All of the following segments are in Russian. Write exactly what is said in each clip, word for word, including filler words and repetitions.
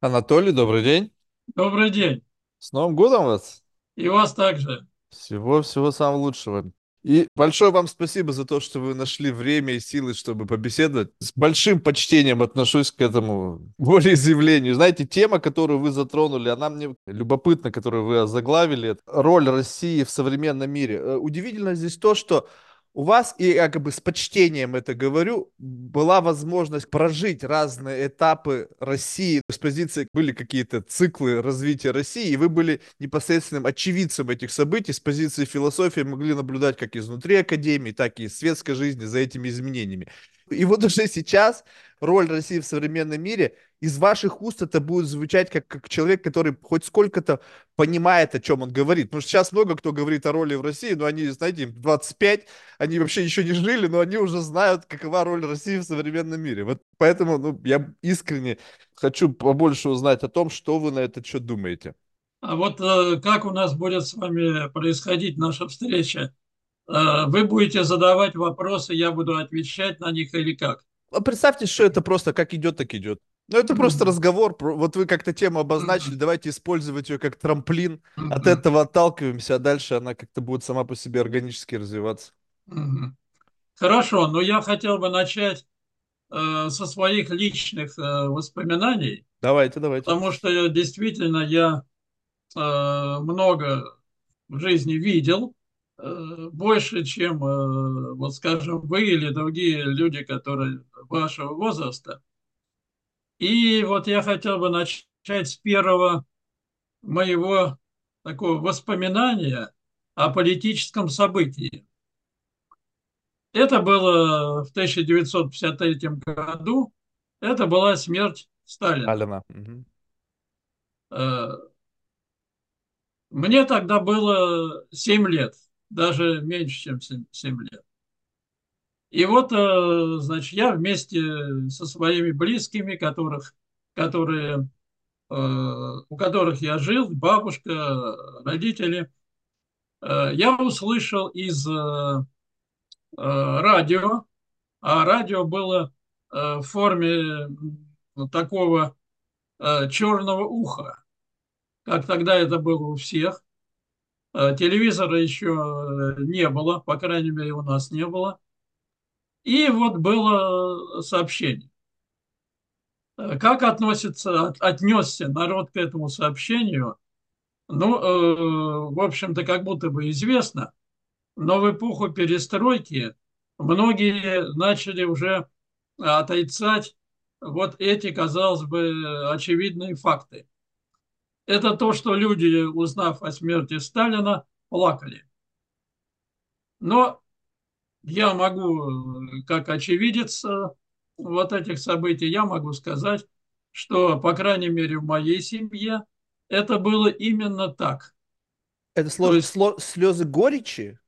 Анатолий, добрый день. Добрый день. С Новым годом вас! И вас также. Всего-всего самого лучшего. И большое вам спасибо за то, что вы нашли время и силы, чтобы побеседовать. С большим почтением отношусь к этому волеизъявлению. Знаете, тема, которую вы затронули, она мне любопытна, которую вы озаглавили. Это роль России в современном мире. Э, Удивительно здесь то, что у вас, и я как бы с почтением это говорю, была возможность прожить разные этапы России. С позиции были какие-то циклы развития России, и вы были непосредственным очевидцем этих событий. С позиции философии могли наблюдать как изнутри академии, так и из светской жизни за этими изменениями. И вот уже сейчас роль России в современном мире из ваших уст это будет звучать как, как человек, который хоть сколько-то понимает, о чем он говорит. Потому что сейчас много кто говорит о роли в России, но они, знаете, им двадцать пять, они вообще еще не жили, но они уже знают, какова роль России в современном мире. Вот поэтому ну, я искренне хочу побольше узнать о том, что вы на этот счет думаете. А вот э, как у нас будет с вами происходить наша встреча? Э, вы будете задавать вопросы, я буду отвечать на них или как? А представьте, что это просто как идет, так идет. Ну, это просто Мгм. разговор. про- Вот вы как-то тему обозначили, Мгм. давайте использовать ее как трамплин. От Мгм. этого отталкиваемся, а дальше она как-то будет сама по себе органически развиваться. Мгм. Хорошо, но я хотел бы начать э, со своих личных э, воспоминаний, Давайте, давайте. потому что действительно я э, много в жизни видел, э, больше, чем, э, вот скажем, вы или другие люди, которые вашего возраста. И вот я хотел бы начать с первого моего такого воспоминания о политическом событии. Это было в тысяча девятьсот пятьдесят третьем году. Это была смерть Сталина. Алина. Мгм. Э, Мне тогда было семь лет, даже меньше, чем семь лет. И вот, э, значит, я вместе со своими близкими, которых, которые, э, у которых я жил, бабушка, родители, э, я услышал из э, э, радио, а радио было э, в форме м, вот такого э, черного уха, как тогда это было у всех. Э, Телевизора еще э, не было, по крайней мере, у нас не было. И вот было сообщение. Э, Как относится, от- отнесся народ к этому сообщению? Ну, э, в общем-то, как будто бы известно, но в эпоху перестройки многие начали уже отрицать вот эти, казалось бы, очевидные факты. Это то, что люди, узнав о смерти Сталина, плакали. Но я могу, э, как очевидец э, вот этих событий, я могу сказать, что, по крайней мере, в моей семье это было именно так. Это То слож- есть, сло- слезы горечи,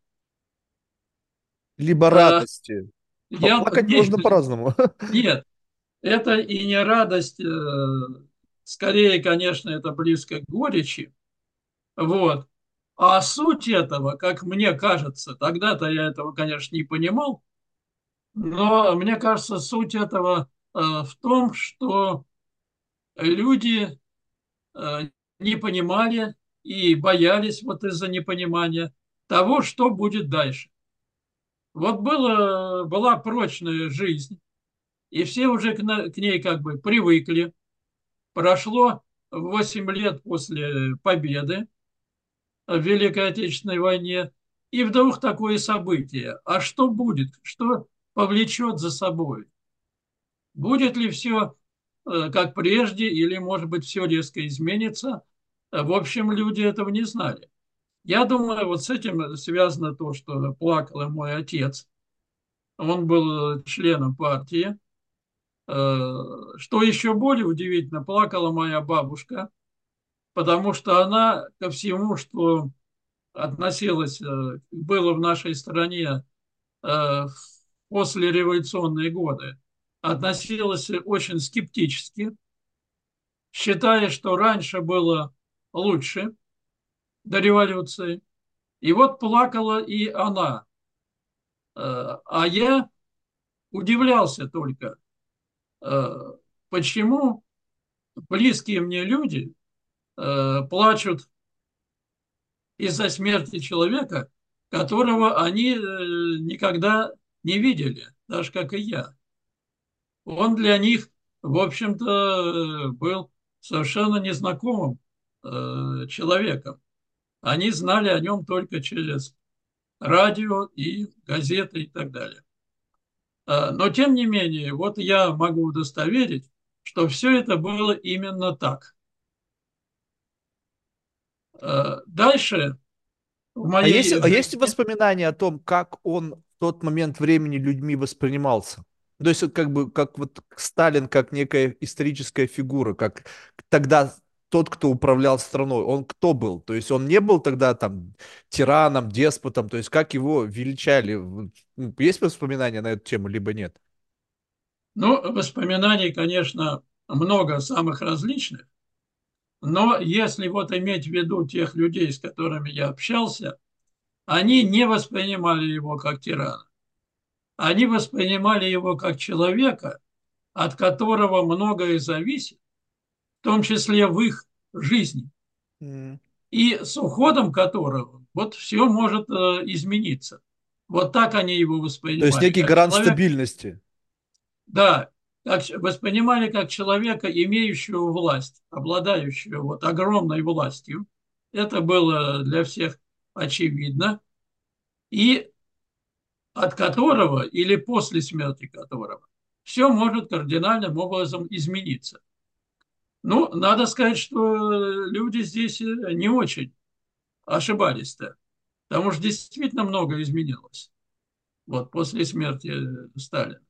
либо э, радости. я... Поплакать Нет, можно по-разному. нет, это и не радость, э, скорее, конечно, это близко к горечи. Вот. А суть этого, как мне кажется, тогда-то я этого, конечно, не понимал, но мне кажется, суть этого э, в том, что люди э, не понимали и боялись вот из-за непонимания того, что будет дальше. Вот было, была прочная жизнь, и все уже к, на- к ней как бы привыкли. Прошло восемь лет после победы в Великой Отечественной войне, и вдруг такое событие. А что будет? Что повлечет за собой? Будет ли все э, как прежде, или, может быть, все резко изменится? Э, В общем, люди этого не знали. Я думаю, вот с этим связано то, что плакал и мой отец. Он был членом партии. Э, Что еще более удивительно, плакала моя бабушка, потому что она ко всему, что относилось, э, было в нашей стране э, в послереволюционные годы, относилась очень скептически, считая, что раньше было лучше до революции. И вот плакала и она. Э, А я удивлялся только, э, почему. близкие мне люди э, плачут из-за смерти человека, которого они э, никогда не видели, так же, как и я. Он для них, в общем-то, был совершенно незнакомым э, человеком. Они знали о нем только через радио и газеты и так далее. А, Но, тем не менее, вот я могу удостоверить, что все это было именно так. А, Дальше в А есть, моей а есть жизни, воспоминания о том, как он в тот момент времени людьми воспринимался? То есть вот как бы как вот Сталин как некая историческая фигура, как тогда тот, кто управлял страной, он кто был? То есть он не был тогда там тираном, деспотом, то есть как его величали? Вот, ну, есть воспоминания на эту тему, либо нет? ну, воспоминаний, конечно, много самых различных, но если вот иметь в виду тех людей, с которыми я общался, они не воспринимали его как тирана. Они воспринимали его как человека, от которого многое зависит, в том числе в их жизни, М. и с уходом которого вот все может э, измениться. Вот так они его То есть воспринимали, некий как гарант человек, стабильности. да, как, воспринимали как человека, имеющего власть, обладающего вот огромной властью. Это было для всех очевидно. И от которого или после смерти которого все может кардинальным образом измениться. Ну, надо сказать, что люди здесь не очень ошибались-то, потому что действительно много изменилось вот после смерти Сталина.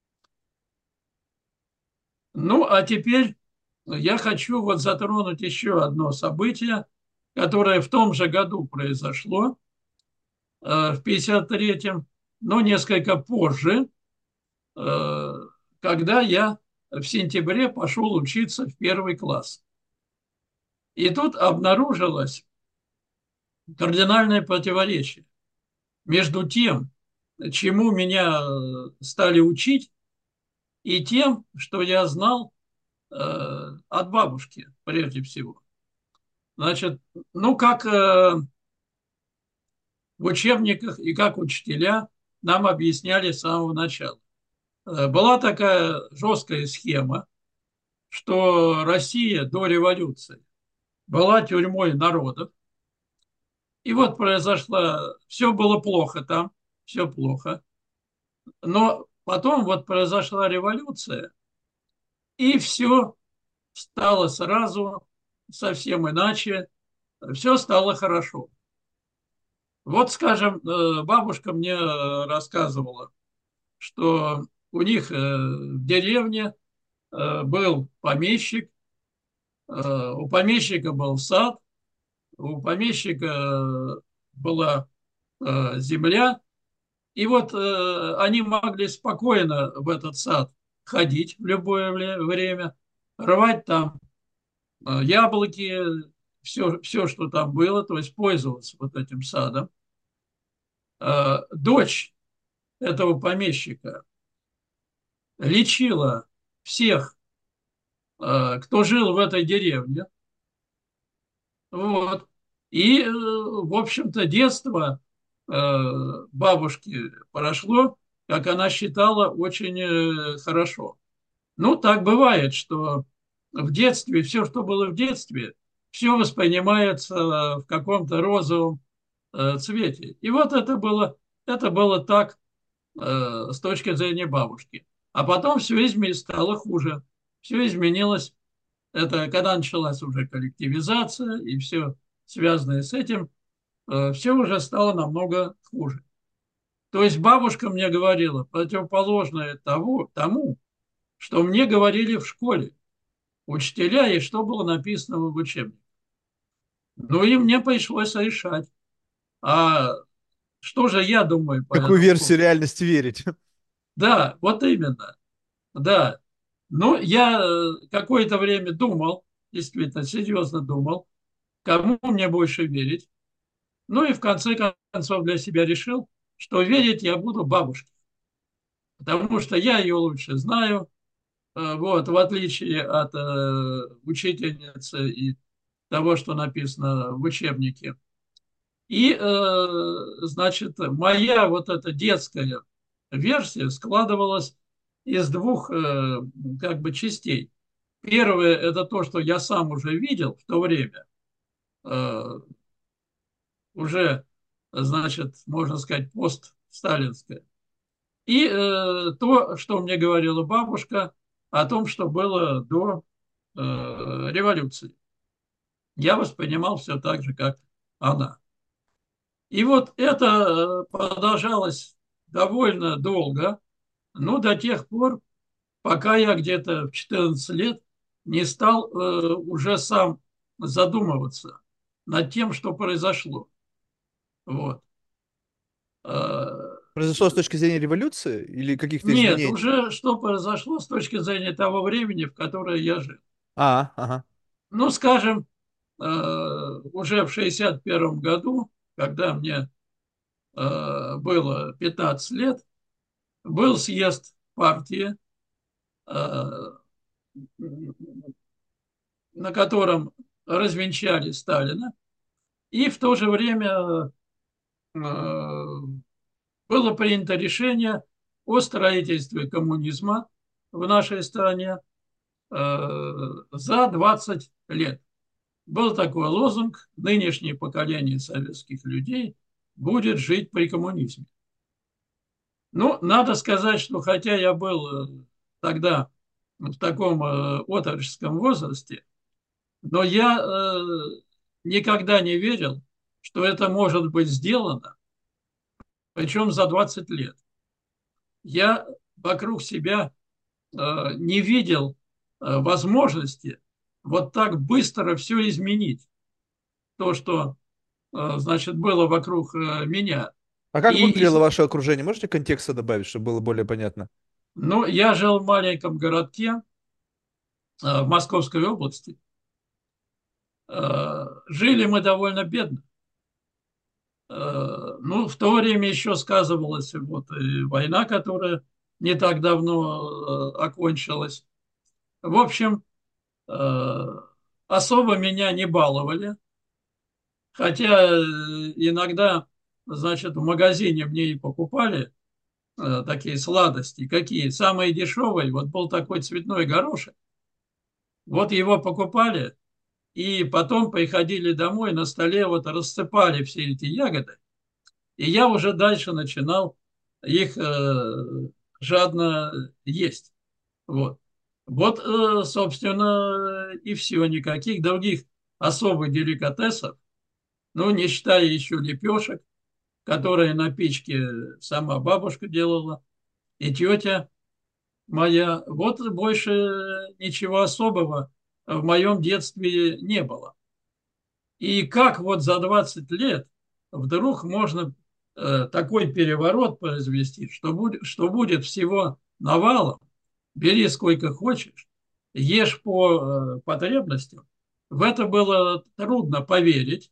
Ну, а теперь я хочу вот затронуть еще одно событие, которое в том же году произошло, э, в пятьдесят третьем, но несколько позже, э, когда я в сентябре пошел учиться в первый класс. И тут обнаружилось кардинальное противоречие между тем, чему меня э, стали учить, и тем, что я знал э, от бабушки, прежде всего. Значит, ну, как э, в учебниках и как учителя нам объясняли с самого начала. Э, была такая жесткая схема, что Россия до революции была тюрьмой народов. И вот произошло, все было плохо там, все плохо. Но потом вот произошла революция, и все стало сразу совсем иначе, все стало хорошо. Вот, скажем, э, бабушка мне э, рассказывала, что у них э, в деревне э, был помещик, э, у помещика был сад, у помещика э, была э, земля, и вот э, они могли спокойно в этот сад ходить в любое время, рвать там э, яблоки, все, все, что там было, то есть пользоваться вот этим садом. Э, дочь этого помещика лечила всех, э, кто жил в этой деревне. Вот. И, э, в общем-то, детство э, бабушки прошло, как она считала, очень э, хорошо. Ну, так бывает, что в детстве, все, что было в детстве, все воспринимается в каком-то розовом э, цвете. И вот это было, это было так э, с точки зрения бабушки. А потом все изменилось, стало хуже. Все изменилось. Это когда началась уже коллективизация и все связанное с этим, э, все уже стало намного хуже. То есть бабушка мне говорила противоположное того, тому, что мне говорили в школе учителя и что было написано в учебнике. Ну и мне пришлось решать, а что же я думаю по Какую этому версию поводу. реальности верить? Да, вот именно, да. Ну, я э, какое-то время думал, действительно, серьезно думал, кому мне больше верить. Ну и в конце концов для себя решил, что верить я буду бабушке, потому что я ее лучше знаю, э, вот, в отличие от э, учительницы и того, что написано в учебнике. И, э, значит, моя вот эта детская версия складывалась из двух э, как бы частей. Первое – это то, что я сам уже видел в то время, э, уже, значит, можно сказать, постсталинское. И э, то, что мне говорила бабушка о том, что было до э, революции. Я воспринимал все так же, как она. И вот это э, продолжалось довольно долго, ну, до тех пор, пока я где-то в четырнадцать лет не стал э, уже сам задумываться над тем, что произошло. Вот. Э, Произошло с точки зрения революции или каких-то Нет, изменений? уже что произошло с точки зрения того времени, в которое я жил. А, ага. Ну, скажем, э, уже в шестьдесят первом году, когда мне э, было пятнадцать лет, был съезд партии, э, на котором развенчали Сталина, и в то же время э, было принято решение о строительстве коммунизма в нашей стране э, за двадцать лет. Был такой лозунг: нынешнее поколение советских людей будет жить при коммунизме. Ну, надо сказать, что хотя я был э, тогда в таком э, отроческом возрасте, но я э, никогда не верил, что это может быть сделано, причем за двадцать лет. Я вокруг себя э, не видел э, возможности вот так быстро все изменить, то, что, э, значит, было вокруг э, меня. А как И, и, выглядело ваше окружение? Можете контекста добавить, чтобы было более понятно? ну, я жил в маленьком городке э, в Московской области. Э, жили мы довольно бедно. Э, ну, в то время еще сказывалась вот и война, которая не так давно э, окончилась. В общем, э, особо меня не баловали, хотя э, иногда, значит, в магазине мне и покупали э, такие сладости. Какие? Самые дешевые. Вот был такой цветной горошек. Вот его покупали, и потом приходили домой, на столе вот рассыпали все эти ягоды. И я уже дальше начинал их э, жадно есть. Вот. Вот, э, собственно, и все. Никаких других особых деликатесов, ну, не считая еще лепешек, которые на печке сама бабушка делала, и тетя моя. Вот больше ничего особого в моем детстве не было. И как вот за двадцать лет вдруг можно э, такой переворот произвести, что будет, что будет всего навалом, бери сколько хочешь, ешь по э, потребностям. В это было трудно поверить.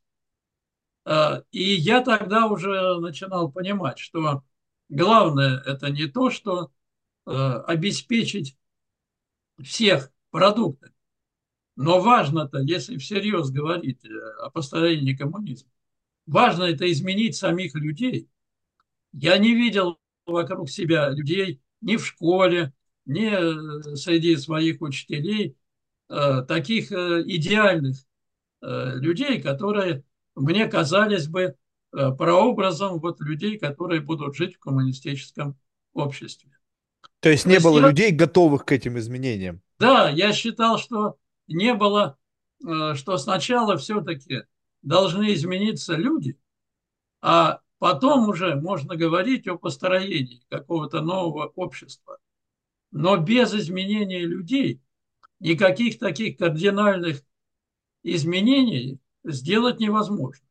Э, и я тогда уже начинал понимать, что главное это не то, что э, обеспечить всех продуктами, но важно-то, если всерьез говорить э, о построении коммунизма, важно это изменить самих людей. Я не видел вокруг себя людей ни в школе, ни э, среди своих учителей э, таких э, идеальных э, людей, которые мне казались бы э, прообразом вот людей, которые будут жить в коммунистическом обществе. То есть То не есть было я, людей, готовых к этим изменениям. да, я считал, что не было, э, что сначала все-таки должны измениться люди, а потом уже можно говорить о построении какого-то нового общества. Но без изменения людей никаких таких кардинальных изменений сделать невозможно.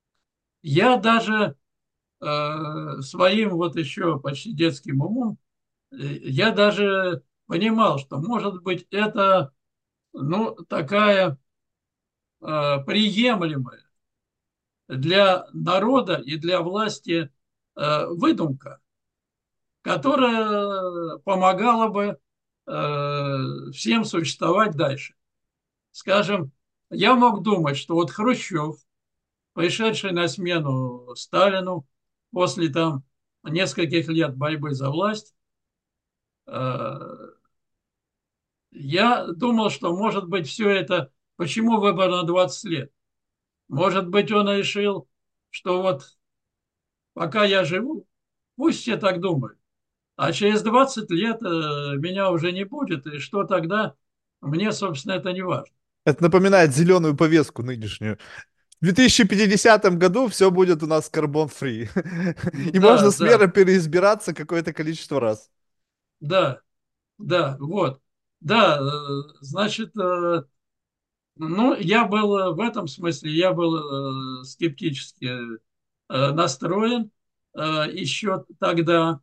Я даже э, своим вот еще почти детским умом, э, я даже понимал, что, может быть, это ну, такая э, приемлемая для народа и для власти э, выдумка, которая помогала бы э, всем существовать дальше. Скажем, я мог думать, что вот Хрущев, пришедший на смену Сталину после там нескольких лет борьбы за власть, э, я думал, что, может быть, все это, почему выбор на двадцать лет? Может быть, он решил, что вот пока я живу, пусть все так думают. А через двадцать лет э, меня уже не будет, и что тогда, мне, собственно, это не важно. Это напоминает зеленую повестку нынешнюю. В две тысячи пятидесятом году все будет у нас карбон-фри. И Да, можно да, смело переизбираться какое-то количество раз. да, да, вот. Да, э, значит, э, ну, я был э, в этом смысле, я был э, скептически э, настроен э, еще тогда.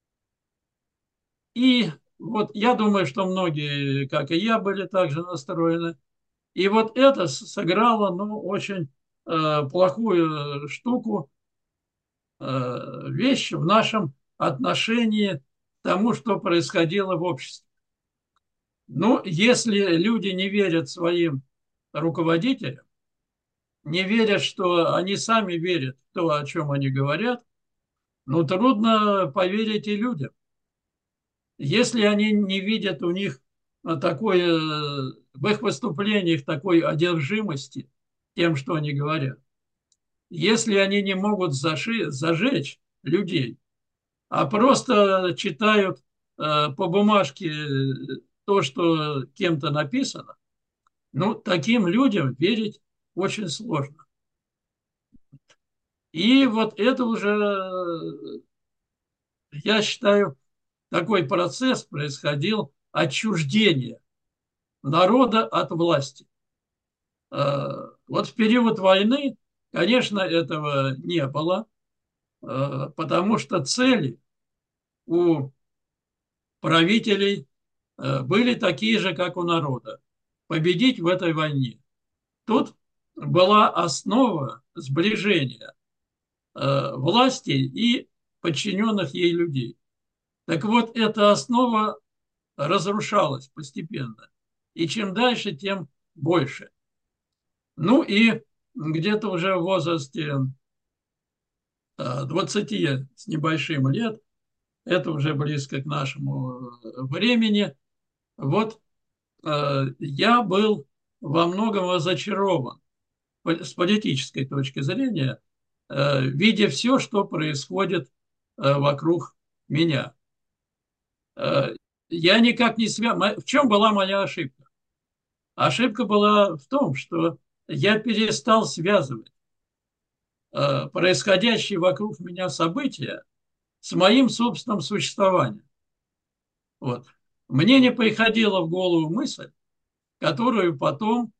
И вот я думаю, что многие, как и я, были также настроены. И вот это с- сыграло, ну, очень э, плохую штуку, э, вещь в нашем отношении к тому, что происходило в обществе. Ну, если люди не верят своим руководителям, не верят, что они сами верят в то, о чем они говорят, ну, трудно поверить и людям. Если они не видят у них а, такой, э, в их выступлениях такой одержимости тем, что они говорят, если они не могут заши, зажечь людей, а просто читают э, по бумажке э, то, что кем-то написано, ну, таким людям верить очень сложно. И вот это уже, э, я считаю, такой процесс происходил отчуждения народа от власти. Э, Вот в период войны, конечно, этого не было, э, потому что цели у правителей э, были такие же, как у народа. Победить в этой войне. Тут была основа сближения э, власти и подчиненных ей людей. Так вот, эта основа разрушалась постепенно. И чем дальше, тем больше. Ну и где-то уже в возрасте э, двадцати с небольшим лет, это уже близко к нашему э, времени, вот э, я был во многом разочарован с политической точки зрения, э, видя все, что происходит э, вокруг меня. Э, Я никак не связан. В чем была моя ошибка? Ошибка была в том, что я перестал связывать э, происходящие вокруг меня события с моим собственным существованием. Вот. Мне не приходила в голову мысль, которую потом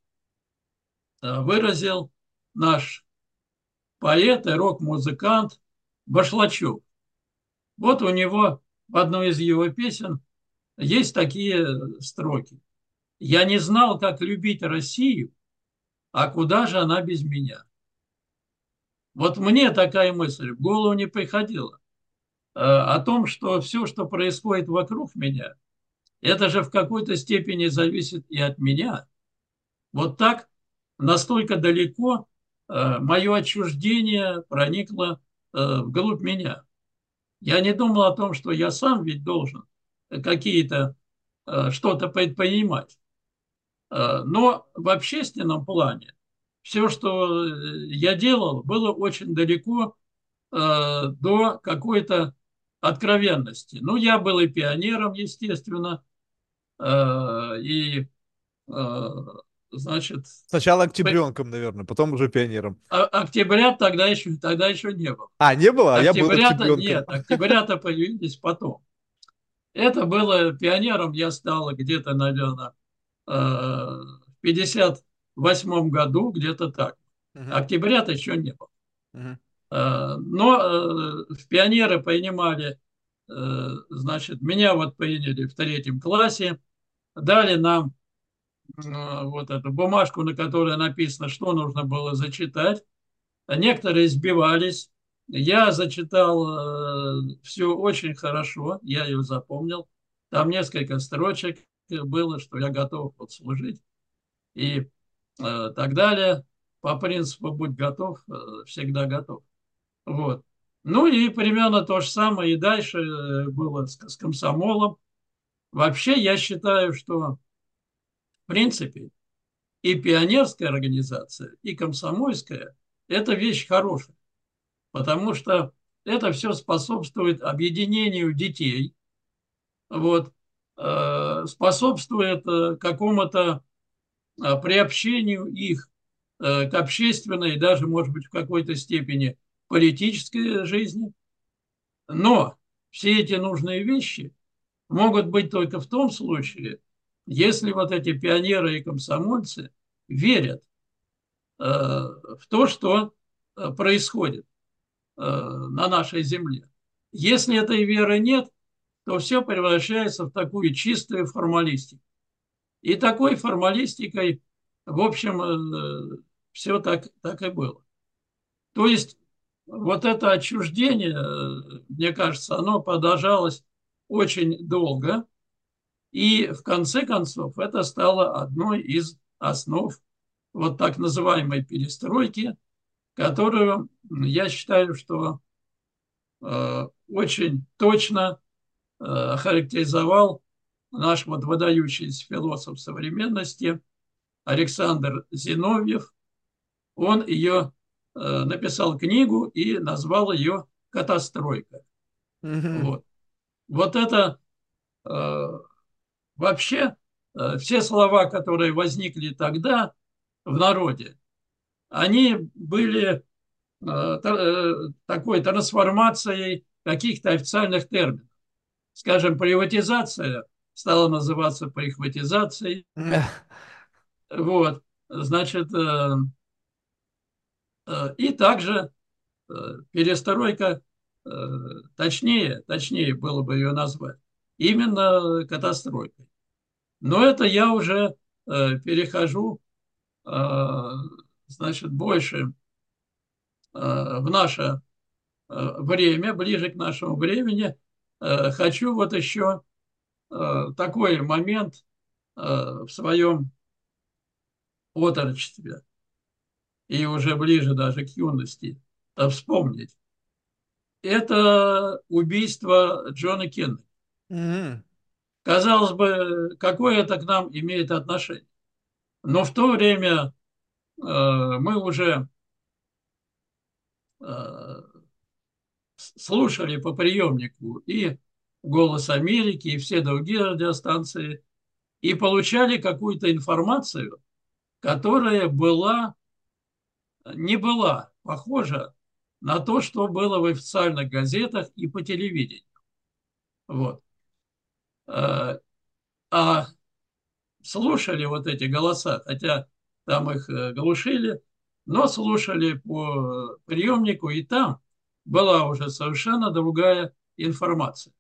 э, выразил наш поэт и рок-музыкант Башлачев. Вот у него в одной из его песен есть такие строки. «Я не знал, как любить Россию, а куда же она без меня?» Вот мне такая мысль в голову не приходила э, о том, что все, что происходит вокруг меня, это же в какой-то степени зависит и от меня. Вот так настолько далеко э, мое отчуждение проникло э, вглубь меня. Я не думал о том, что я сам ведь должен какие-то э, что-то предпринимать. Э, но в общественном плане все, что э, я делал, было очень далеко э, до какой-то откровенности. Ну, я был и пионером, естественно, э, и, э, значит, Сначала октябренком, наверное, потом уже пионером. а- октября тогда еще, тогда еще не было. А, не было? А я был Октября-то октябренком. нет, октября-то появились потом. Это было пионером, я стал где-то, наверное, э, в пятьдесят восьмом году, где-то так. Мгм, Октября-то еще не было. мгм. Э, Но э, в пионеры принимали, э, значит, меня вот приняли в третьем классе, дали нам э, вот эту бумажку, на которой написано, что нужно было зачитать. Некоторые сбивались. Я зачитал э, все очень хорошо, я ее запомнил. Там несколько строчек было, что я готов вот служить и э, так далее. По принципу «будь готов, э, всегда готов». Вот. Ну и примерно то же самое и дальше э, было с, с комсомолом. Вообще я считаю, что в принципе и пионерская организация, и комсомольская – это вещь хорошая, потому что это все способствует объединению детей, вот, э, способствует э, какому-то э, приобщению их э, к общественной, даже, может быть, в какой-то степени политической жизни. Но все эти нужные вещи могут быть только в том случае, если вот эти пионеры и комсомольцы верят э, в то, что э, происходит э, на нашей земле. Если этой веры нет, то все превращается в такую чистую формалистику. И такой формалистикой, в общем, э, все так, так и было. То есть вот это отчуждение, э, мне кажется, оно продолжалось очень долго, и в конце концов это стало одной из основ вот так называемой перестройки, которую я считаю, что э, очень точно э, охарактеризовал наш вот выдающийся философ современности Александр Зиновьев. Он ее э, написал книгу и назвал ее «Катастройка». Мгм. Вот, вот это э, вообще э, все слова, которые возникли тогда в народе, они были э, э, такой трансформацией каких-то официальных терминов. Скажем, приватизация стала называться прихватизацией. Вот, значит, э, э, и также э, перестройка, э, точнее, точнее было бы ее назвать, именно катастройкой. Но это я уже э, перехожу, э, значит, больше э, в наше э, время, ближе к нашему времени. Э, хочу вот еще э, такой момент э, в своем отрочестве и уже ближе даже к юности э, вспомнить. Это убийство Джона Кеннеди. Мгм. Казалось бы, какое это к нам имеет отношение? Но в то время э, мы уже э, слушали по приемнику и «Голос Америки», и все другие радиостанции, и получали какую-то информацию, которая была, не была похожа на то, что было в официальных газетах и по телевидению. Вот. Э, А слушали вот эти голоса, хотя там их э, глушили, но слушали по приемнику, и там была уже совершенно другая информация,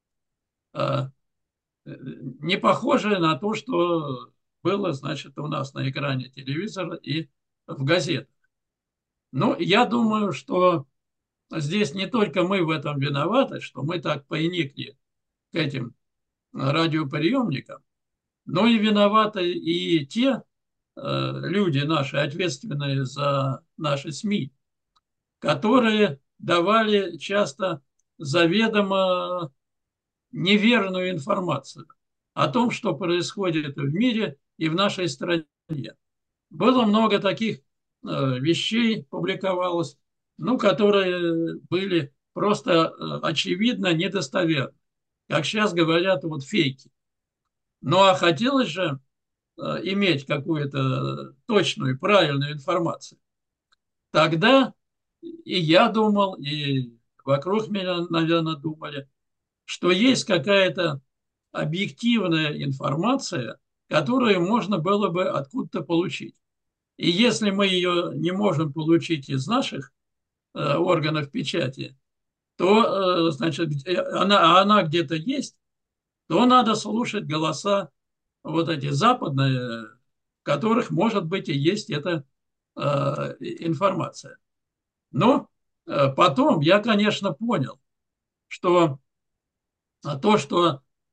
э, не похожая на то, что было, значит, у нас на экране телевизора и в газетах. Ну, я думаю, что здесь не только мы в этом виноваты, что мы так приникли к этим радиоприемникам, но и виноваты и те э, люди наши, ответственные за наши СМИ, которые давали часто заведомо неверную информацию о том, что происходит в мире и в нашей стране. Было много таких э, вещей, публиковалось, ну, которые были просто э, очевидно недостоверны. Как сейчас говорят, вот фейки. Ну, а хотелось же э, иметь какую-то точную, правильную информацию. Тогда и я думал, и вокруг меня, наверное, думали, что есть какая-то объективная информация, которую можно было бы откуда-то получить. И если мы ее не можем получить из наших э, органов печати, то, э, значит, она, а она где-то есть, то надо слушать голоса вот эти западные, в которых, может быть, и есть эта э, информация. Но э, потом я, конечно, понял, что то, что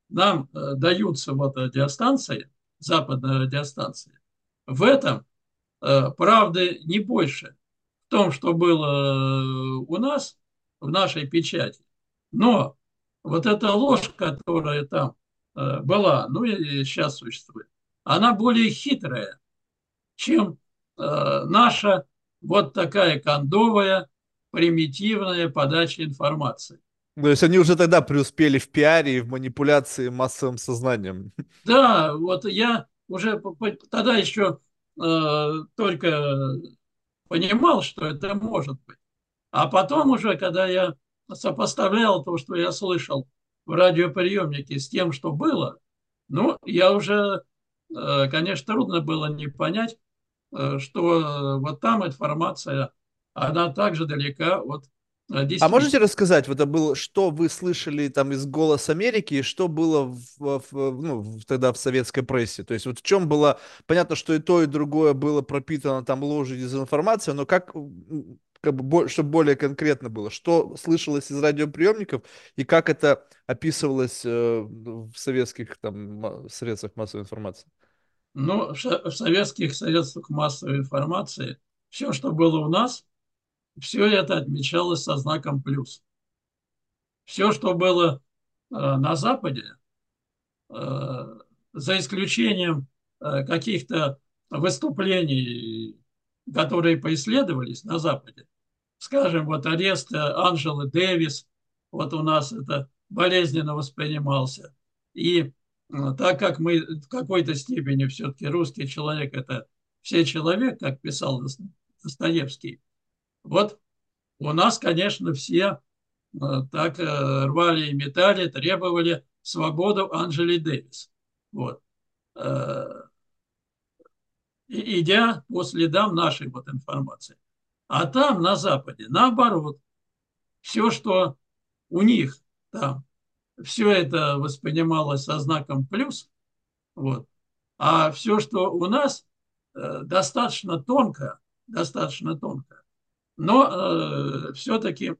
нам э, даются вот радиостанции, западные радиостанции, в этом э, правды не больше в том, что было э, у нас, в нашей печати. Но вот эта ложь, которая там э, была, ну и сейчас существует, она более хитрая, чем э, наша вот такая кондовая, примитивная подача информации. То есть они уже тогда преуспели в пиаре и в манипуляции массовым сознанием. Да, вот я уже по- по- тогда еще э, только понимал, что это может быть. А потом уже, когда я сопоставлял то, что я слышал в радиоприемнике с тем, что было, ну, я уже, э, конечно, трудно было не понять, э, что э, вот там информация, она также далека от э, А можете действительности. рассказать, вот это было, что вы слышали там из «Голос Америки» и что было в, в- ну, в- тогда в советской прессе? То есть вот в чем было, понятно, что и то, и другое было пропитано там ложью и дезинформацией, но как, м, как бы, чтобы более конкретно было, что слышалось из радиоприемников и как это описывалось э, в советских там ма- средствах массовой информации? Но в ша- в советских средствах массовой информации все, что было у нас, все это отмечалось со знаком плюс. Все, что было э, на Западе, э, за исключением э, каких-то выступлений, которые поисследовались на Западе, скажем, вот арест э, Анжелы Дэвис, вот у нас это болезненно воспринимался. И э, так как мы в какой-то степени все-таки русский человек – это все человек, как писал Достоевский, вот у нас, конечно, все э, так э, рвали и метали, требовали свободу Анжели Дэвис. Вот. Э, и, идя по следам нашей вот информации. А там, на Западе, наоборот, все, что у них там, все это воспринималось со знаком плюс, вот. А все, что у нас, э, достаточно тонко, достаточно тонко. Но э, все-таки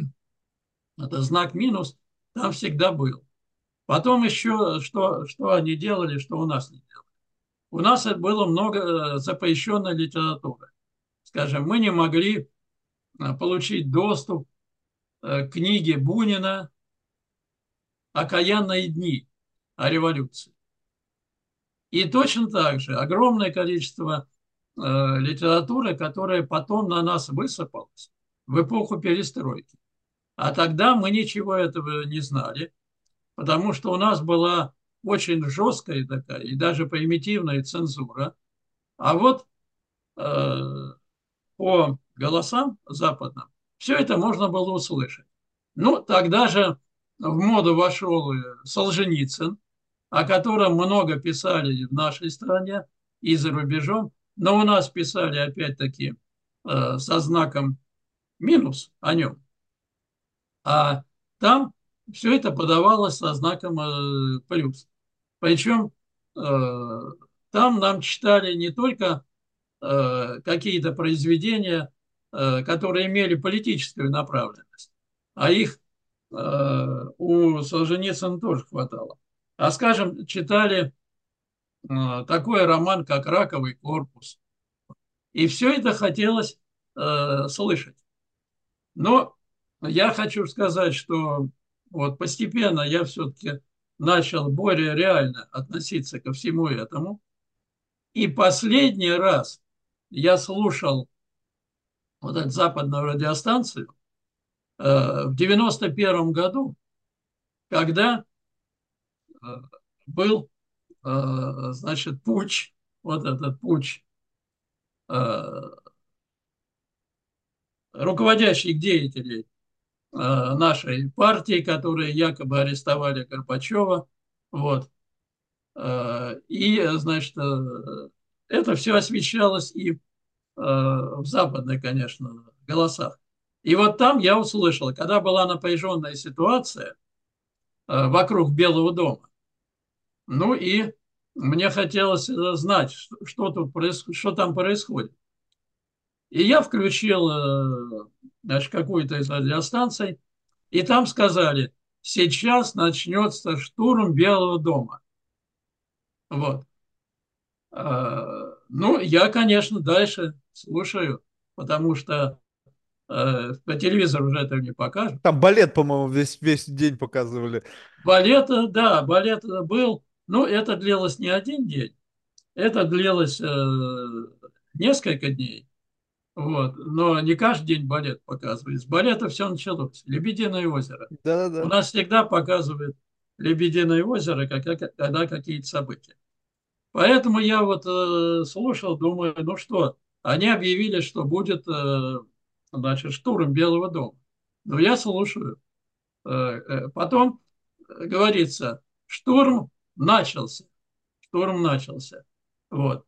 это знак минус там всегда был. Потом еще, что, что они делали, что у нас не делали. У нас было много э, запрещенной литературы. Скажем, мы не могли э, получить доступ э, к книге Бунина «Окаянные дни» о революции. И точно так же огромное количество э, литературы, которая потом на нас высыпалась в эпоху перестройки. А тогда мы ничего этого не знали, потому что у нас была очень жесткая такая и даже примитивная цензура. А вот э, по голосам западным все это можно было услышать. Ну, тогда же в моду вошел Солженицын, о котором много писали в нашей стране и за рубежом, но у нас писали опять-таки э, со знаком минус о нем, а там все это подавалось со знаком э, плюс. Причем э, там нам читали не только э, какие-то произведения, э, которые имели политическую направленность, а их э, у Солженицына тоже хватало. А, скажем, читали э, такой роман, как «Раковый корпус». И все это хотелось э, слышать. Но я хочу сказать, что вот постепенно я все-таки начал более реально относиться ко всему этому. И последний раз я слушал вот эту западную радиостанцию э, в девяносто первом году, когда э, был, э, значит, путч, вот этот путч э, руководящих деятелей э, нашей партии, которые якобы арестовали Горбачева. Вот. Э, и, значит, э, это все освещалось и э, в западных, конечно, голосах. И вот там я услышал, когда была напряженная ситуация э, вокруг Белого дома, ну и мне хотелось э, знать, что, что тут происходит, что там происходит. И я включил э, значит, какую-то из радиостанций, и там сказали, сейчас начнется штурм Белого дома. Вот. А, ну, я, конечно, дальше слушаю, потому что э, по телевизору уже это не покажут. Там балет, по-моему, весь, весь день показывали. Балет, э, да, балет э, был, но это длилось не один день, это длилось э, несколько дней. Вот. Но не каждый день балет показывает. С балета все началось. «Лебединое озеро». У Да-да-да. нас всегда показывают «Лебединое озеро», когда, когда какие-то события. Поэтому я вот э, слушал, думаю, ну что, они объявили, что будет э, значит, штурм Белого дома. Но я слушаю. Э, э, потом э, говорится, штурм начался. Штурм начался. Вот.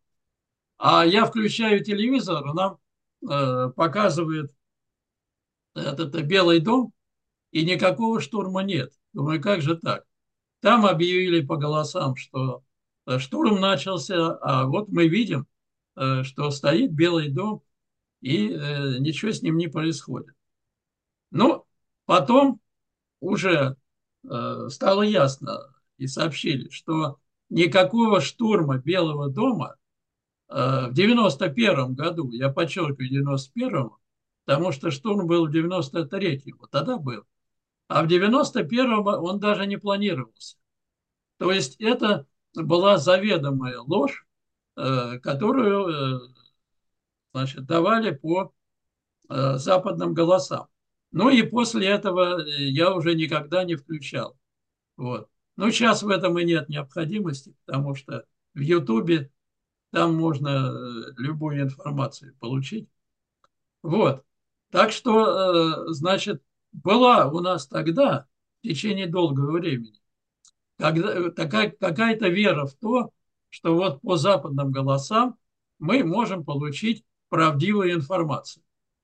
А я включаю телевизор, нам э, показывает этот э, Белый дом, и никакого штурма нет. Думаю, как же так? Там объявили по голосам, что э, штурм начался, а вот мы видим, э, что стоит Белый дом, и э, ничего с ним не происходит. Ну, потом уже э, стало ясно и сообщили, что никакого штурма Белого дома э, в девяносто первом году, я подчеркиваю, девяносто первом, потому что штурм был в девяносто третьем, вот тогда был. А в девяносто первом он даже не планировался. То есть это была заведомая ложь, э, которую э, значит, давали по э, западным голосам. Ну и после этого э, я уже никогда не включал. Вот. Ну, сейчас в этом и нет необходимости, потому что в Ютубе там можно э, любую информацию получить. Вот. Так что, э, значит, была у нас тогда в течение долгого времени когда, такая, какая-то вера в то, что вот по западным голосам мы можем получить правдивую информацию.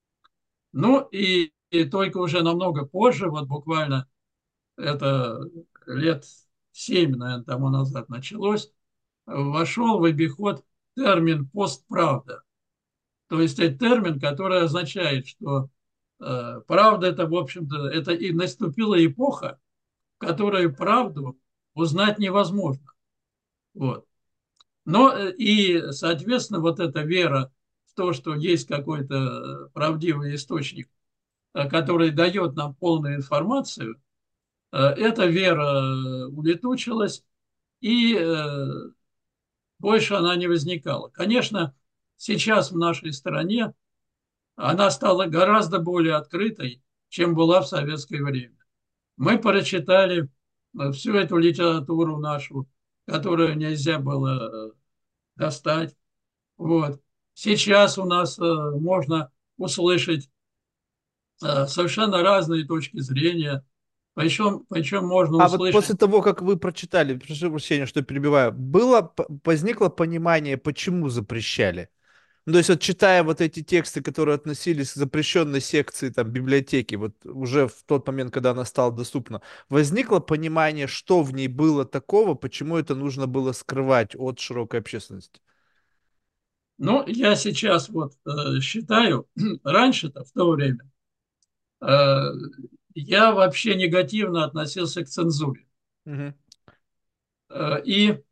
Ну и, и только уже намного позже, вот буквально это лет семь, наверное, тому назад началось, вошел в обиход термин «постправда». То есть это термин, который означает, что э, правда это, в общем-то, это и наступила эпоха, в которой правду узнать невозможно. Вот. Но э, и, соответственно, вот эта вера в то, что есть какой-то э, правдивый источник, э, который дает нам полную информацию, э, эта вера э, улетучилась, и э, больше она не возникала. Конечно, сейчас в нашей стране она стала гораздо более открытой, чем была в советское время. Мы прочитали э, всю эту литературу нашу, которую нельзя было э, достать. Вот. Сейчас у нас э, можно услышать э, совершенно разные точки зрения, причем, причем можно А вот услышать. после того, как вы прочитали, прошу прощения, что перебиваю, было, п- возникло понимание, почему запрещали? Ну, то есть, вот читая вот эти тексты, которые относились к запрещенной секции там, библиотеки, вот уже в тот момент, когда она стала доступна, возникло понимание, что в ней было такого, почему это нужно было скрывать от широкой общественности? Ну, я сейчас вот э, считаю, раньше-то, в то время, э, я вообще негативно относился к цензуре. Мгм. Э, и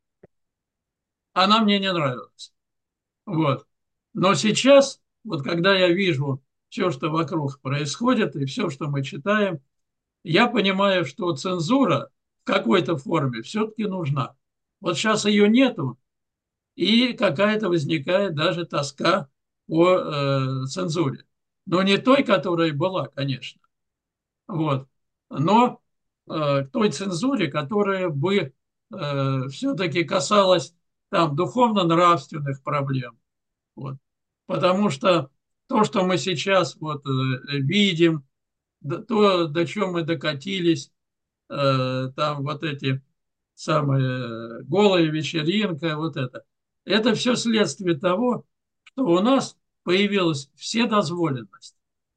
она мне не нравилась. Вот. Но сейчас, вот когда я вижу все, что вокруг происходит, и все, что мы читаем, я понимаю, что цензура в какой-то форме все-таки нужна. Вот сейчас ее нету, и какая-то возникает даже тоска по э, цензуре. Но не той, которая была, конечно. Вот. Но э, той цензуре, которая бы э, все-таки касалась там духовно-нравственных проблем. Вот. Потому что то, что мы сейчас вот, э, видим, то, до чего мы докатились, э, там вот эти самые э, голые вечеринка, вот это. Это все следствие того, что у нас появилась вседозволенность.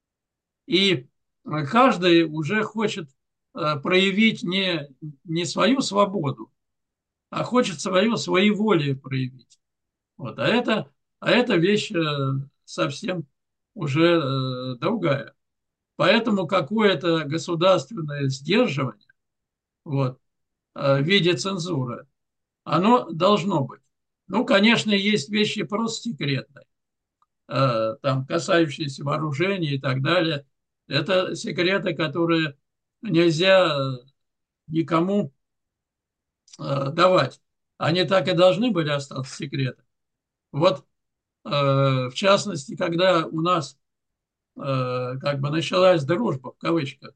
И э, каждый уже хочет э, проявить не, не свою свободу, а хочет свое своеволие проявить. Вот. А, это, а это вещь э, совсем уже э, другая. Поэтому какое-то государственное сдерживание вот, в виде цензуры, оно должно быть. Ну, конечно, есть вещи просто секретные, там, касающиеся вооружений и так далее. Это секреты, которые нельзя никому давать. Они так и должны были остаться секретом. Вот, в частности, когда у нас как бы началась дружба, в кавычках,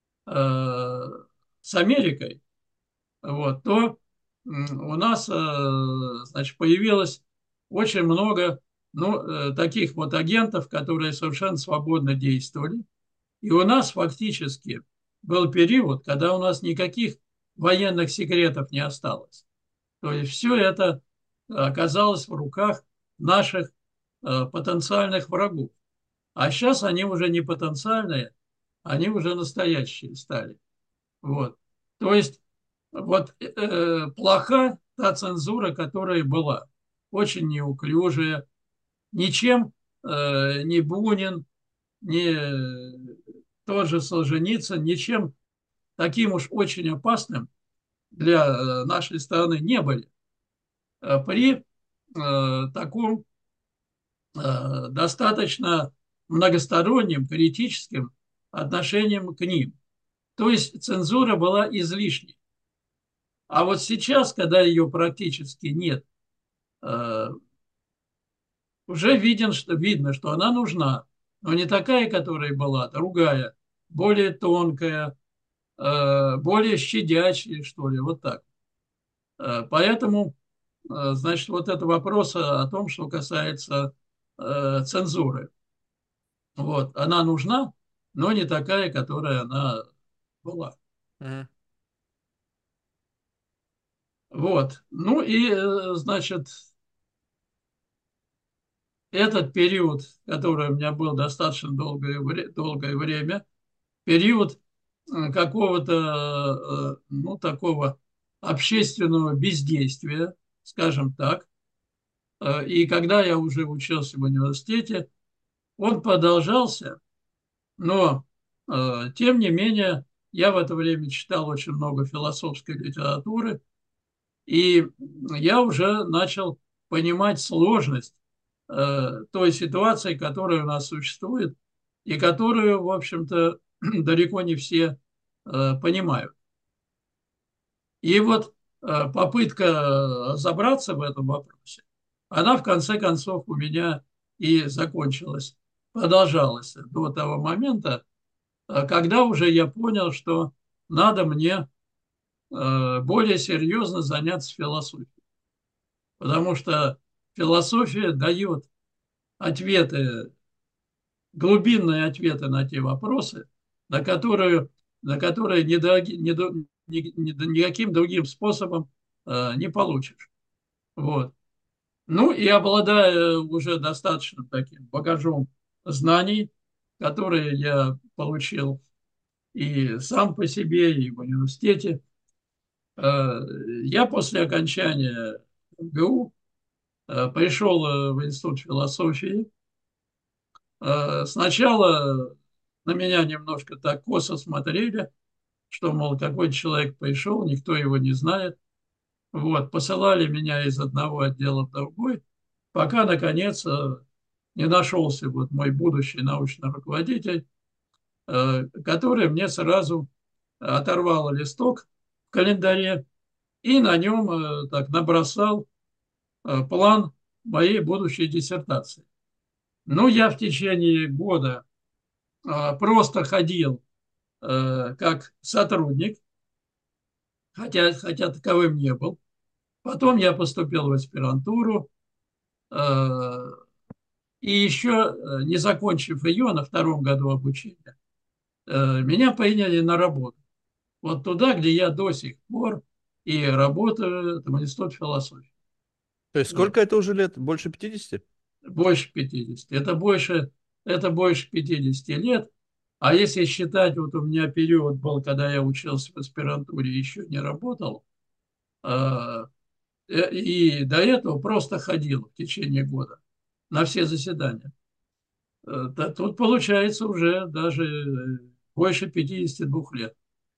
с Америкой, вот, то у нас, значит, появилось очень много, ну, таких вот агентов, которые совершенно свободно действовали. И у нас фактически был период, когда у нас никаких военных секретов не осталось. То есть все это оказалось в руках наших потенциальных врагов. А сейчас они уже не потенциальные, они уже настоящие стали. Вот. То есть вот э, плоха та цензура, которая была, очень неуклюжая, ничем э, ни Бунин, ни э, тот же Солженицын, ничем таким уж очень опасным для э, нашей страны не были э, при э, таком э, достаточно многосторонним, критическим отношением к ним. То есть цензура была излишней. А вот сейчас, когда ее практически нет, э, уже виден, что, видно, что она нужна, но не такая, которая была, а другая, более тонкая, э, более щадящая, что ли, вот так. Э, поэтому, э, значит, вот это вопрос о том, что касается э, цензуры. Вот, она нужна, но не такая, которая она была. Мгм. Вот, ну и, э, значит, этот период, который у меня был достаточно долгое, долгое время, период э, какого-то, э, ну, такого общественного бездействия, скажем так. Э, И когда я уже учился в университете, он продолжался, но, э, тем не менее, я в это время читал очень много философской литературы, и я уже начал понимать сложность э, той ситуации, которая у нас существует, и которую, в общем-то, далеко не все э, понимают. И вот э, попытка разобраться в этом вопросе, она в конце концов у меня и закончилась, продолжалась до того момента, э, когда уже я понял, что надо мне э, более серьезно заняться философией. Потому что философия дает ответы, глубинные ответы на те вопросы, на которые, на которые ни, ни, ни, ни, никаким другим способом э, не получишь. Вот. Ну и обладая уже достаточно таким багажом знаний, которые я получил и сам по себе, и в университете, э, я после окончания МГУ э, пришел э, в Институт философии. Э, Сначала на меня немножко так косо смотрели, что, мол, какой человек пришел, никто его не знает. Вот, посылали меня из одного отдела в другой, пока, наконец, э, не нашелся вот мой будущий научный руководитель, э, который мне сразу оторвал листок в календаре и на нем э, так набросал э, план моей будущей диссертации. Ну, я в течение года э, просто ходил э, как сотрудник, хотя, хотя таковым не был. Потом я поступил в аспирантуру, э, и еще, э, не закончив ее на втором году обучения, э, меня приняли на работу. Вот туда, где я до сих пор и работаю, это Институт философии. То есть Вот. сколько это уже лет? Больше пятидесяти? Больше пятидесяти. Это больше, это больше пятидесяти лет. А если считать, вот у меня период был, когда я учился в аспирантуре и еще не работал, э, и до этого просто ходил в течение года на все заседания. Э, да, тут получается уже даже э, больше пятидесяти двух лет.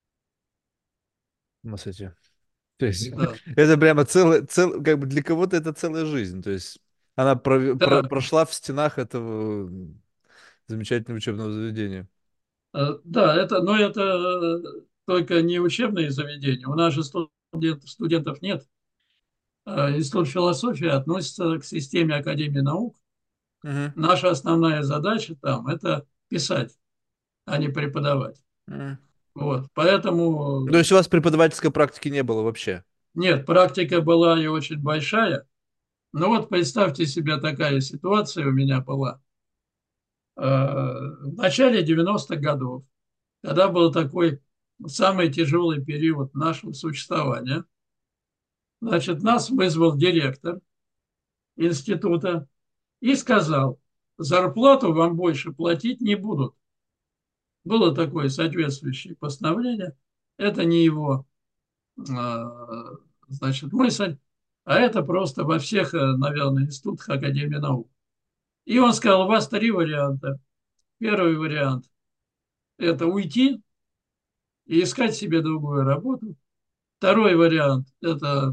Смотрите. То есть Да, это прямо целая, цел, как бы для кого-то это целая жизнь. То есть она про- про- да, прошла в стенах этого замечательного учебного заведения. э, да, это, но это э, только не учебные заведения. У нас же студент- студентов нет. Э, Институт философии относится к системе Академии наук. Мгм. Наша основная задача там – это писать, а не преподавать. Мгм. Вот. То Поэтому есть у вас преподавательской практики не было вообще? нет, практика была и очень большая. Но вот представьте себе, такая ситуация у меня была. Э, В начале девяностых годов, когда был такой самый тяжелый период нашего существования, значит, нас вызвал директор института и сказал, зарплату вам больше платить не будут. Было такое соответствующее постановление. Это не его, э, значит, мысль, а это просто во всех, э, наверное, институтах Академии наук. И он сказал, у вас три варианта. Первый вариант – это уйти и искать себе другую работу. Второй вариант – это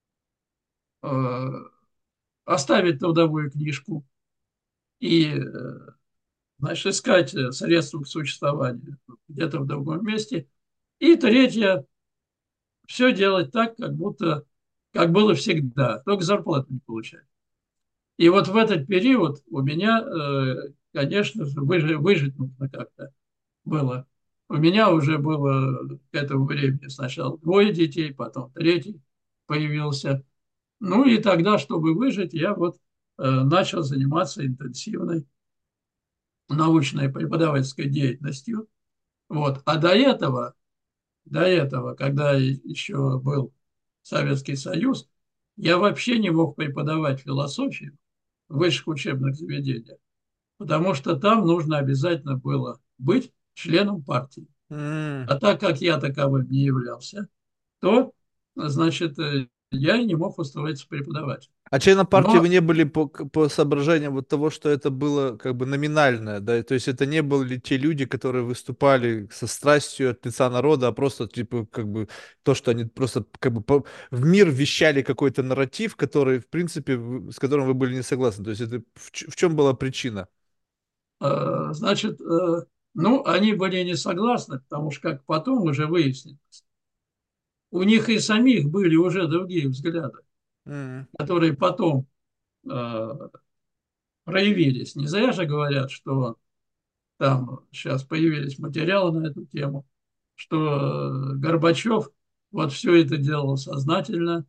э, оставить трудовую книжку и, э, значит, искать э, средства к существованию где-то в другом месте. И третье – все делать так, как будто, как было всегда, только зарплату не получать. И вот в этот период у меня, э, конечно же, выжить, выжить нужно как-то было. У меня уже было к этому времени сначала двое детей, потом третий появился. Ну и тогда, чтобы выжить, я вот э, начал заниматься интенсивной научной преподавательской деятельностью. Вот. А до этого, до этого, когда еще был Советский Союз, я вообще не мог преподавать философию в высших учебных заведениях, потому что там нужно обязательно было быть членом партии. М. А так как я таковым не являлся, то, значит, э, я и не мог устроиться преподавать. А членом партии вы Но не были по, к- по соображениям вот того, что это было как бы номинальное, да, то есть это не были те люди, которые выступали со страстью от лица народа, а просто типа как бы то, что они просто как бы по- в мир вещали какой-то нарратив, который, в принципе, вы- с которым вы были не согласны. То есть это в, ч- в чем была причина? Э, значит, э, ну, они были не согласны, потому что, как потом уже выяснилось, у них и самих были уже другие взгляды, М. которые потом э, проявились. Не зря же говорят, что там сейчас появились материалы на эту тему, что э, Горбачев вот все это делал сознательно,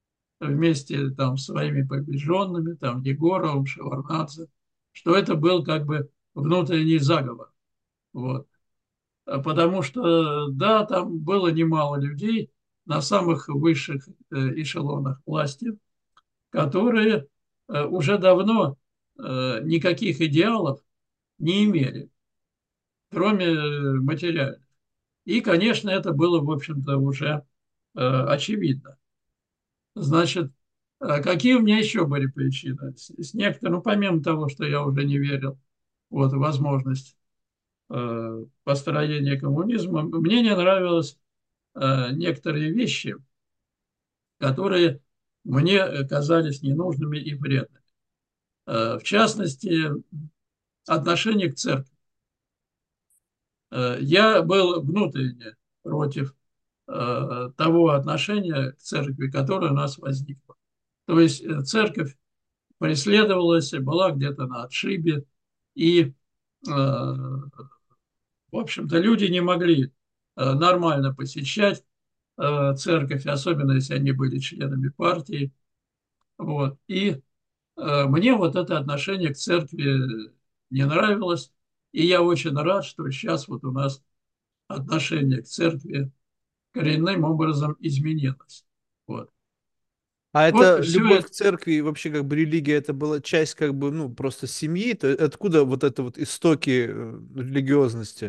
вместе там с своими приближенными, там Егоровым, Шеварнадзе, что это был как бы внутренний заговор. Вот. А потому что, да, там было немало людей на самых высших э, эшелонах власти, которые э, уже давно э, никаких идеалов не имели, кроме э, материальных. И, конечно, это было, в общем-то, уже э, очевидно. Значит, э, какие у меня еще были причины? С, с некоторым, ну, помимо того, что я уже не верил вот, в возможность э, построения коммунизма, мне не нравилось э, некоторые вещи, которые мне э, казались ненужными и вредными. Э, в частности, отношение к церкви. Э, я был внутренне против э, того отношения к церкви, которое у нас возникло. То есть э, церковь преследовалась, была где-то на отшибе, и, э, в общем-то, люди не могли э, нормально посещать э, церковь, особенно если они были членами партии. Вот. И э, мне вот это отношение к церкви не нравилось, и я очень рад, что сейчас вот у нас отношение к церкви коренным образом изменилось. Вот. А Вот это все любовь это. к церкви и вообще как бы религия, это была часть как бы, ну, просто семьи, то откуда вот это вот истоки э, религиозности?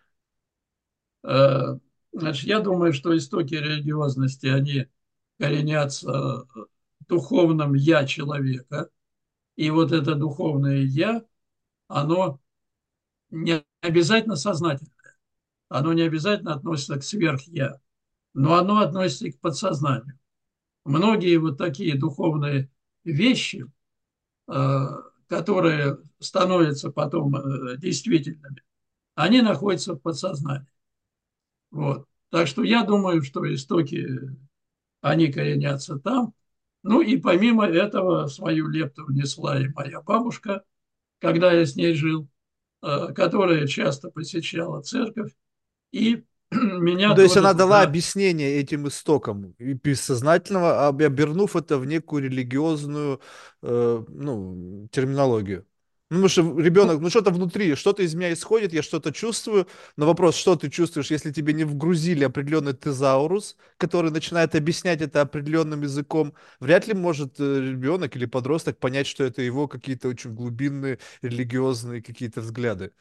Э, Значит, я думаю, что истоки религиозности, они коренятся в духовном «я» человека. И вот это духовное «я», оно не обязательно сознательное, оно не обязательно относится к сверх-я, но оно относится и к подсознанию. Многие вот такие духовные вещи, э, которые становятся потом э, действительными, они находятся в подсознании. Вот. Так что я думаю, что истоки, они коренятся там. Ну и помимо этого свою лепту внесла и моя бабушка, когда я с ней жил, э, которая часто посещала церковь, и Ну, меня то есть тоже она дала туда. объяснение этим истокам и бессознательного, об- обернув это в некую религиозную, э, ну, терминологию. Ну, потому что Ну, ребенок, ну что-то внутри, что-то из меня исходит, я что-то чувствую, но вопрос, что ты чувствуешь, если тебе не вгрузили определенный тезаурус, который начинает объяснять это определенным языком, вряд ли может э, ребенок или подросток понять, что это его какие-то очень глубинные религиозные какие-то взгляды.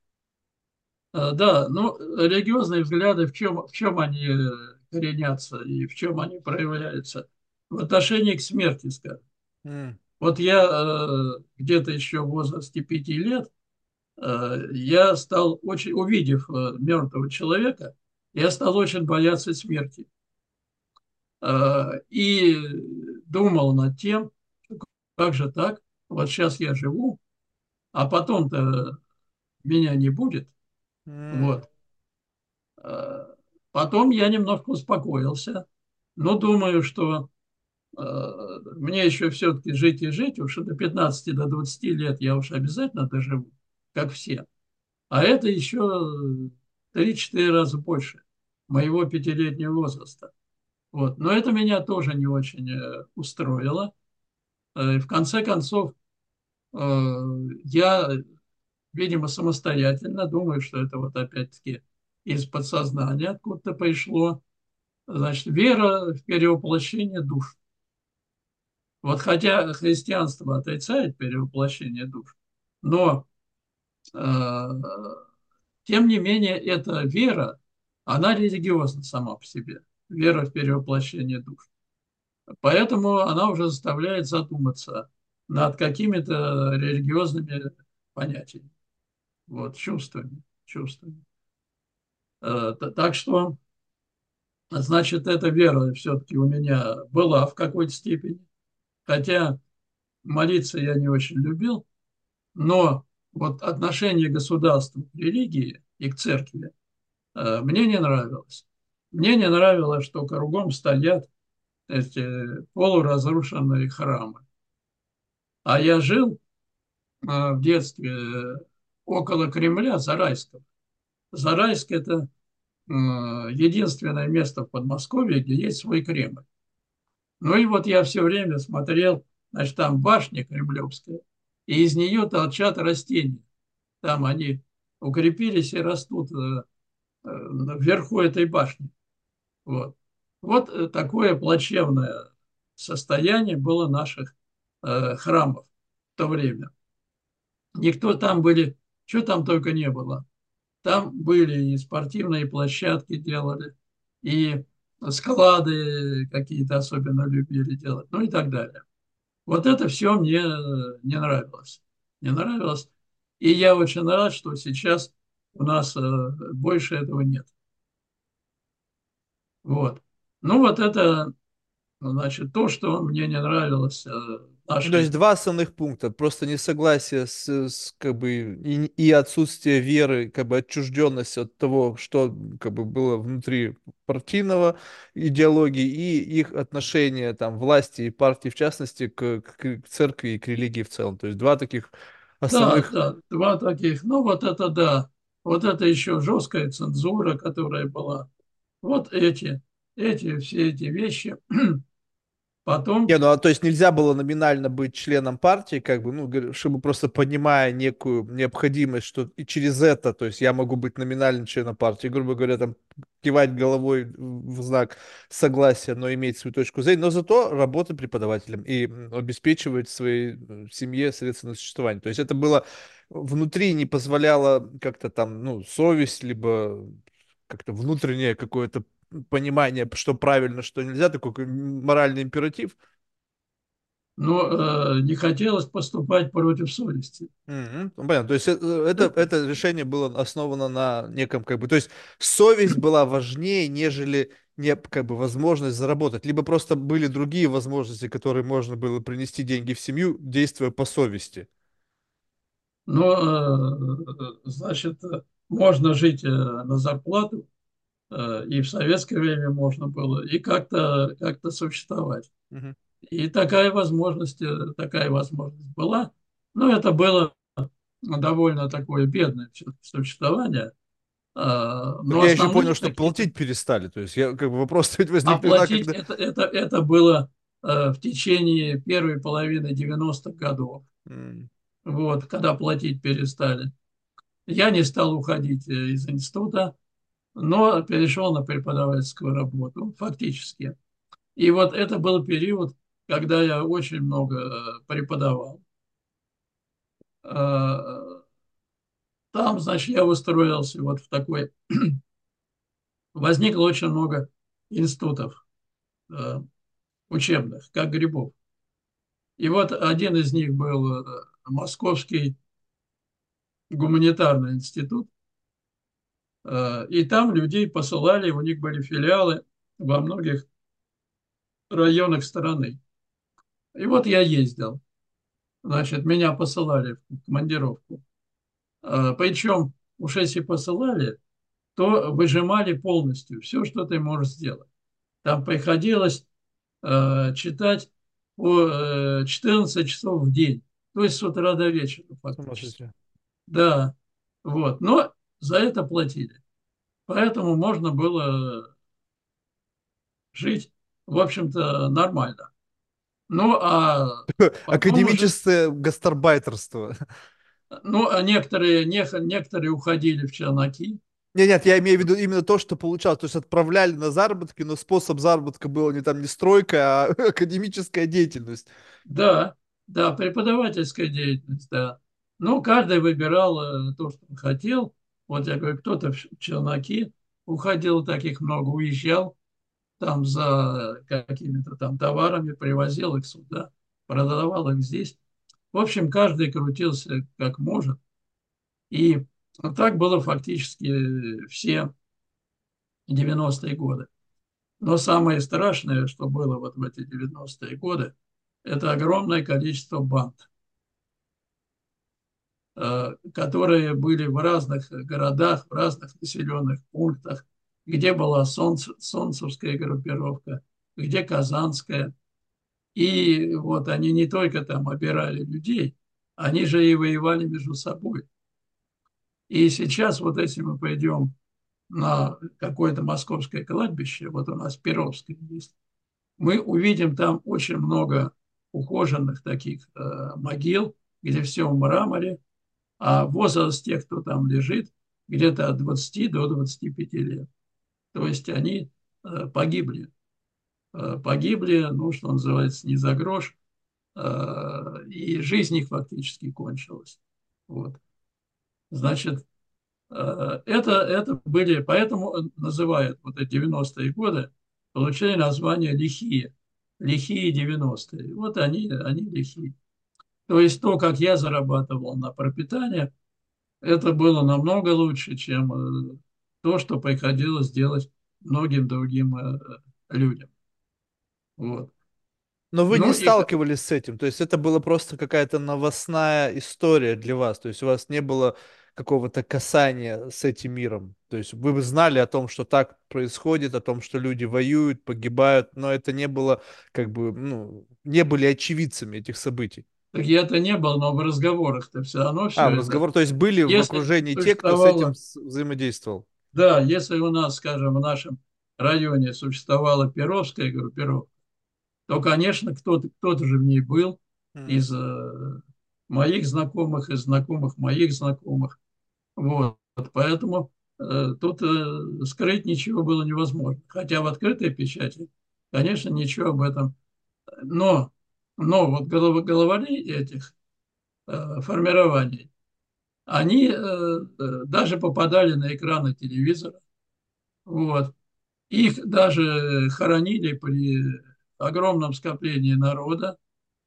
э, да, ну, религиозные взгляды, в чем, в чем они э, коренятся и в чем они проявляются? В отношении к смерти, скажем. М. Вот я э, где-то еще в возрасте пяти лет, э, я стал очень, увидев э, мертвого человека, я стал очень бояться смерти. Э, и думал над тем, как же так, вот сейчас я живу, а потом-то меня не будет. М. Вот. Э, Потом я немножко успокоился, но думаю, что э, мне еще все-таки жить и жить, уж до пятнадцати, до двадцати лет я уж обязательно доживу, как все. А это еще три-четыре раза больше моего пятилетнего возраста. Вот. Но это меня тоже не очень э, устроило. Э, В конце концов, э, я, видимо, самостоятельно думаю, что это вот опять-таки из подсознания откуда-то пришло. Значит, вера в перевоплощение душ. Вот хотя христианство отрицает перевоплощение душ, но э, тем не менее эта вера, она религиозна сама по себе. Вера в перевоплощение душ. Поэтому она уже заставляет задуматься над какими-то религиозными понятиями, вот, чувствами, чувствами. Э, Так что, значит, эта вера все-таки у меня была в какой-то степени, хотя молиться я не очень любил, но вот отношение государства к религии и к церкви э, мне не нравилось. Мне не нравилось, что кругом стоят эти полуразрушенные храмы. А я жил э, в детстве э, около Кремля, Зарайского. Зарайск – это э, единственное место в Подмосковье, где есть свой Кремль. Ну и вот я все время смотрел, значит, там башня кремлевская, и из нее торчат растения. Там они укрепились и растут э, э, вверху этой башни. Вот, вот э, такое плачевное состояние было наших э, храмов в то время. Никто там были, что там только не было. Там были и спортивные площадки делали, и склады какие-то особенно любили делать, ну и так далее. Вот это все мне э, не нравилось. Не нравилось. И я очень рад, что сейчас у нас э, больше этого нет. Вот. Ну вот это, значит, то, что мне не нравилось э, в Ну, то есть нашей. два основных пункта. Просто несогласие с, с, как бы и, и отсутствие веры, как бы отчужденность от того, что как бы было внутри партийного идеологии и их отношение там власти и партии в частности к, к, к церкви и к религии в целом. То есть два таких Да, основных. да, два таких. Ну вот это да. Вот это еще жесткая цензура, которая была. Вот эти, эти, все эти вещи. Не, Потом, ну а то есть нельзя было номинально быть членом партии, как бы, ну, говорю, чтобы просто понимая некую необходимость, что и через это, то есть я могу быть номинальным членом партии, грубо говоря, там кивать головой в знак согласия, но иметь свою точку зрения, но зато работать преподавателем и м, обеспечивать своей э, семье средства на существование. То есть это было внутри не позволяло как-то там, ну, совесть, либо как-то внутреннее какое-то понимание, что правильно, что нельзя, такой как моральный императив. но э, не хотелось поступать против совести. Мгм. Ну, понятно. То есть э, это, это решение было основано на неком, как бы, то есть совесть была важнее, нежели не, как бы, возможность заработать. Либо просто были другие возможности, которые можно было принести деньги в семью, действуя по совести. Но, э, значит, э, можно жить э, на зарплату, э, и в советское время можно было, и как-то как-то существовать. Мгм. И такая возможность, э, такая возможность была. Но это было довольно такое бедное всё-таки существование. А, Так Но я еще понял, основные что какие-то платить перестали. То есть я, как бы, вопрос ведь возник тогда, оплатить когда... это, это, это было э, в течение первой половины девяностых годов. М. Вот, когда платить перестали. Я не стал уходить э, из института, но перешел на преподавательскую работу, фактически. И вот это был период, когда я очень много э, преподавал. Э, Там, значит, я устроился вот в такой... Возникло очень много институтов э, учебных, как грибов. И вот один из них был э, Московский гуманитарный институт. Э, И там людей посылали, у них были филиалы во многих районах страны. И вот я ездил. Значит, меня посылали в командировку. Э, Причем уж если посылали, то выжимали полностью все, что ты можешь сделать. Там приходилось э, читать по э, четырнадцать часов в день, то есть с утра до вечера С ума фактически. сойти. Да, вот. Но за это платили. Поэтому можно было жить, в общем-то, нормально. Ну, а потом уже, Академическое гастарбайтерство. ну, а некоторые, нех- некоторые уходили в челноки. Нет, нет, я имею в виду именно то, что получалось. То есть отправляли на заработки, но способ заработка был не там не стройка, а академическая деятельность. Да, да, преподавательская деятельность, да. Ну, каждый выбирал э, то, что он хотел. Вот я говорю, кто-то в челноки уходил, таких много, уезжал там за какими-то там товарами, привозил их сюда, продавал их здесь. В общем, каждый крутился как может. И так было фактически все девяностые годы. Но самое страшное, что было вот в эти девяностые годы, это огромное количество банд, э, которые были в разных городах, в разных населенных пунктах, где была Солнц, Солнцевская группировка, где Казанская. И вот они не только там обирали людей, они же и воевали между собой. И сейчас вот если мы пойдем на какое-то московское кладбище, вот у нас Перовское есть, мы увидим там очень много ухоженных таких э, могил, где все в мраморе, а возраст тех, кто там лежит, где-то от двадцати до двадцати пяти лет. То есть они э, погибли. Э, погибли, ну, что называется, не за грош, э, и жизнь их фактически кончилась. Вот. Значит, Э, Это, это были, поэтому называют вот эти девяностые годы, получили название лихие, лихие девяностые. Вот они, они лихие. То есть то, как я зарабатывал на пропитание, это было намного лучше, чем э, то, что приходилось делать многим другим э, людям. Вот. Но вы не Ну и сталкивались с этим, то есть это была просто какая-то новостная история для вас, то есть у вас не было какого-то касания с этим миром, то есть вы бы знали о том, что так происходит, о том, что люди воюют, погибают, но это не было, как бы, ну, не были очевидцами этих событий. так я-то не был, но в разговорах-то все равно А, все в это. разговор, то есть были в Если окружении те, кто с этим существовало. с- взаимодействовал. Да, если у нас, скажем, в нашем районе существовала Перовская группировка, то, конечно, кто-то кто же в ней был М. из э, моих знакомых, из знакомых моих знакомых. Вот. Поэтому э, тут э, скрыть ничего было невозможно. Хотя в открытой печати, конечно, ничего об этом. Но, но вот голов, головари этих э, формирований, они э, э, даже попадали на экраны телевизора. Вот. Их даже хоронили при огромном скоплении народа.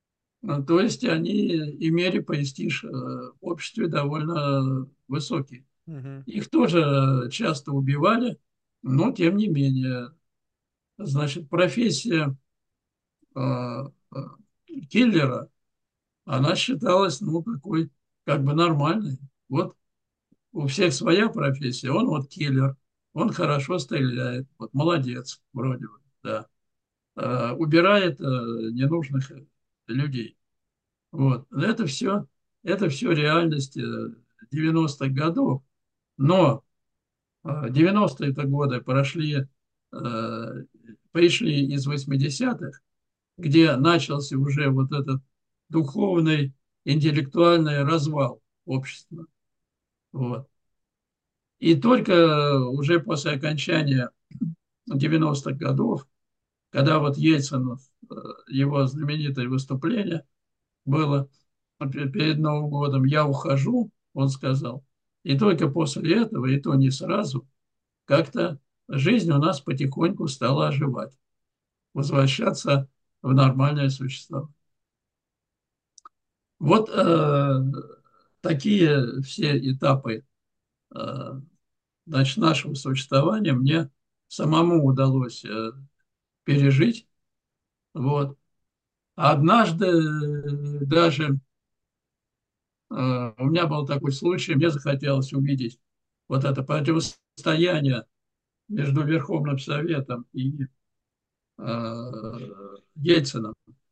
А, То есть они имели престиж э, в обществе довольно высокий. Мгм. Их тоже часто убивали, но тем не менее. Значит, профессия э, э, киллера, она считалась, ну, такой, как бы нормальной. Вот у всех своя профессия, он вот киллер, он хорошо стреляет, вот молодец вроде бы, да. Э, убирает э, ненужных людей. Вот. Это все, это все реальность э, девяностых годов. Но э, девяностые-то годы прошли, э, пришли из восьмидесятых, где начался уже вот этот духовный, интеллектуальный развал общества. Вот. И только уже после окончания девяностых годов, когда вот Ельцин, э, его знаменитое выступление было перед Новым годом, я ухожу, он сказал, и только после этого, и то не сразу, как-то жизнь у нас потихоньку стала оживать, возвращаться в нормальное существование. Вот э, такие все этапы э, значит, нашего существования мне самому удалось э, пережить. Вот. А однажды э, даже э, у меня был такой случай, мне захотелось увидеть вот это противостояние между Верховным Советом и э, Ельцином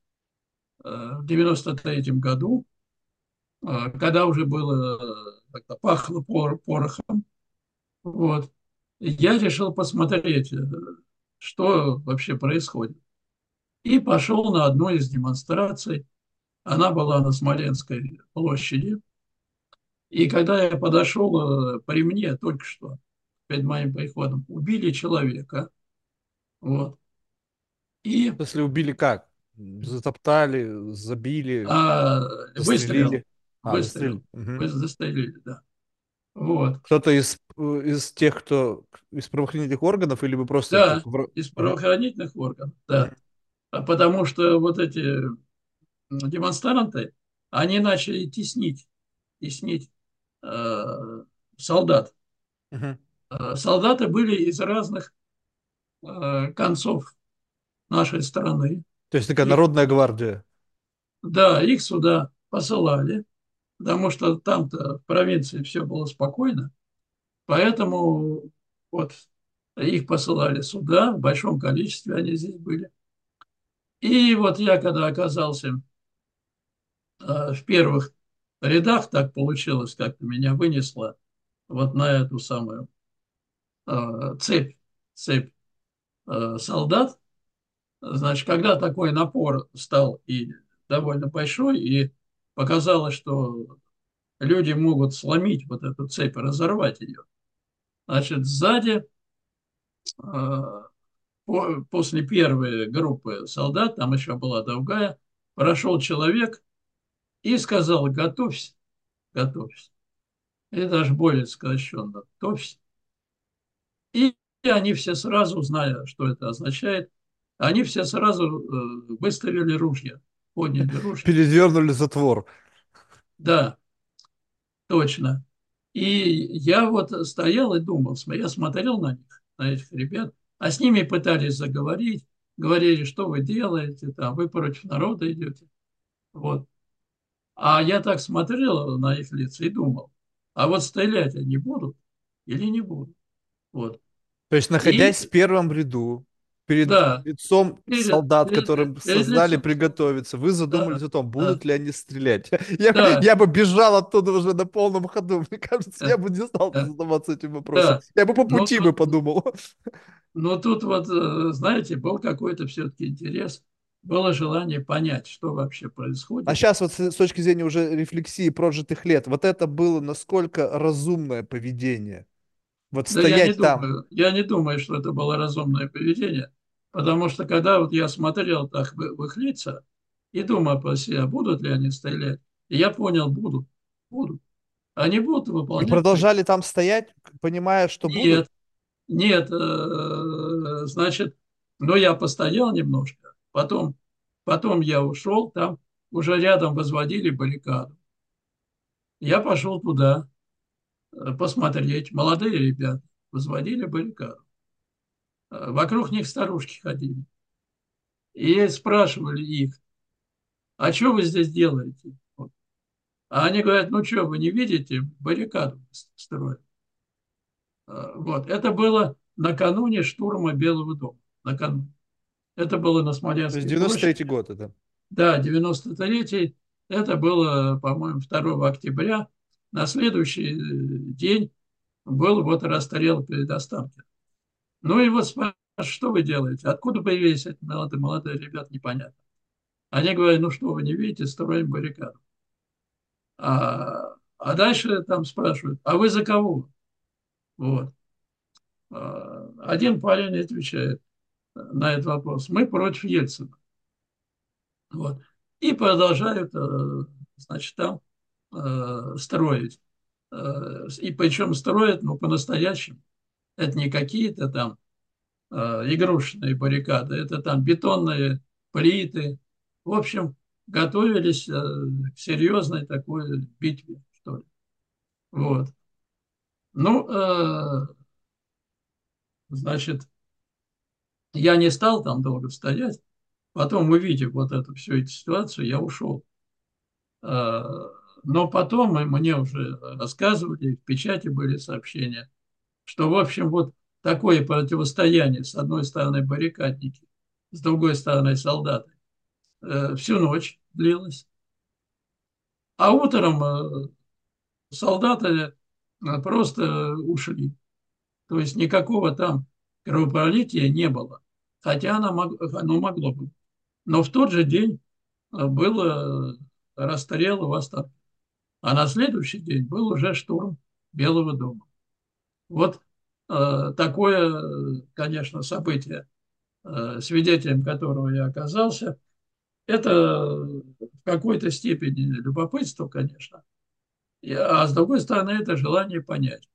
э, в девяносто третьем году, э, когда уже было э, как-то пахло пор- порохом. Вот. Я решил посмотреть, э, что вообще происходит. И пошел на одну из демонстраций. Она была на Смоленской площади. И когда я подошел, э, при мне только что, перед моим приходом, убили человека. Вот. И Если убили как? Затоптали, забили, а, выстрел, застрелили? А, выстрел, застрелили. Мгм. вы застрелили, да. Вот. Кто-то из, э, из тех, кто из правоохранительных органов, или вы просто как Да, вра- из Мгм. правоохранительных органов, да. Мгм. А потому что вот эти демонстранты, они начали теснить, теснить э, солдат. Мгм. Э, Солдаты были из разных э, концов нашей страны. То есть такая Их, народная гвардия. да, их сюда посылали, потому что там-то в провинции все было спокойно. Поэтому вот их посылали сюда, в большом количестве они здесь были. И вот я, когда оказался э, в первых рядах, так получилось, как-то меня вынесло вот на эту самую э, цепь, цепь э, солдат. Значит, когда такой напор стал и довольно большой, и показалось, что люди могут сломить вот эту цепь, разорвать ее. Значит, сзади, э, по, после первой группы солдат, там еще была другая, прошел человек и сказал, готовься, готовься. И даже более сокращенно, готовься. И они все сразу, зная, что это означает, они все сразу э, выставили ружья, подняли ружья. Передернули затвор. Да, точно. И я вот стоял и думал, см- я смотрел на них, на этих ребят, а с ними пытались заговорить, говорили, что вы делаете, там, вы против народа идете. Вот. А я так смотрел на их лица и думал, а вот стрелять они будут или не будут? Вот. То есть, И находясь в первом ряду, перед да, лицом перед, солдат, перед, которым перед создали лицом, приготовиться, вы задумались да, о том, да, будут ли они стрелять. Я, да, я бы бежал оттуда уже на полном ходу. Мне кажется, да, я бы не стал да, задаваться этим вопросом. да. Я бы по Но пути бы тут, подумал. но тут вот, э, знаете, был какой-то все-таки интерес, было желание понять, что вообще А происходит. сейчас вот с с точки зрения уже рефлексии прожитых лет, вот это было насколько разумное поведение? Вот Да я не стоять там. думаю, я не думаю, что это было разумное поведение, потому что когда вот я смотрел так в, в их лица и думал про себя, будут ли они стрелять, и я понял, будут, будут. Они будут И выполнять продолжали приказ. там стоять, понимая, что будут? Нет, нет, э, значит, но я постоял немножко, потом, потом я ушел, там уже рядом возводили баррикаду. Я пошел туда э, посмотреть. Молодые ребята возводили баррикаду. Э, Вокруг них старушки ходили. И спрашивали их, а что вы здесь делаете? Вот. А они говорят, ну что, вы не видите, баррикаду строят. Э, Вот. Это было накануне штурма Белого дома. Накануне. Это было на То есть Смоленской девяносто третий площади. год это. Да, девяносто третий. Это было, по-моему, второго октября. На следующий э, день был вот расстрел перед Останкино. Ну и вот спрашивают, что вы делаете? Откуда появились эти молодые, молодые ребята, непонятно. Они говорят, ну что вы не видите, строим баррикаду. А, а дальше там спрашивают, а вы за кого? Вот. А, Один парень отвечает на этот вопрос, мы против Ельцина. Вот. И продолжают, э, значит, там э, строить. Э, И причем строят, ну, по-настоящему. Это не какие-то там э, игрушечные баррикады, это там бетонные плиты. В общем, готовились э, к серьезной такой битве, что ли. Вот. Ну, э, значит, я не стал там долго стоять. Потом, увидев вот эту всю эту ситуацию, я ушел. Э, Но потом мне уже рассказывали, в печати были сообщения, что, в общем, вот такое противостояние, с одной стороны баррикадники, с другой стороны солдаты, э, всю ночь длилось. А утром э, солдаты э, просто ушли. То есть никакого там кровопролития не было. Хотя оно, мог, оно могло быть. Но в тот же день э, был э, расстрел в Останкино. А на следующий день был уже штурм Белого дома. Вот э, такое, конечно, событие, э, свидетелем которого я оказался, это в какой-то степени любопытство, конечно, а с другой стороны, это желание понять.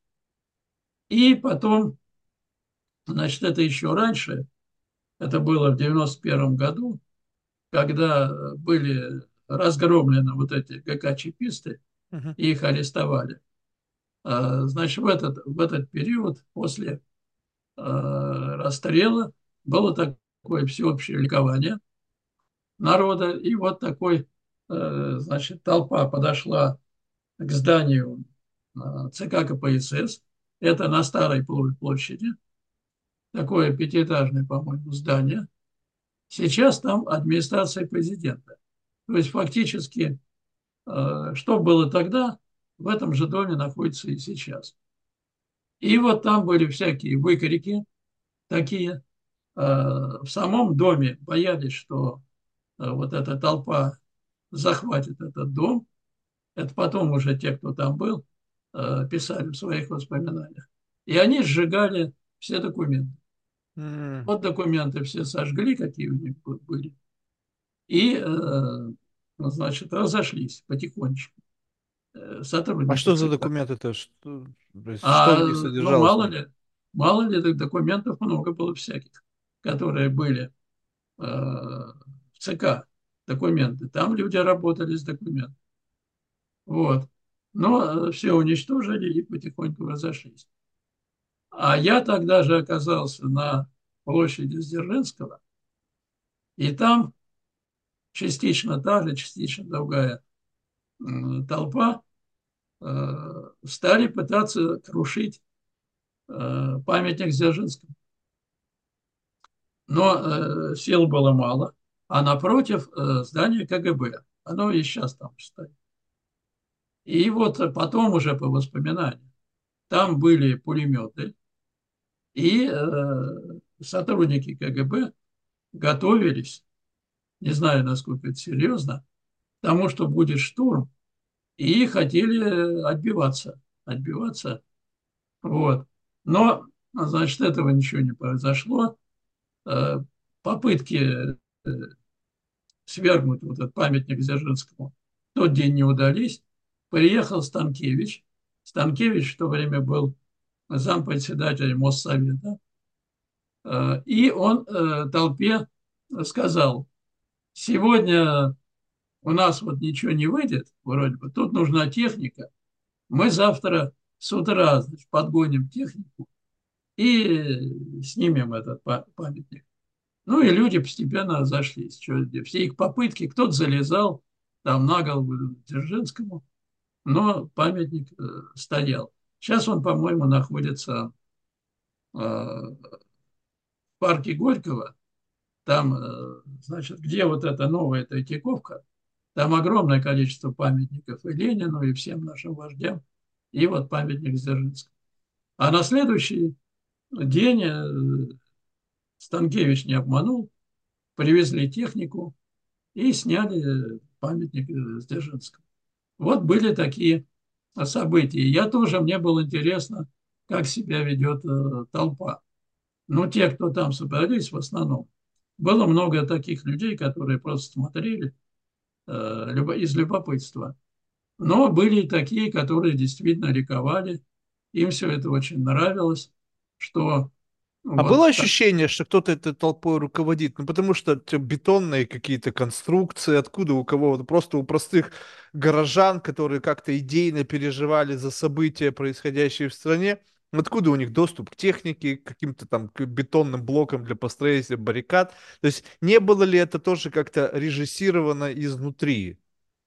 И потом, значит, это еще раньше, это было в девяносто первом году, когда были разгромлены вот эти ГК-чекисты, Мгм. и их арестовали. А, Значит, в этот, в этот период, после э, расстрела, было такое всеобщее ликование народа, и вот такой, э, значит, толпа подошла к зданию э, ЦК КПСС, это на Старой площади, такое пятиэтажное, по-моему, здание. Сейчас там администрация президента. То есть фактически, э, что было тогда, в этом же доме находится и сейчас. И вот там были всякие выкрики такие. Э, В самом доме боялись, что э, вот эта толпа захватит этот дом. Это потом уже те, кто там был, э, писали в своих воспоминаниях. И они сжигали все документы. М. Вот документы все сожгли, какие у них были. И, э, ну, значит, разошлись потихонечку э, А сотрудники что за ЦК. документы-то? Что, то есть, что А, в них ну, содержалось? мало ли, мало ли так документов много было всяких, которые были э, в ЦК, документы. Там люди работали с документами. Вот. Но э, все уничтожили и потихоньку разошлись. А я тогда же оказался на площади Дзержинского, и там частично та же, частично другая м, толпа э, стали пытаться крушить э, памятник Дзержинскому. Но э, сил было мало, а напротив э, здание КГБ. Оно и сейчас там стоит. И вот потом уже по воспоминаниям, там были пулеметы, и э, сотрудники КГБ готовились, не знаю, насколько это серьезно, к тому, что будет штурм, и хотели отбиваться, отбиваться. Вот. Но, значит, этого ничего не произошло. Э, Попытки э, свергнуть вот этот памятник Дзержинскому в тот день не удались. Приехал Станкевич. Станкевич в то время был зампредседателя Моссовета. И он толпе сказал, сегодня у нас вот ничего не выйдет, вроде бы, тут нужна техника. Мы завтра с утра, значит, подгоним технику и снимем этот памятник. Ну и люди постепенно разошлись. Что, все их попытки, кто-то залезал там на голову Дзержинскому, но памятник э, стоял. Сейчас он, по-моему, находится э, в парке Горького. Там, э, значит, где вот эта новая Третьяковка, там огромное количество памятников и Ленину, и всем нашим вождям, и вот памятник Дзержинскому. А на следующий день э, Станкевич не обманул, привезли технику и сняли памятник э, Дзержинскому. Вот были такие события. Я тоже, мне было интересно, как себя ведет э, толпа. Но те, кто там собрались в основном, было много таких людей, которые просто смотрели э, из любопытства. Но были и такие, которые действительно ликовали, им все это очень нравилось, что А было вот так. ощущение, что кто-то этой толпой руководит? Ну, потому что те бетонные какие-то конструкции, откуда у кого? Вот просто у простых горожан, которые как-то идейно переживали за события, происходящие в стране, откуда у них доступ к технике, к каким-то там к бетонным блокам для построения баррикад? То есть не было ли это тоже как-то режиссировано изнутри?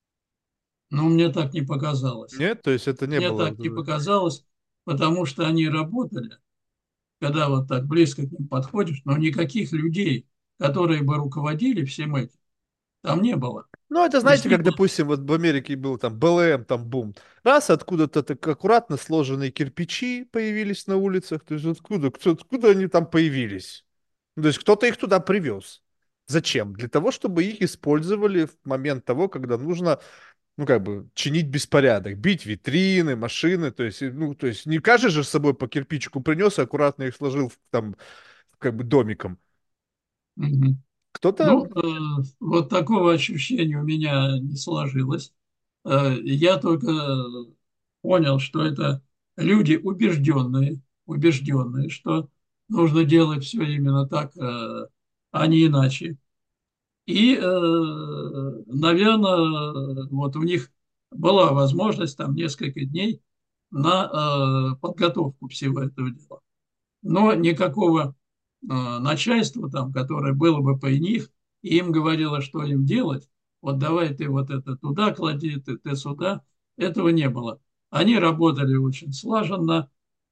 Но мне так не показалось. Нет? То есть это не Мне было так вот не это- показалось, потому что они работали, когда вот так близко к ним подходишь, но никаких людей, которые бы руководили всем этим, там не было. Ну, это знаете, как, Действительно. допустим, вот в Америке был там Б Л М, там бум. Раз откуда-то так аккуратно сложенные кирпичи появились на улицах. То есть откуда, кто, откуда они там появились? Ну, то есть кто-то их туда привез. Зачем? Для того, чтобы их использовали в момент того, когда нужно, ну, как бы, чинить беспорядок, бить витрины, машины. То есть, ну, то есть не каждый же с собой по кирпичику принес и аккуратно их сложил в, там, как бы домиком. Мгм. Кто-то. Ну, э, вот такого ощущения у меня не сложилось. Э, я только понял, что это люди убежденные, убежденные, что нужно делать все именно так, э, а не иначе. И, наверное, вот у них была возможность там несколько дней на э, подготовку всего этого дела. Но никакого э, начальства там, которое было бы при них, и им говорило, что им делать, вот давай ты вот это туда клади, ты, ты сюда, этого не было. Они работали очень слаженно,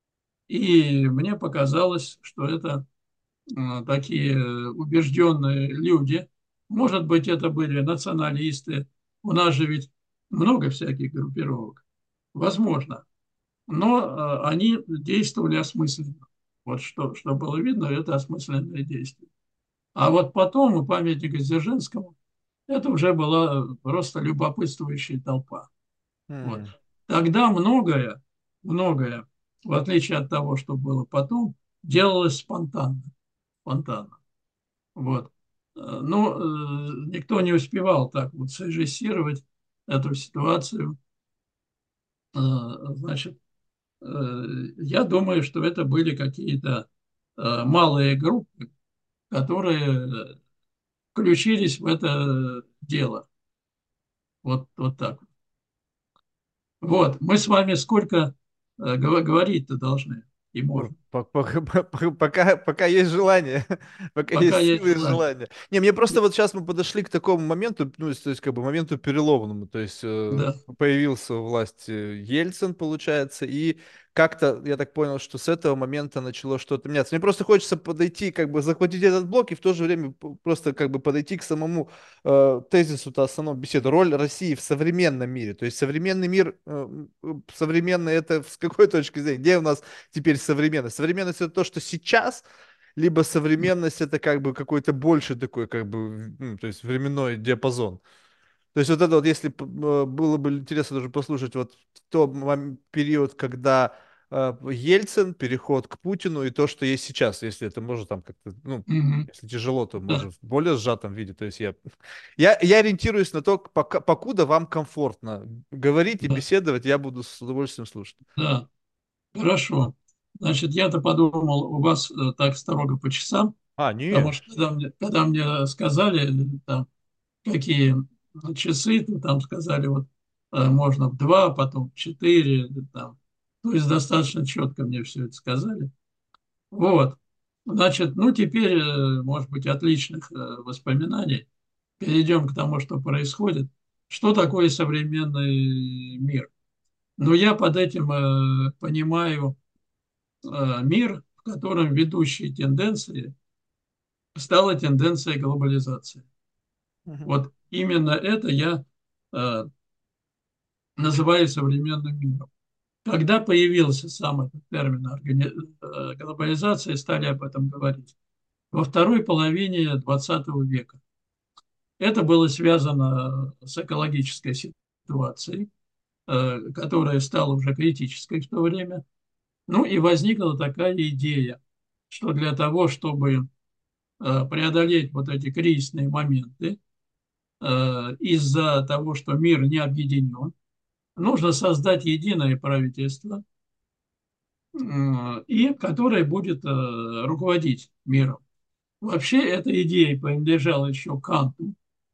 и мне показалось, что это э, такие убежденные люди. Может быть, это были националисты. У нас же ведь много всяких группировок. Возможно. Но э, они действовали осмысленно. Вот что, что было видно, это осмысленное действие. А вот потом у памятника Дзержинскому это уже была просто любопытствующая толпа. Вот. м, Тогда многое, многое, в отличие от того, что было потом, делалось спонтанно. спонтанно. Вот. Э, Но э, никто не успевал так вот срежиссировать эту ситуацию. Э, Значит, э, я думаю, что это были какие-то э, малые группы, которые включились в это дело. Вот, вот так. Вот. Мы с вами сколько э, гова- говорить-то должны и Ну, можно, по- по- по- Пока, пока есть желание, пока пока есть есть силы и желание. желание. Не, мне просто вот сейчас мы подошли к такому моменту, ну, то есть как бы моменту переломному, то есть э, Да. появился у власти Ельцин, получается, и как-то я так понял, что с этого момента начало что-то меняться. Мне просто хочется подойти, как бы захватить этот блок и в то же время п- просто как бы подойти к самому э, тезису-то основной беседы. Роль России в современном мире. То есть современный мир, э, м, современный это с какой точки зрения? Где у нас теперь современность? Современность это то, что сейчас, либо современность это как бы какой-то больше такой, как бы, ну, то есть временной диапазон. То есть вот это вот, если п- э, было бы интересно даже послушать вот тот мом- период, когда э, Ельцин, переход к Путину и то, что есть сейчас, если это можно там как-то, ну, Мгм. если тяжело, то Да. может в более сжатом виде. То есть я, я, я ориентируюсь на то, пока, покуда вам комфортно говорить и Да. беседовать, я буду с удовольствием слушать. Да. Хорошо. Значит, я-то подумал, у вас э, так строго по часам, А, потому нет. что когда мне, когда мне сказали, э, там, какие часы, то там сказали, вот э, можно в два, потом в четыре, там. То есть достаточно четко мне все это сказали. Вот. Значит, ну теперь, э, может быть, от личных э, воспоминаний перейдем к тому, что происходит. Что такое современный мир? Ну, я под этим э, понимаю э, мир, в котором ведущей тенденцией стала тенденция глобализации. Мгм. Вот именно это я э, называю современным миром. Когда появился сам этот термин органи- э, глобализация, стали об этом говорить? Во второй половине двадцатого века. Это было связано с экологической ситуацией, э, которая стала уже критической в то время. Ну и возникла такая идея, что для того, чтобы э, преодолеть вот эти кризисные моменты, э, из-за того, что мир не объединен, нужно создать единое правительство, э, и которое будет э, руководить миром. Вообще эта идея принадлежала еще Канту.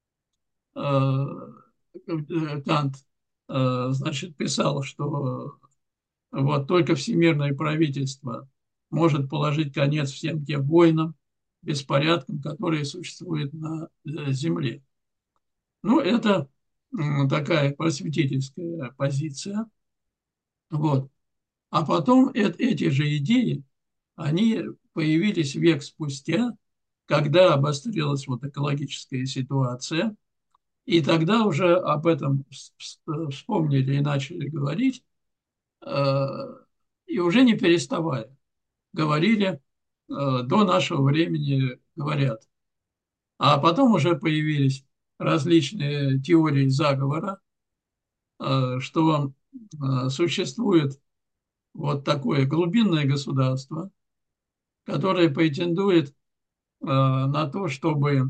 Э, Кант, э, значит, писал, что вот только всемирное правительство может положить конец всем тем войнам, беспорядкам, которые существуют на э, Земле. Ну, это м, такая просветительская позиция. Вот. А потом э- эти же идеи, они появились век спустя, когда обострилась вот экологическая ситуация, и тогда уже об этом вспомнили и начали говорить, э, и уже не переставая. Говорили, э, до нашего времени говорят. А потом уже появились различные теории заговора, э, что э, существует вот такое глубинное государство, которое претендует э, на то, чтобы,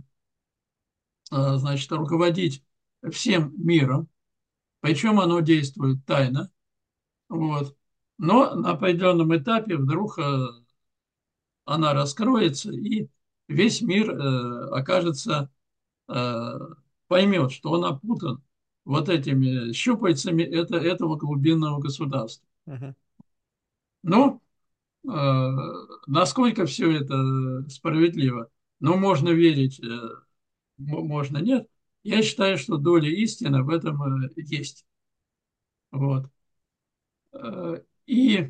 э, значит, руководить всем миром, причем оно действует тайно, вот. Но на определенном этапе вдруг э, она раскроется, и весь мир э, окажется, э, поймет, что он опутан вот этими щупальцами это, этого глубинного государства. Мгм. Но э, насколько все это справедливо? Ну, можно верить, э, можно нет. Я считаю, что доля истины в этом э, есть. Вот. Э, И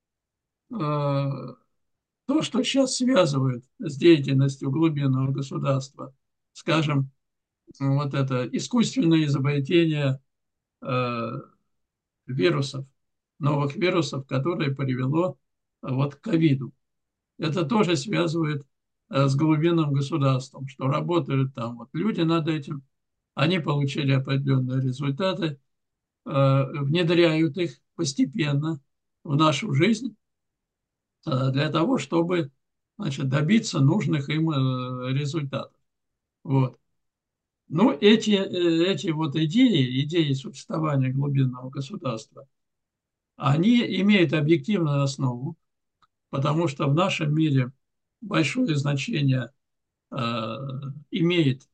э, то, что сейчас связывают с деятельностью глубинного государства, скажем, вот это искусственное изобретение э, вирусов, новых вирусов, которое привело э, вот к ковиду. Это тоже связывает э, с глубинным государством, что работают там вот люди над этим, они получили определенные результаты, э, внедряют их постепенно в нашу жизнь э, для того, чтобы, значит, добиться нужных им э, результатов. Вот. Ну, эти, э, эти вот идеи, идеи существования глубинного государства, они имеют объективную основу, потому что в нашем мире большое значение э, имеет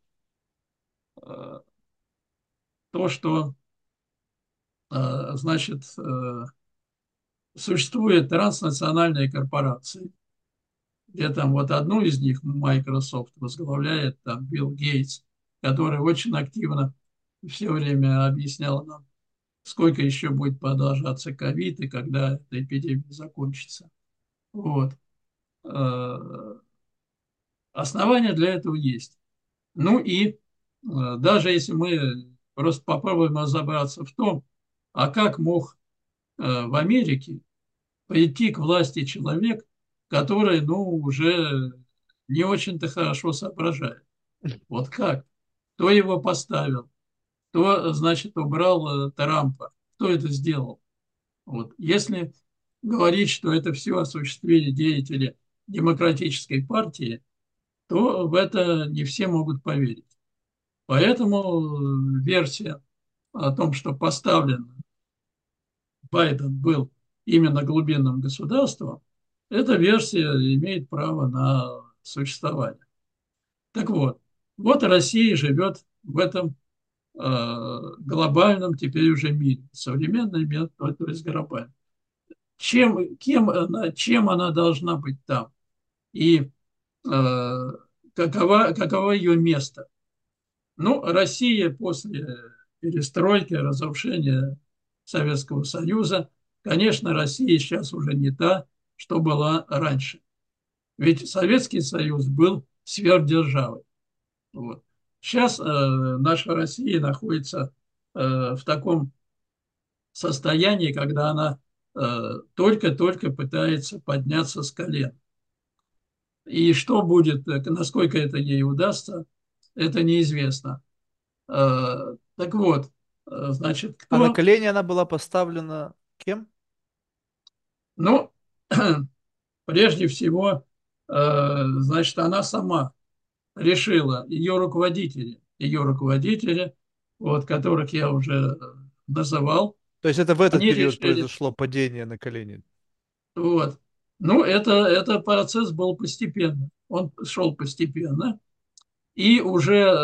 э, то, что, э, значит, э, существуют транснациональные корпорации, где там вот одну из них, Microsoft, возглавляет там Билл Гейтс, который очень активно все время объяснял нам, сколько еще будет продолжаться ковид и когда эта эпидемия закончится. Вот. Э, Основания для этого есть. Ну и э, даже если мы просто попробуем разобраться в том, а как мог э, в Америке прийти к власти человек, который, ну, уже не очень-то хорошо соображает. Вот как? Кто его поставил? Кто, значит, убрал э, Трампа? Кто это сделал? Вот. Если говорить, что это все осуществили деятели демократической партии, то в это не все могут поверить. Поэтому э, версия о том, что поставлен Байден был именно глубинным государством, эта версия имеет право на существование. Так вот, вот Россия живет в этом глобальном теперь уже мире, современный мир, то, то есть глобальный. Чем, кем она, чем она должна быть там? И э, какова, каково ее место? Ну, Россия после перестройки, разрушения Советского Союза, конечно, Россия сейчас уже не та, что была раньше. Ведь Советский Союз был сверхдержавой. Вот. Сейчас э, наша Россия находится э, в таком состоянии, когда она э, только-только пытается подняться с колен. И что будет, э, насколько это ей удастся, это неизвестно. Э, так вот, э, значит, А на кто? колени она была поставлена кем? Ну, прежде всего, э, значит, она сама решила, ее руководители, ее руководители, вот, которых я уже называл, То есть это в этот они период решили, произошло падение на колени. вот. Ну, это, это процесс был постепенно. Он шел постепенно. И уже э,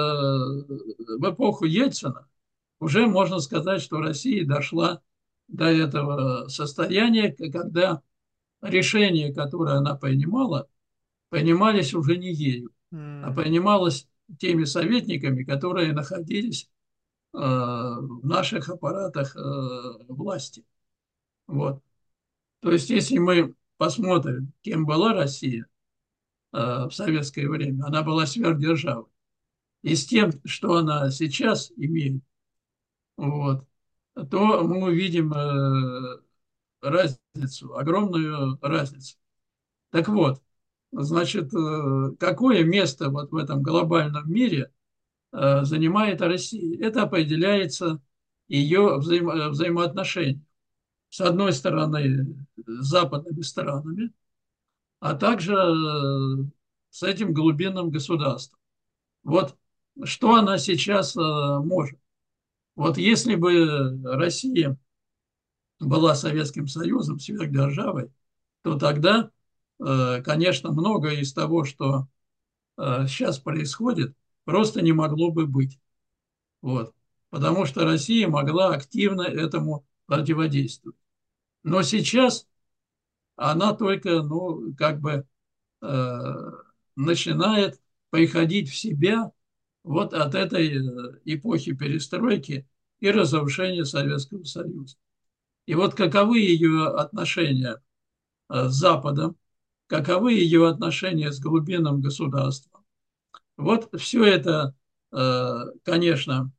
в эпоху Ельцина уже можно сказать, что Россия дошла до этого состояния, когда решения, которые она принимала, принимались уже не ею, а М. принималось теми советниками, которые находились э, в наших аппаратах э, власти. Вот. То есть, если мы посмотрим, кем была Россия э, в советское время, она была сверхдержавой. И с тем, что она сейчас имеет, вот, то мы увидим э, разницу, огромную разницу. Так вот, значит, э, какое место вот в этом глобальном мире э, занимает Россия? Это определяется ее взаимо взаимоотношения. С одной стороны, с западными странами, а также э, с этим глубинным государством. Вот что она сейчас э, может. Вот если бы Россия была Советским Союзом, сверхдержавой, то тогда, э, конечно, многое из того, что э, сейчас происходит, просто не могло бы быть. Вот. Потому что Россия могла активно этому противодействовать. Но сейчас она только, ну, как бы э, начинает приходить в себя вот от этой э, эпохи перестройки и разрушения Советского Союза. И вот каковы ее отношения э, с Западом, каковы ее отношения с глубинным государством. Вот все это, э, конечно,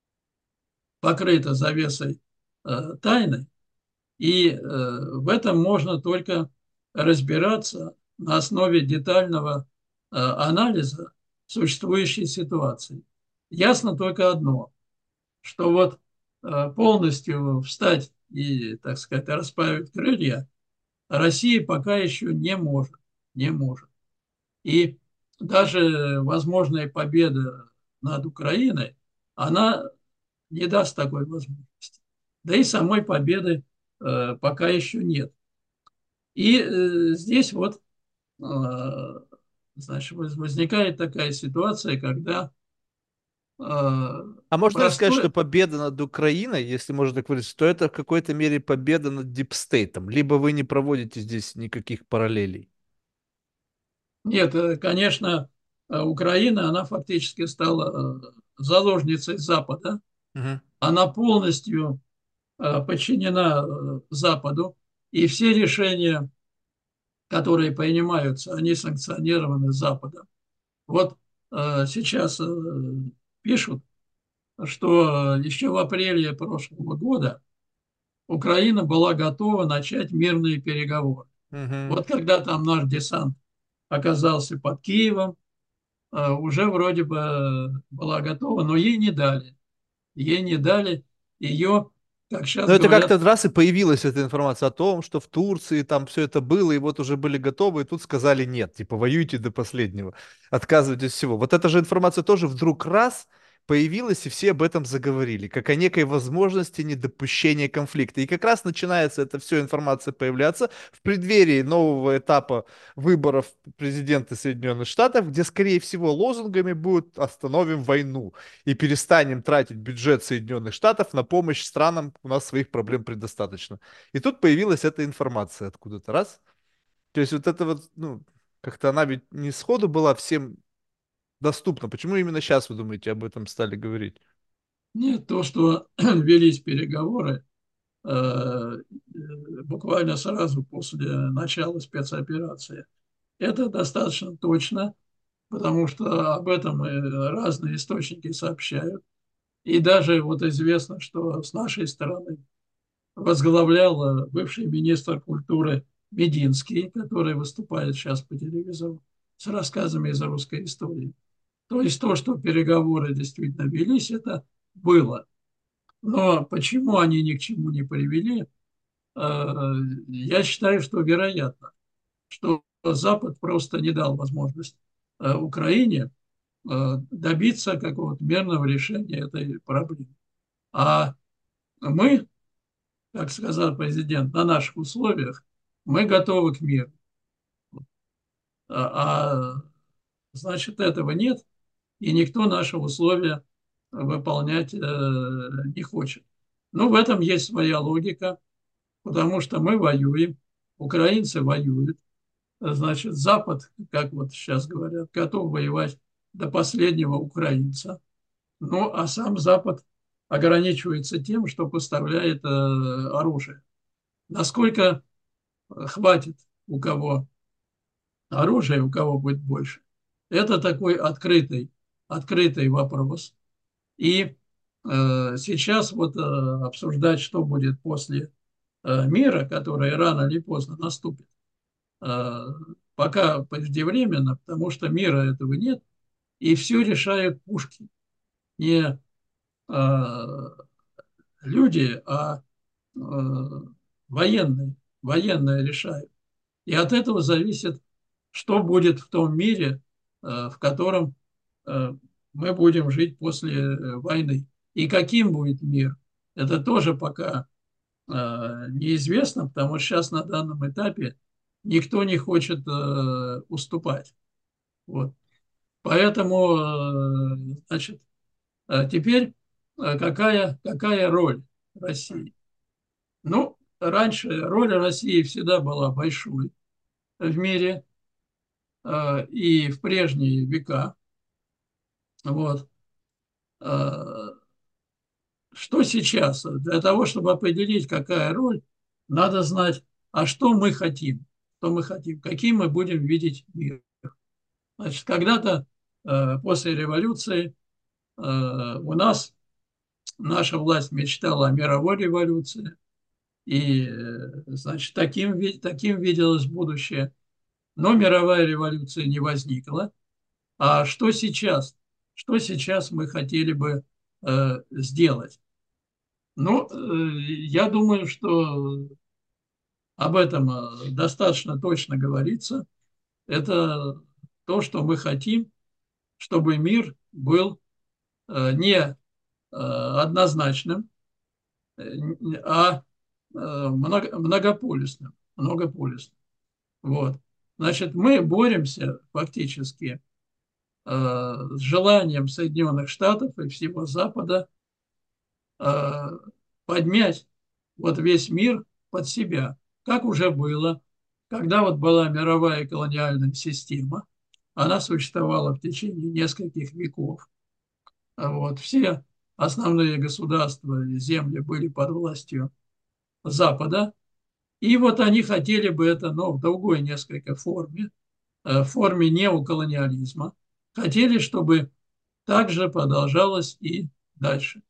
покрыто завесой э, тайны, и э, в этом можно только разбираться на основе детального э, анализа существующей ситуации. Ясно только одно, что вот э, полностью встать и, так сказать, расправить крылья Россия пока еще не может, не может. И даже возможная победа над Украиной, она не даст такой возможности. Да и самой победы э, пока еще нет. И э, здесь вот э, значит, возникает такая ситуация, когда э, А можно ли сказать, что простой... победа над Украиной, если можно так выразиться, то это в какой-то мере победа над дипстейтом? Либо вы не проводите здесь никаких параллелей? Нет, э, конечно, э, Украина, она фактически стала э, заложницей Запада. Мгм. Она полностью э, подчинена э, Западу, и все решения, которые принимаются, они санкционированы Западом. Вот э, сейчас э, пишут, что еще в апреле прошлого года Украина была готова начать мирные переговоры. Мгм. Вот когда там наш десант оказался под Киевом, э, уже вроде бы была готова, но ей не дали. Ей не дали ее, как Но сейчас это говорят, как-то раз и появилась эта информация о том, что в Турции там все это было, и вот уже были готовы, и тут сказали нет, типа воюйте до последнего, отказывайтесь от всего. Вот эта же информация тоже вдруг раз появилось, и все об этом заговорили, как о некой возможности недопущения конфликта. И как раз начинается эта вся информация появляться в преддверии нового этапа выборов президента Соединенных Штатов, где, скорее всего, лозунгами будет «Остановим войну» и перестанем тратить бюджет Соединенных Штатов на помощь странам, у нас своих проблем предостаточно. И тут появилась эта информация откуда-то, раз. То есть вот это вот, ну, как-то она ведь не сходу была всем доступна. Почему именно сейчас, вы думаете, об этом стали говорить? Нет, то, что велись переговоры, э, э, буквально сразу после начала спецоперации, это достаточно точно, потому что об этом и разные источники сообщают. И даже вот известно, что с нашей стороны возглавлял э, бывший министр культуры Мединский, который выступает сейчас по телевизору с рассказами из русской истории. То есть то, что переговоры действительно велись, это было. Но почему они ни к чему не привели, э, я считаю, что вероятно, что Запад просто не дал возможность э, Украине э, добиться какого-то мирного решения этой проблемы. А мы, как сказал президент, на наших условиях мы готовы к миру. А, а значит, этого нет, и никто наши условия выполнять э, не хочет. Ну, в этом есть своя логика, потому что мы воюем, украинцы воюют, значит, Запад, как вот сейчас говорят, готов воевать до последнего украинца. Ну, а сам Запад ограничивается тем, что поставляет э, оружие. Насколько хватит у кого оружия, у кого будет больше, это такой открытый, открытый вопрос. И э, сейчас вот э, обсуждать, что будет после э, мира, который рано или поздно наступит, э, пока преждевременно, потому что мира этого нет, и все решают пушки. Не э, люди, а э, военные. Военные решают. И от этого зависит, что будет в том мире, э, в котором э, мы будем жить после э, войны. И каким будет мир, это тоже пока э, неизвестно, потому что сейчас на данном этапе никто не хочет э, уступать. Вот. Поэтому, э, значит, э, теперь э, какая, какая роль России? Ну, раньше роль России всегда была большой в мире э, и в прежние века. Вот. Э, Что сейчас? Для того, чтобы определить, какая роль, надо знать, а что мы хотим, что мы хотим, каким мы будем видеть мир. Значит, когда-то э, после революции э, у нас наша власть мечтала о мировой революции, и, э, значит, таким, ви- таким виделось будущее. Но мировая революция не возникла. А что сейчас? Что сейчас мы хотели бы э, сделать? Ну, э, я думаю, что об этом э, достаточно точно говорится. Это то, что мы хотим, чтобы мир был э, не э, однозначным, э, а э, много, многополюсным, многополюсным. Вот. Значит, мы боремся фактически э, с желанием Соединенных Штатов и всего Запада э, подмять вот весь мир под себя, как уже было, когда вот была мировая колониальная система, она существовала в течение нескольких веков. Вот, все основные государства и земли были под властью Запада, и вот они хотели бы это, но в другой несколько форме, э, в форме неоколониализма, хотели, чтобы также продолжалось и дальше.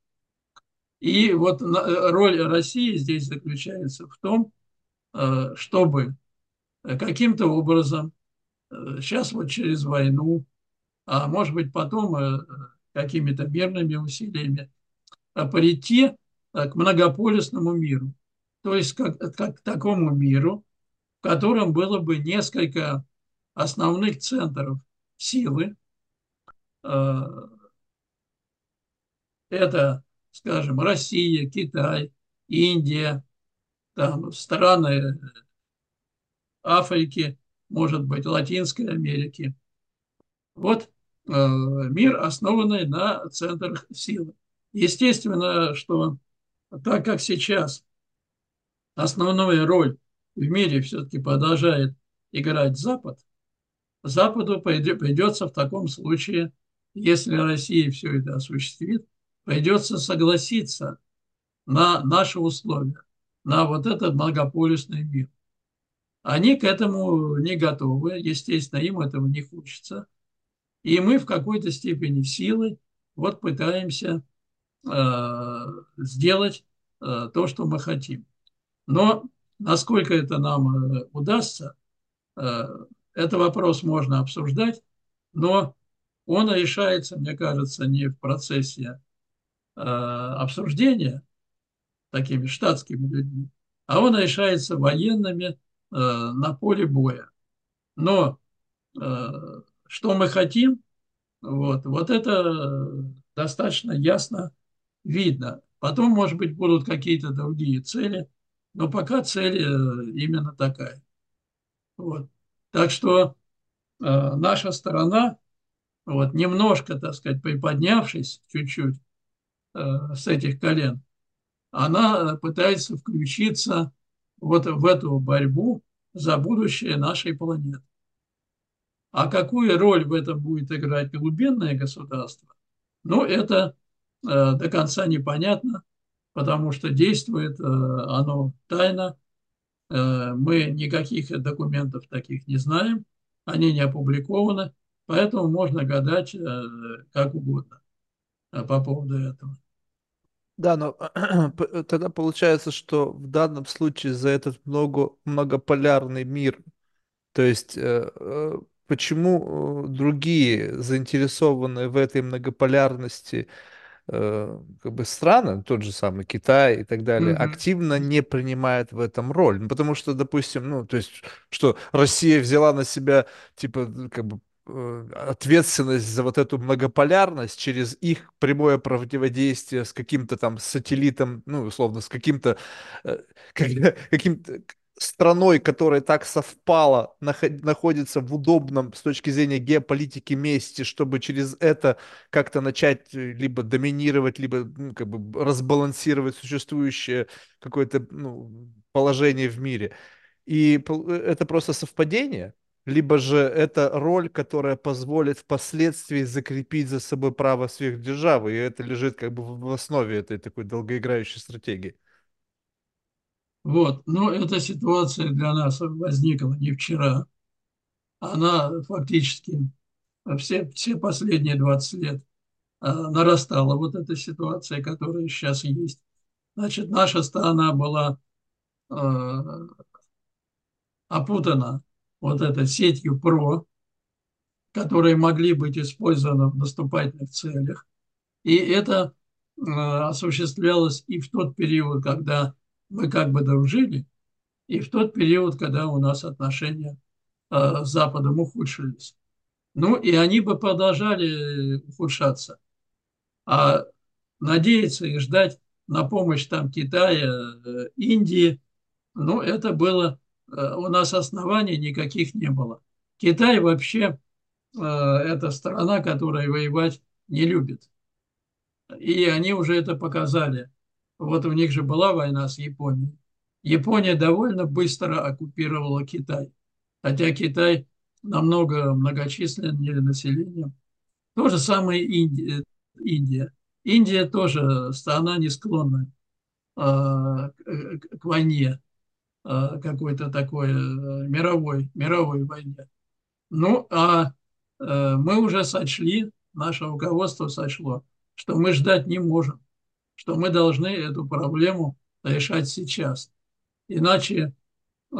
И вот роль России здесь заключается в том, э, чтобы каким-то образом, сейчас вот через войну, а может быть потом э, какими-то мирными усилиями, э, прийти э, к многополюсному миру. То есть как, как к такому миру, в котором было бы несколько основных центров силы, э, Это, скажем, Россия, Китай, Индия, там страны Африки, может быть, Латинской Америки. Вот э, мир, основанный на центрах силы. Естественно, что так как сейчас основную роль в мире все-таки продолжает играть Запад, Западу придется в таком случае, если Россия все это осуществит, придется согласиться на наши условия, на вот этот многополюсный мир. Они к этому не готовы, естественно, им этого не хочется. И мы в какой-то степени силой вот пытаемся э, сделать э, то, что мы хотим. Но насколько это нам э, удастся, э, это вопрос можно обсуждать, но он решается, мне кажется, не в процессе э, обсуждения такими штатскими людьми, а он решается военными э, на поле боя. Но э, что мы хотим, вот, вот это достаточно ясно видно. Потом, может быть, будут какие-то другие цели, но пока цель э, именно такая. Вот. Так что э, наша сторона, вот, немножко, так сказать, приподнявшись чуть-чуть э, с этих колен, она пытается включиться вот в эту борьбу за будущее нашей планеты. А какую роль в этом будет играть глубинное государство, ну, это э, до конца непонятно, потому что действует э, оно тайно. Э, мы никаких документов таких не знаем, они не опубликованы, поэтому можно гадать э, как угодно э, по поводу этого. Да, но п- тогда получается, что в данном случае за этот много, многополярный мир, то есть э, э, почему э, другие заинтересованные в этой многополярности э, как бы страны, тот же самый Китай и так далее, Мгм. активно не принимают в этом роль. Ну, потому что, допустим, ну, то есть, что Россия взяла на себя, типа, ну, как бы э, ответственность за вот эту многополярность через их прямое противодействие с каким-то там сателлитом, ну, условно, с каким-то э, как- каким-то страной, которая так совпала, наход- находится в удобном с точки зрения геополитики месте, чтобы через это как-то начать э, либо доминировать, либо ну, как бы разбалансировать существующее какое-то ну, положение в мире. И пол- э, это просто совпадение, либо же это роль, которая позволит впоследствии закрепить за собой право сверхдержавы, и это лежит как бы в в основе этой такой долгоиграющей стратегии. Вот, но эта ситуация для нас возникла не вчера. Она фактически все, все последние двадцать лет э, нарастала вот эта ситуация, которая сейчас есть. Значит, наша страна была э, опутана вот этой сетью ПРО, которые могли быть использованы в наступательных целях. И это э, осуществлялось и в тот период, когда мы как бы дружили, и в тот период, когда у нас отношения э, с Западом ухудшились. Ну, и они бы продолжали ухудшаться. А надеяться и ждать на помощь там Китая, э, Индии, ну, это было, э, у нас оснований никаких не было. Китай вообще э, это страна, которая воевать не любит. И они уже это показали. Вот у них же была война с Японией. Япония довольно быстро оккупировала Китай. Хотя Китай намного многочисленнее населением. То же самое Индия. Индия, Индия тоже страна не склонная э, к, к войне, э, какой-то такой э, мировой, мировой войне. Ну, а э, мы уже сочли, наше руководство сочло, что мы ждать не можем, что мы должны эту проблему решать сейчас. Иначе э,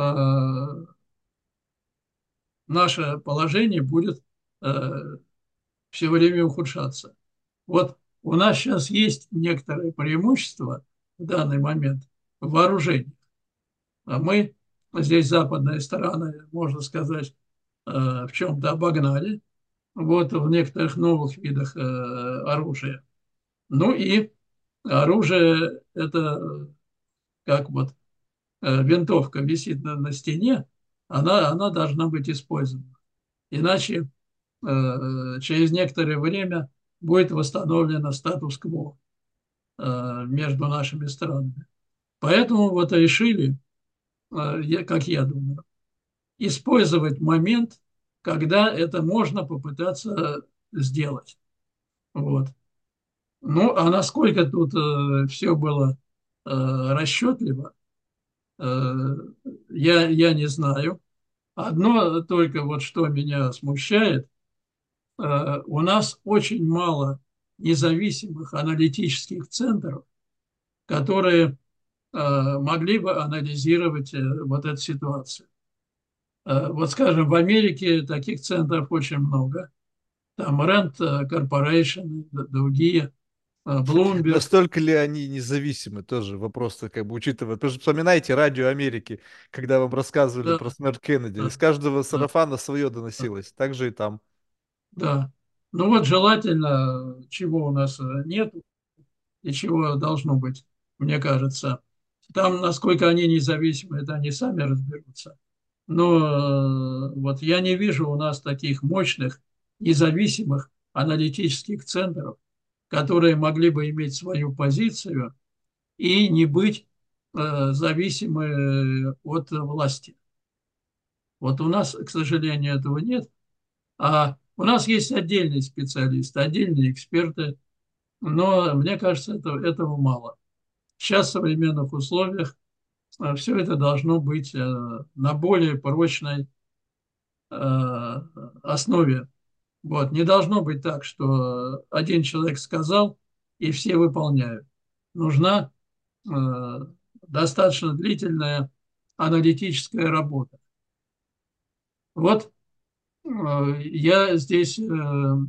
наше положение будет э, все время ухудшаться. Вот у нас сейчас есть некоторые преимущества в данный момент в вооружении. А мы здесь западные страны, можно сказать, э, в чем-то обогнали. Вот в некоторых новых видах э, оружия. Ну и оружие это как вот э, винтовка висит на, на стене, она, она должна быть использована. Иначе э, через некоторое время будет восстановлено статус-кво э, между нашими странами. Поэтому вот решили, э, я- как я думаю, использовать момент, когда это можно попытаться сделать. Вот. Ну, а насколько тут э, все было э, расчетливо, э, я, я не знаю. Одно только вот что меня смущает, э, у нас очень мало независимых аналитических центров, которые э, могли бы анализировать э, вот эту ситуацию. Э, вот, скажем, в Америке таких центров очень много. Там Rand Corporation, другие, э, Bloomberg. Настолько ли они независимы, тоже вопрос, как бы учитывая. Потому что вспоминайте радио Америки, когда вам рассказывали Да, про смерть Кеннеди. да, Из каждого да, сарафана свое да. доносилось. Так же и там. Да. Ну вот желательно, чего у нас нет и чего должно быть, мне кажется. Там, насколько они независимы, это они сами разберутся. Но э, вот я не вижу у нас таких мощных, независимых аналитических центров, которые могли бы иметь свою позицию и не быть э, зависимы от власти. Вот у нас, к сожалению, этого нет. А у нас есть отдельные специалисты, отдельные эксперты, но мне кажется, это, этого мало. Сейчас в современных условиях э, все это должно быть э, на более прочной э, основе. Вот. Не должно быть так, что один человек сказал, и все выполняют. Нужна э, достаточно длительная аналитическая работа. Вот э, я здесь э,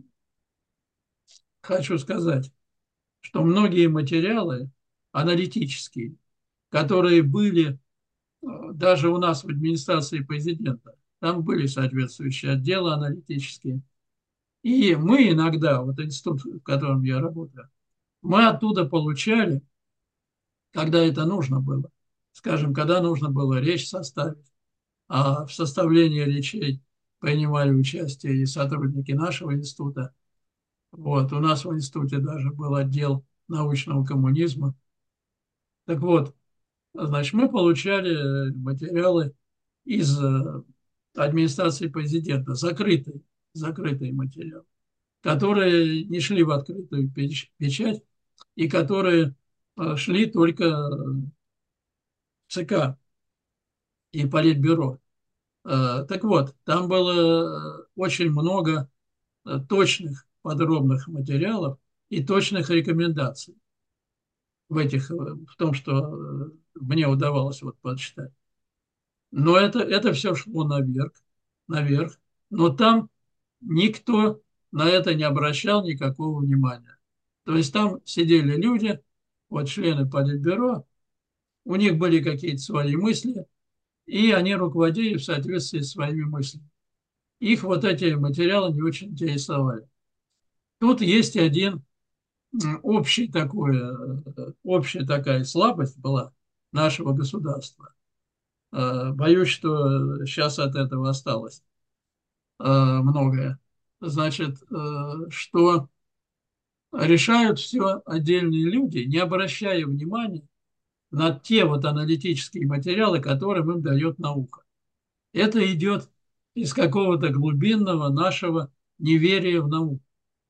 хочу сказать, что многие материалы аналитические, которые были э, даже у нас в администрации президента, там были соответствующие отделы аналитические. И мы иногда, вот институт, в котором я работаю, мы оттуда получали, когда это нужно было. Скажем, когда нужно было речь составить, а в составлении речей принимали участие и сотрудники нашего института. Вот, у нас в институте даже был отдел научного коммунизма. Так вот, значит, мы получали материалы из э, администрации президента, закрытые, закрытые материалы, которые не шли в открытую печать и которые э, шли только в ЦК и Политбюро. Э, Так вот, там было очень много э, точных, подробных материалов и точных рекомендаций в этих, э, в том, что э, мне удавалось вот почитать. Но это, это все шло наверх, наверх. Но там никто на это не обращал никакого внимания. То есть там сидели люди, вот члены Политбюро, у них были какие-то свои мысли, и они руководили в соответствии с своими мыслями. Их вот эти материалы не очень интересовали. Тут есть один общий такой, э, общая такая слабость была нашего государства. Э, Боюсь, что сейчас от этого осталось э, многое. Значит, э, что решают все отдельные люди, не обращая внимания на те вот аналитические материалы, которые им дает наука. Это идет из какого-то глубинного нашего неверия в науку.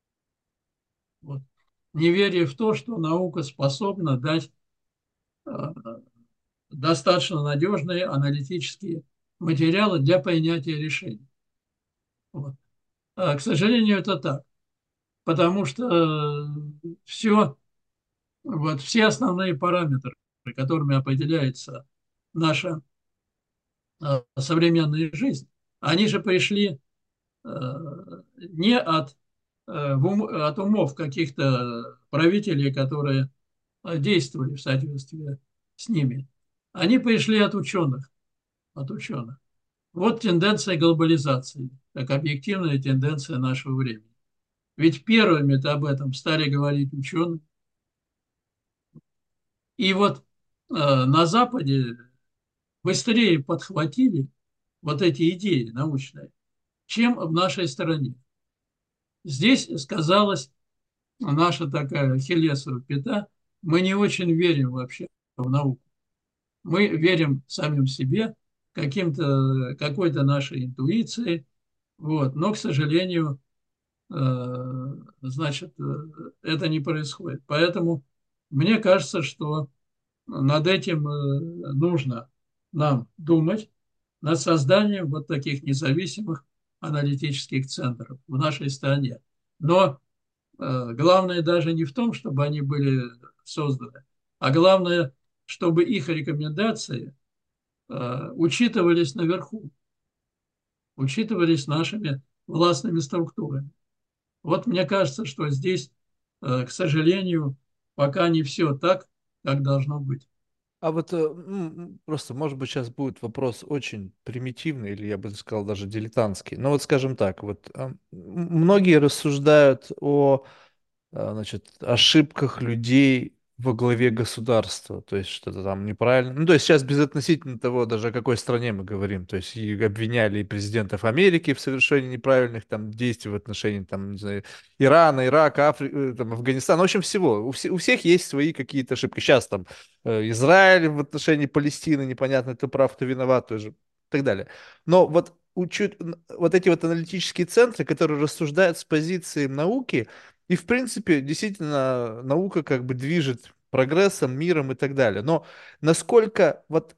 Вот. Неверие в то, что наука способна дать э, достаточно надежные аналитические материалы для принятия решений. Вот. А, к сожалению, это так, потому что э, все, вот, все основные параметры, которыми определяется наша э, современная жизнь, они же пришли э, не от, э, ум, от умов каких-то правителей, которые э, действовали в соответствии с ними. Они пришли от ученых, от ученых. Вот тенденция глобализации, как объективная тенденция нашего времени. Ведь первыми-то об этом стали говорить ученые. И вот э, на Западе быстрее подхватили вот эти идеи научные, чем в нашей стране. Здесь сказалась наша такая ахиллесова пята. Мы не очень верим вообще в науку. Мы верим самим себе, каким-то, какой-то нашей интуиции. Вот. Но, к сожалению, э, значит, э, это не происходит. Поэтому мне кажется, что над этим э, нужно нам думать, над созданием вот таких независимых аналитических центров в нашей стране. Но э, главное даже не в том, чтобы они были созданы, а главное, чтобы их рекомендации э, учитывались наверху, учитывались нашими властными структурами. Вот мне кажется, что здесь, э, к сожалению, пока не все так, как должно быть. А вот э, м, просто, может быть, сейчас будет вопрос очень примитивный, или я бы сказал даже дилетантский. Но вот скажем так, вот э, м- многие рассуждают о а, значит, ошибках людей во главе государства, то есть что-то там неправильно. Ну, то есть сейчас безотносительно того, даже о какой стране мы говорим, то есть и обвиняли и президентов Америки в совершении неправильных там действий в отношении там, не знаю, Ирана, Ирака, Афри... э, там, Афганистана, ну, в общем, всего. У, все- у всех есть свои какие-то ошибки. Сейчас там э, Израиль в отношении Палестины, непонятно, кто прав, кто виноват, тоже и так далее. Но вот учет, вот эти вот аналитические центры, которые рассуждают с позиции науки, и, в принципе, действительно, наука как бы движет прогрессом, миром и так далее. Но насколько вот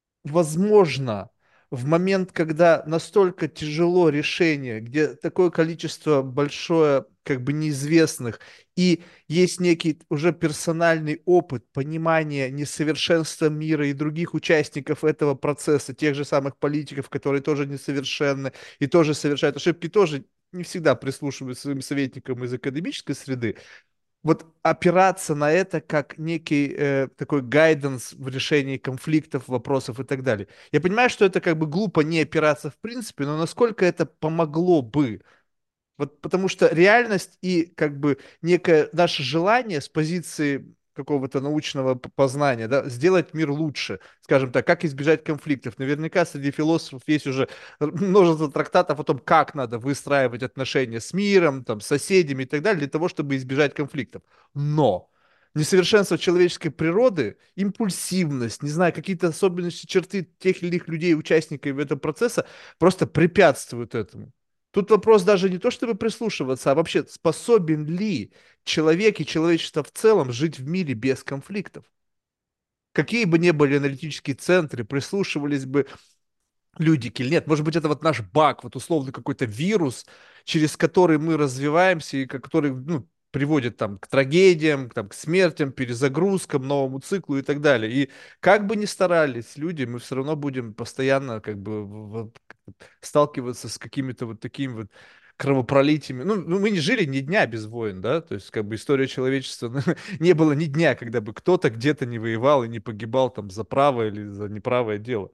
возможно в момент, когда настолько тяжело решение, где такое количество большое как бы неизвестных, и есть некий уже персональный опыт понимания несовершенства мира и других участников этого процесса, тех же самых политиков, которые тоже несовершенны и тоже совершают ошибки, тоже не всегда прислушиваются своим советникам из академической среды, вот опираться на это как некий э, такой гайденс в решении конфликтов, вопросов и так далее. Я понимаю, что это как бы глупо не опираться в принципе, но насколько это помогло бы? Вот потому что реальность и как бы некое наше желание с позиции какого-то научного п- познания, да, сделать мир лучше, скажем так, как избежать конфликтов. Наверняка среди философов есть уже р- множество трактатов о том, как надо выстраивать отношения с миром, там, с соседями и так далее, для того, чтобы избежать конфликтов. Но несовершенство человеческой природы, импульсивность, не знаю, какие-то особенности, черты тех или иных людей, участников этого процесса, просто препятствуют этому. Тут вопрос даже не то, чтобы прислушиваться, а вообще способен ли человек и человечество в целом жить в мире без конфликтов? Какие бы ни были аналитические центры, прислушивались бы люди или нет. Может быть, это вот наш баг, вот условно какой-то вирус, через который мы развиваемся и ко- который, ну, приводит там к трагедиям, к, там, к смертям, перезагрузкам, новому циклу и так далее. И как бы ни старались люди, мы все равно будем постоянно как бы в- в- сталкиваться с какими-то вот такими вот кровопролитиями. Ну, ну, мы не жили ни дня без войн, да, то есть как бы история человечества, ну, не было ни дня, когда бы кто-то где-то не воевал и не погибал там за правое или за неправое дело.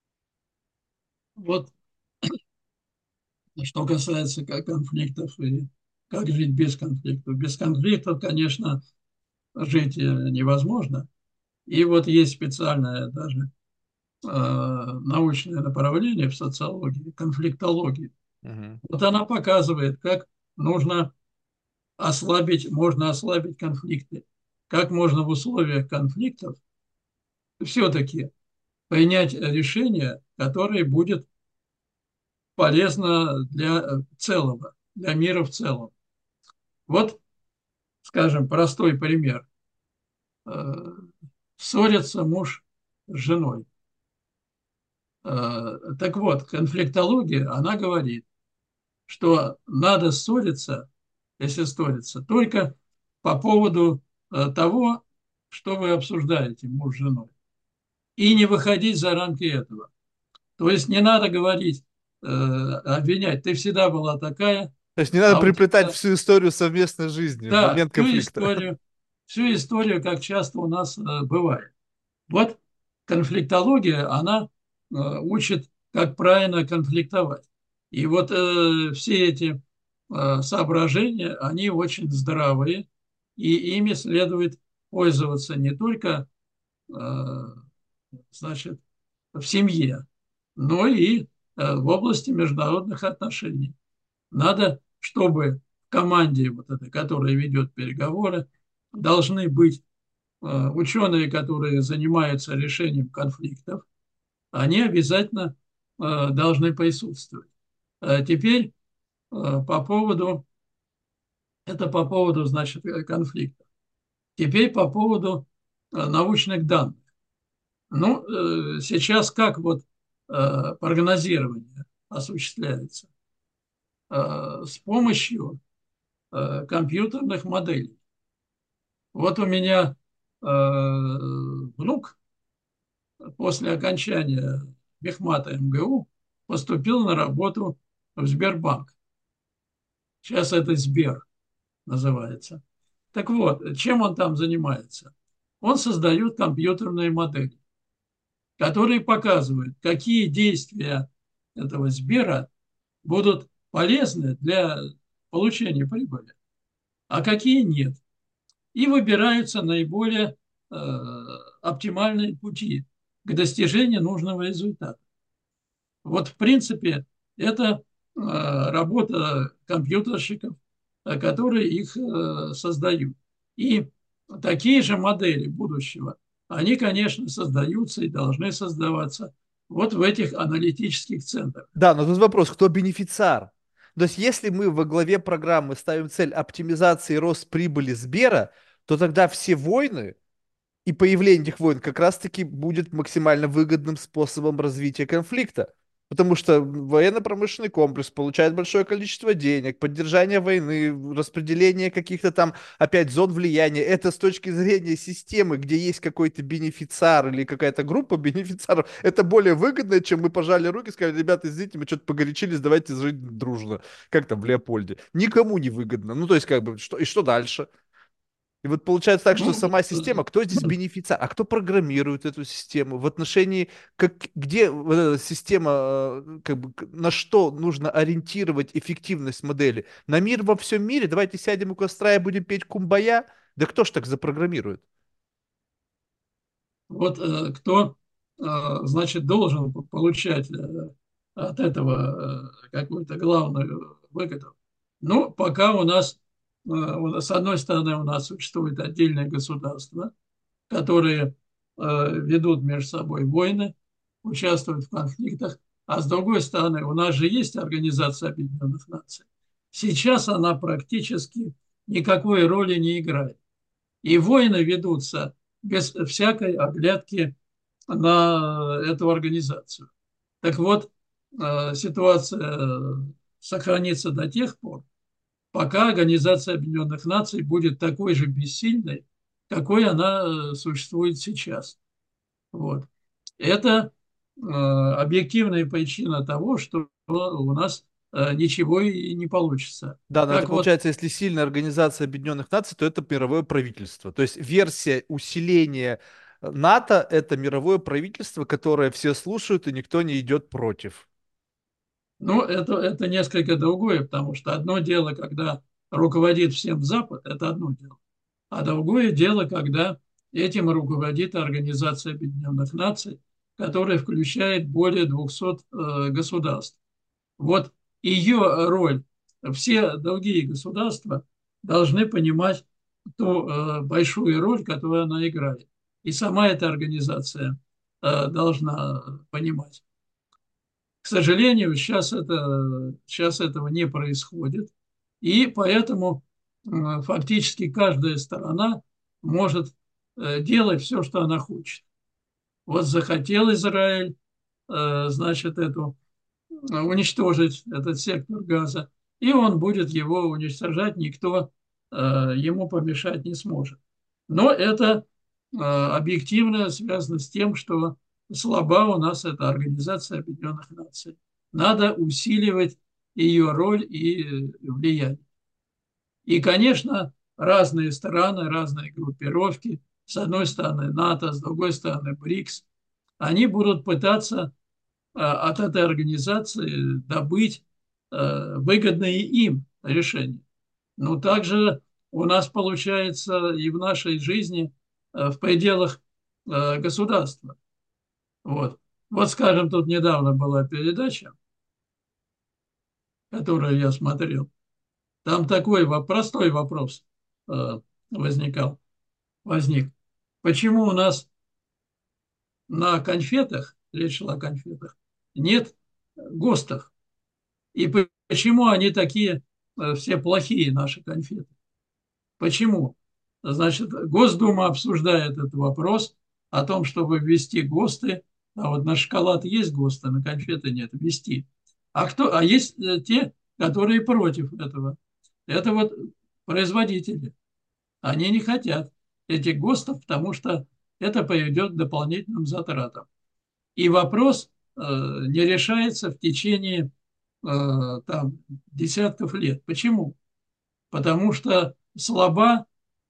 Вот что касается как конфликтов и как жить без конфликтов. Без конфликтов, конечно, жить э, невозможно. И вот есть специальное даже э, научное направление в социологии, конфликтология. Мгм. Вот она показывает, как нужно ослабить, можно ослабить конфликты, как можно в условиях конфликтов все-таки принять решение, которое будет полезно для э, целого, для мира в целом. Вот, скажем, простой пример. Э, Ссорится муж с женой. Э, Так вот, конфликтология, она говорит, что надо ссориться, если ссориться, только по поводу э, того, что вы обсуждаете, муж с женой, и не выходить за рамки этого. То есть не надо говорить, э, обвинять, ты всегда была такая, То есть не надо а у приплетать тебя, всю историю совместной жизни в да, момент всю конфликта. историю, всю историю, как часто у нас э, бывает. Вот конфликтология, она э, учит, как правильно конфликтовать. И вот э, все эти э, соображения, они очень здравые, и ими следует пользоваться не только значит, в семье, но и в области международных отношений. Надо, чтобы в команде, вот этой, которая ведет переговоры, должны быть ученые, которые занимаются решением конфликтов, они обязательно должны присутствовать. Теперь по поводу, это по поводу, значит, конфликта. Теперь по поводу научных данных. Ну, сейчас как вот прогнозирование осуществляется? С помощью компьютерных моделей. Вот у меня внук после окончания мехмата эм гэ у поступил на работу в Сбербанк. Сейчас это Сбер называется. Так вот, чем он там занимается? Он создает компьютерные модели, которые показывают, какие действия этого Сбера будут полезны для получения прибыли, а какие нет. И выбираются наиболее э, оптимальные пути к достижению нужного результата. Вот, в принципе, это э, работа компьютерщиков, э, которые их э, создают. И такие же модели будущего, они, конечно, создаются и должны создаваться вот в этих аналитических центрах. Да, но тут вопрос, кто бенефициар? То есть, если мы во главе программы ставим цель оптимизации и рост прибыли Сбера, то тогда все войны и появление этих войн как раз-таки будет максимально выгодным способом развития конфликта. Потому что военно-промышленный комплекс получает большое количество денег, поддержание войны, распределение каких-то там, опять, зон влияния. Это с точки зрения системы, где есть какой-то бенефициар или какая-то группа бенефициаров, это более выгодно, чем мы пожали руки и сказали: ребята, извините, мы что-то погорячились, давайте жить дружно. Как там в Леопольде. Никому не выгодно. Ну, то есть, как бы, что, и что дальше? И вот получается так, что Ну, сама система, кто здесь бенефициар, а кто программирует эту систему, в отношении, как, где вот эта система, э, как бы, к- на что нужно ориентировать эффективность модели? На мир во всем мире? Давайте сядем у костра и будем петь кумбая? Да кто ж так запрограммирует? вот э, кто, э, значит, должен получать э, от этого э, какую-то главную выгоду. Ну, пока у нас, э, у нас, с одной стороны, у нас существует отдельное государство, которые э, ведут между собой войны, участвуют в конфликтах, а с другой стороны, у нас же есть Организация Объединенных Наций. Сейчас она практически никакой роли не играет. И войны ведутся без всякой оглядки на эту организацию. Так вот, э, ситуация сохранится до тех пор, пока Организация Объединенных Наций будет такой же бессильной, какой она э, существует сейчас. Вот. Это э, объективная причина того, что у нас э, ничего и не получится. Да, но это Как вот, получается, если сильная организация Объединенных Наций, то это мировое правительство. То есть версия усиления э, НАТО — это мировое правительство, которое все слушают и никто не идет против. ну, это, это несколько другое, потому что одно дело, когда руководит всем Запад, это одно дело. А другое дело, когда этим руководит Организация Объединенных Наций, которая включает более двухсот э, государств. Вот ее роль, все другие государства должны понимать ту э, большую роль, которую она играет. И сама эта организация э, должна понимать. К сожалению, сейчас, это, сейчас этого не происходит. И поэтому э, фактически каждая сторона может э, делать все, что она хочет. Вот захотел Израиль, э, значит, эту уничтожить этот сектор газа, и он будет его уничтожать, никто э, ему помешать не сможет. Но это э, объективно связано с тем, что слаба у нас эта Организация Объединенных Наций. Надо усиливать ее роль и влияние. И, конечно, разные страны, разные группировки, с одной стороны НАТО, с другой стороны БРИКС, они будут пытаться от этой организации добыть э, выгодные им решения. Но также у нас получается и в нашей жизни э, в пределах э, государства. Вот. Вот, скажем, тут недавно была передача, которую я смотрел. Там такой во- простой вопрос э, возникал, возник. Почему у нас на конфетах, речь шла о конфетах, нет ГОСТов? И по- почему они такие э, все плохие, наши конфеты? Почему? Значит, Госдума обсуждает этот вопрос о том, чтобы ввести ГОСТы, а вот на шоколад есть ГОСТы, на конфеты нет, ввести. А, кто, а есть э, те, которые против этого. Это вот производители. Они не хотят этих ГОСТов, потому что это приведет к дополнительным затратам. И вопрос э, не решается в течение э, там, десятков лет. Почему? Потому что слаба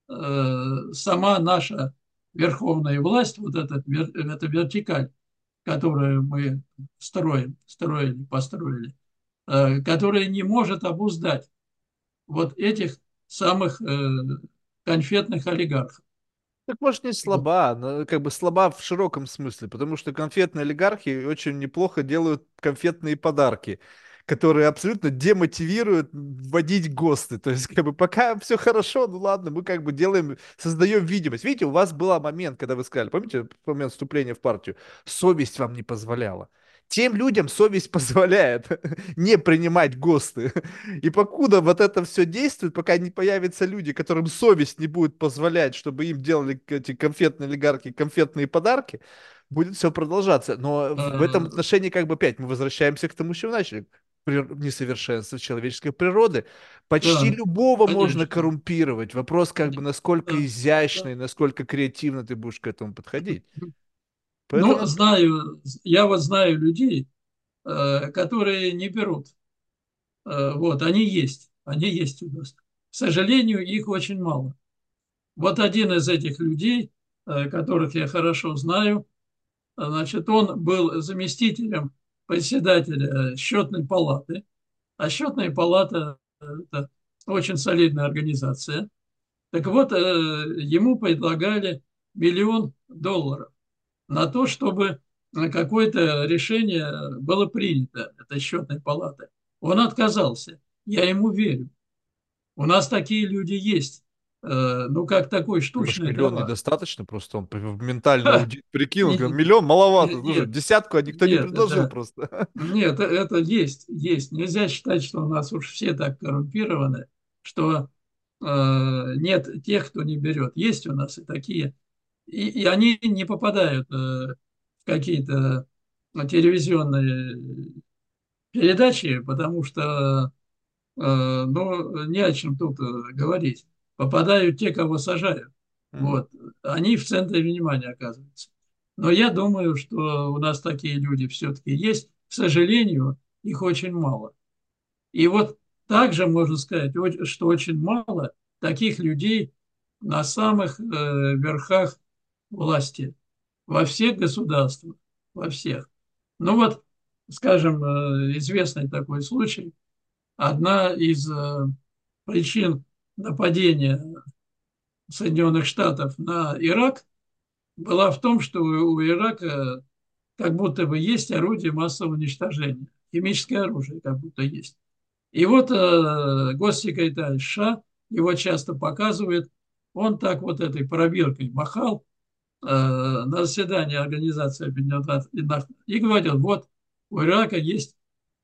э, сама наша верховная власть, вот эта, эта вертикаль, которую мы строим, строили, построили, э, которая не может обуздать вот этих самых э, конфетных олигархов. Так, может, не Вот. слаба, но как бы слаба в широком смысле, потому что конфетные олигархи очень неплохо делают конфетные подарки, которые абсолютно демотивируют вводить ГОСТы. То есть, как бы, пока все хорошо, ну ладно, мы как бы делаем, создаем видимость. Видите, у вас был момент, когда вы сказали, помните, в момент вступления в партию, совесть вам не позволяла. Тем людям совесть позволяет не принимать ГОСТы. И покуда вот это все действует, пока не появятся люди, которым совесть не будет позволять, чтобы им делали эти конфетные олигархи конфетные подарки, будет все продолжаться. Но в этом Э, отношении как бы опять мы возвращаемся к тому, с чего начали. При- Несовершенство человеческой природы. Почти да, любого можно конечно. коррумпировать. Вопрос как бы насколько Да, изящно да. и насколько креативно ты будешь к этому подходить. Ну, Поэтому знаю, я вот знаю людей, э, которые не берут. Э, Вот, они есть, они есть у нас. К сожалению, их очень мало. Вот один из этих людей, э, которых я хорошо знаю, значит, он был заместителем председателя счетной палаты, а счетная палата– это очень солидная организация. Так вот, э, ему предлагали миллион долларов на то, чтобы какое-то решение было принято этой счетной палаты. Он отказался. Я ему верю. У нас такие люди есть. Э, Ну, как такой думаешь, штучный миллион товар. недостаточно? Просто он в ментальный аудит прикинул, сказал, Не- миллион маловато. Слушай, Нет, десятку а никто не нет, предложил да. просто. Нет, э, это есть, есть. Нельзя считать, что у нас уж все так коррумпированы, что э, нет тех, кто не берет. Есть у нас и такие. И, и они не попадают э, в какие-то телевизионные передачи, потому что э, ну, не о чем тут э, говорить. Попадают те, кого сажают. Мгм. Вот. Они в центре внимания оказываются. Но я думаю, что у нас такие люди все-таки есть. К сожалению, их очень мало. И вот также можно сказать, о- что очень мало таких людей на самых э, верхах власти во всех государствах, во всех. Ну вот, скажем, э, известный такой случай. Одна из э, причин нападения Соединенных Штатов на Ирак была в том, что у Ирака как будто бы есть орудие массового уничтожения, химическое оружие как будто есть. И вот э, госсекретарь США, его часто показывает, он так вот этой пробиркой махал э, на заседании Организации Объединенных Наций и говорил, вот у Ирака есть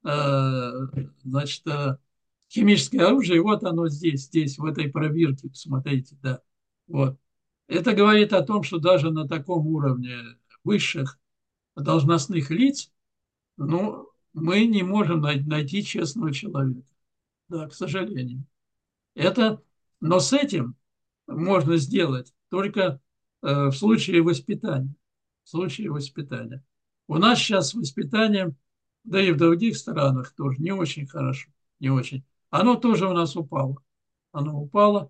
э, значит, э, химическое оружие, и вот оно здесь, здесь, в этой пробирке, смотрите, да. Вот. Это говорит о том, что даже на таком уровне высших должностных лиц, ну, мы не можем най- найти честного человека. Да, к сожалению. Это, но с этим можно сделать только э, в случае воспитания. В случае воспитания. У нас сейчас с воспитанием, да и в других странах тоже не очень хорошо, не очень. Оно тоже у нас упало. Оно упало.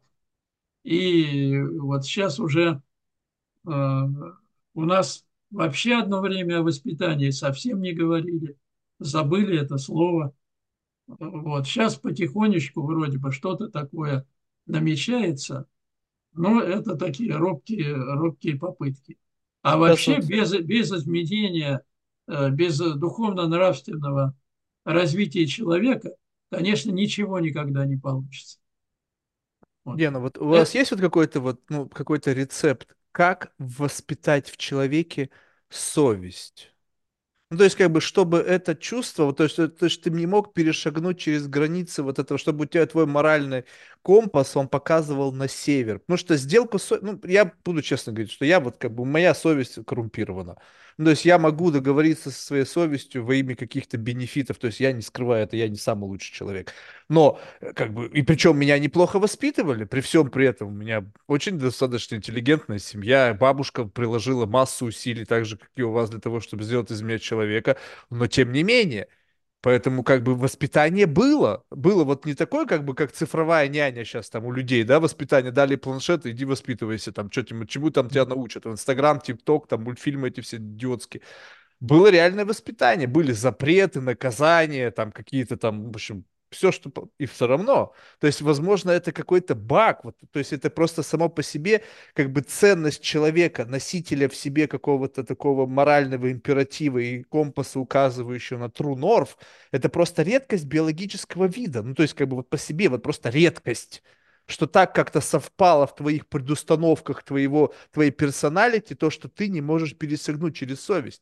И вот сейчас уже э, у нас вообще одно время о воспитании совсем не говорили, забыли это слово. Вот сейчас потихонечку вроде бы что-то такое намечается, но это такие робкие, робкие попытки. А Сейчас вообще вот, без, без изменения, э, без духовно-нравственного развития человека, конечно, ничего никогда не получится. Вот. Гена, вот у вас Э, есть вот какой-то вот, ну, какой-то рецепт, как воспитать в человеке совесть? Ну, то есть, как бы, чтобы это чувство, вот, то есть, э, то есть, ты не мог перешагнуть через границы вот этого, чтобы у тебя твой моральный компас, он показывал на север. Потому что сделку, со- ну, я буду честно говорить, что я вот, как бы, моя совесть коррумпирована. Ну, то есть, я могу договориться со своей совестью во имя каких-то бенефитов, то есть, я не скрываю это, я не самый лучший человек. Но, э, как бы, и причем меня неплохо воспитывали, при всем при этом у меня очень достаточно интеллигентная семья, бабушка приложила массу усилий, так же, как и у вас, для того, чтобы сделать из меня человека, но тем не менее. Поэтому как бы воспитание было. Было вот не такое, как бы, как цифровая няня сейчас там у людей, да, воспитание. Дали планшет, иди воспитывайся, там, что, чему там тебя научат. В Инстаграм, ТикТок, там, мультфильмы эти все идиотские. Было реальное воспитание, были запреты, наказания, там какие-то там, в общем, все, что... по- И все равно. То есть, возможно, это какой-то баг. Вот, то есть, это просто само по себе как бы ценность человека, носителя в себе какого-то такого морального императива и компаса, указывающего на true north, это просто редкость биологического вида. Ну, то есть, как бы вот по себе, вот просто редкость. Что так как-то совпало в твоих предустановках твоего, твоей персоналити, то, что ты не можешь пересягнуть через совесть.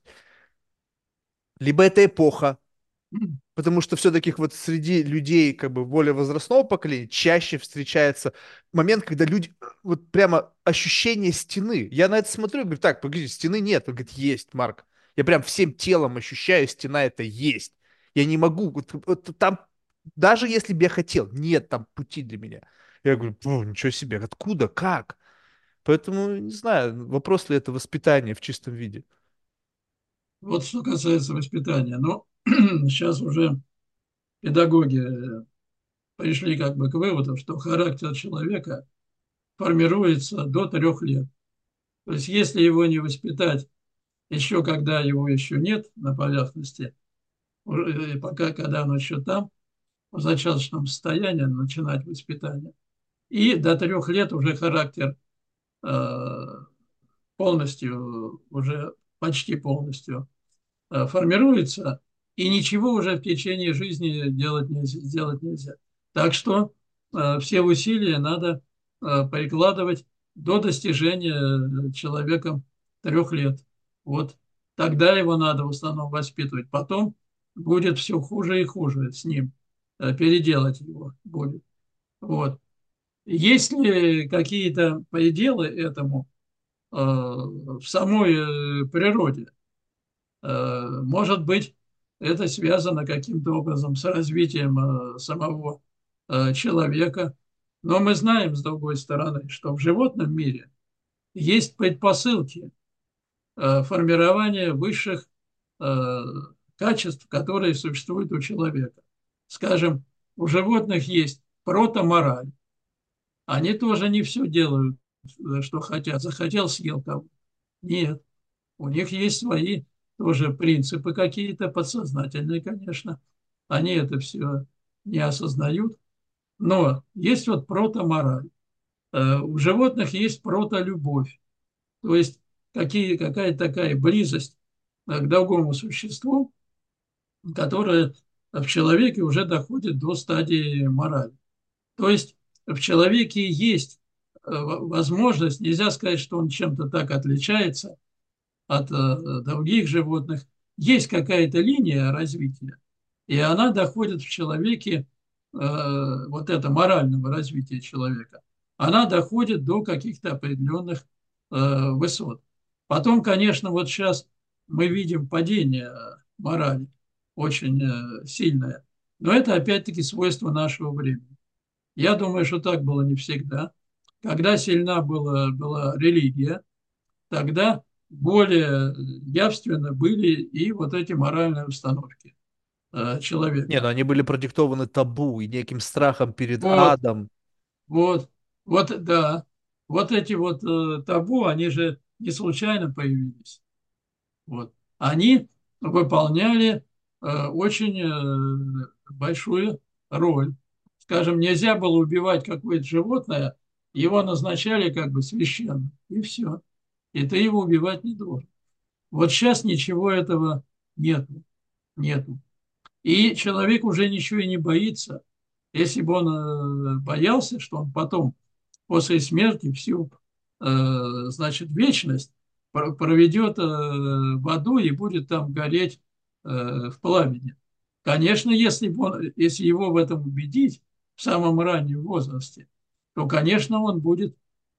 Либо это эпоха, потому что все-таки вот среди людей как бы более возрастного поколения чаще встречается момент, когда люди, э, вот прямо ощущение стены. Я на это смотрю и говорю, так, погоди, стены нет. Он говорит, есть, Марк. Я прям всем телом ощущаю, стена это есть. Я не могу, вот, вот там, даже если бы я хотел, нет там пути для меня. Я говорю, «О, ничего себе, откуда, как? Поэтому, не знаю, вопрос ли это воспитание в чистом виде. Вот что касается воспитания. Ну, сейчас уже педагоги э, пришли как бы к выводу, что характер человека формируется до трех лет. То есть если его не воспитать еще когда его еще нет на поверхности, уже, пока когда он еще там, в зачаточном состоянии начинать воспитание. И до трех лет уже характер э, полностью, уже почти полностью э, формируется, и ничего уже в течение жизни делать нельзя. Сделать нельзя. Так что э, все усилия надо э, прикладывать до достижения человеком трех лет. Вот тогда его надо в основном воспитывать. Потом будет все хуже и хуже с ним. Э, переделать его будет. Вот. Есть ли какие-то пределы этому э, в самой э, природе? Э, Может быть, это связано каким-то образом с развитием э, самого э, человека. Но мы знаем, с другой стороны, что в животном мире есть предпосылки э, формирования высших э, качеств, которые существуют у человека. Скажем, у животных есть протомораль. Они тоже не все делают, э, что хотят. Захотел, съел кого. Нет, у них есть свои тоже принципы какие-то подсознательные, конечно. Они это все не осознают. Но есть вот протомораль. Э, У животных есть протолюбовь. То есть какие, какая-то такая близость э, к другому существу, которая в человеке уже доходит до стадии морали. То есть в человеке есть э, возможность, нельзя сказать, что он чем-то так отличается от э, других животных. Есть какая-то линия развития, и она доходит в человеке, э, вот это морального развития человека, она доходит до каких-то определенных э, высот. Потом, конечно, вот сейчас мы видим падение морали очень э, сильное, но это опять-таки свойство нашего времени. Я думаю, что так было не всегда. Когда сильна была, была религия, тогда более явственно были и вот эти моральные установки э, Не, ну человека. они были продиктованы табу и неким страхом перед Вот, адом. вот, вот, да. Вот эти вот э, табу, они же не случайно появились. Вот. Они выполняли э, очень э, большую роль. Скажем, нельзя было убивать какое-то животное, его назначали как бы священным, и все. и ты его убивать не должен. Вот сейчас ничего этого нету, нету. И человек уже ничего и не боится. Если бы он э, боялся, что он потом, после смерти, всю, э, значит, вечность проведет э, в аду и будет там гореть э, в пламени. Конечно, если, бы он, если его в этом убедить в самом раннем возрасте, то, конечно, он будет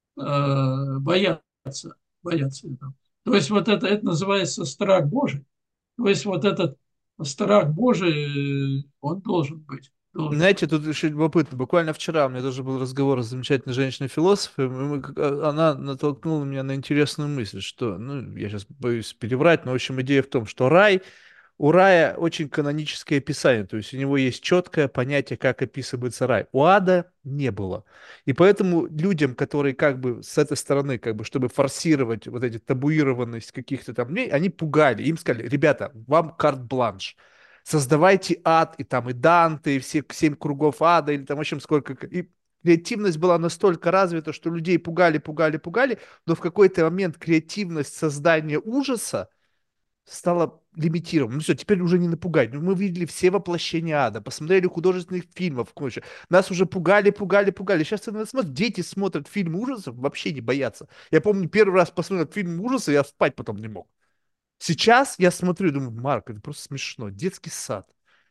э, бояться, бояться этого. То есть вот это, это называется страх Божий. То есть вот этот страх Божий, э, он должен быть. Должен Знаете, быть. тут еще любопытно. Буквально вчера у меня тоже был разговор с замечательной женщиной-философом, и мы как- а, она натолкнула меня на интересную мысль, что, ну, я сейчас боюсь переврать, но, в общем, идея в том, что рай у рая очень каноническое описание, то есть у него есть четкое понятие, как описывается рай. У ада не было. И поэтому людям, которые как бы с этой стороны, как бы, чтобы форсировать вот эти табуированность каких-то там дней, они пугали. Им сказали: ребята, вам карт-бланш. Создавайте ад, и там и Данте, и все семь кругов ада, или там, в общем, сколько... И креативность была настолько развита, что людей пугали, пугали, пугали, но в какой-то момент креативность создания ужаса стало лимитировано. Ну все, теперь уже не напугать. Ну, мы видели все воплощения ада, посмотрели художественных фильмов, короче. Нас уже пугали, пугали, пугали. Сейчас ты на- смотри, дети смотрят фильмы ужасов, вообще не боятся. Я помню, первый раз посмотрел фильм ужасов, я спать потом не мог. Сейчас я смотрю и думаю: Марк, это просто смешно. Детский сад.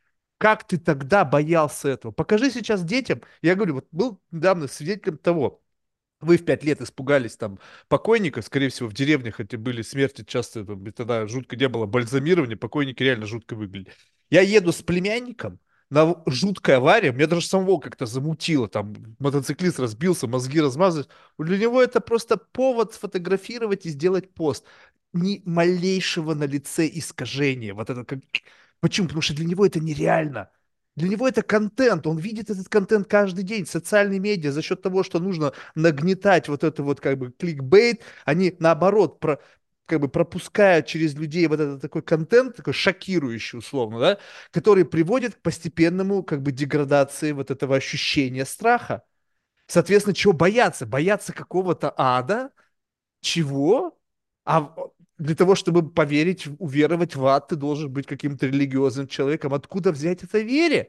Как ты тогда боялся этого? Покажи сейчас детям. Я говорю, вот был недавно свидетелем того. Вы в пять лет испугались там покойника, скорее всего, в деревнях эти были смерти часто, там, и тогда жутко не было бальзамирования, покойники реально жутко выглядели. Я еду с племянником, на в- жуткая авария, меня даже самого как-то замутило, там мотоциклист разбился, мозги размазались. Для него это просто повод сфотографировать и сделать пост. Ни малейшего на лице искажения. Вот это как... Почему? Потому что для него это нереально. Для него это контент, он видит этот контент каждый день, социальные медиа, за счет того, что нужно нагнетать вот это вот как бы кликбейт, они наоборот про, как бы пропускают через людей вот этот такой контент, такой шокирующий условно, да, который приводит к постепенному как бы деградации вот этого ощущения страха. Соответственно, чего бояться? Бояться какого-то ада? Чего? А в- для того, чтобы поверить, уверовать в ад, ты должен быть каким-то религиозным человеком. Откуда взять это вере?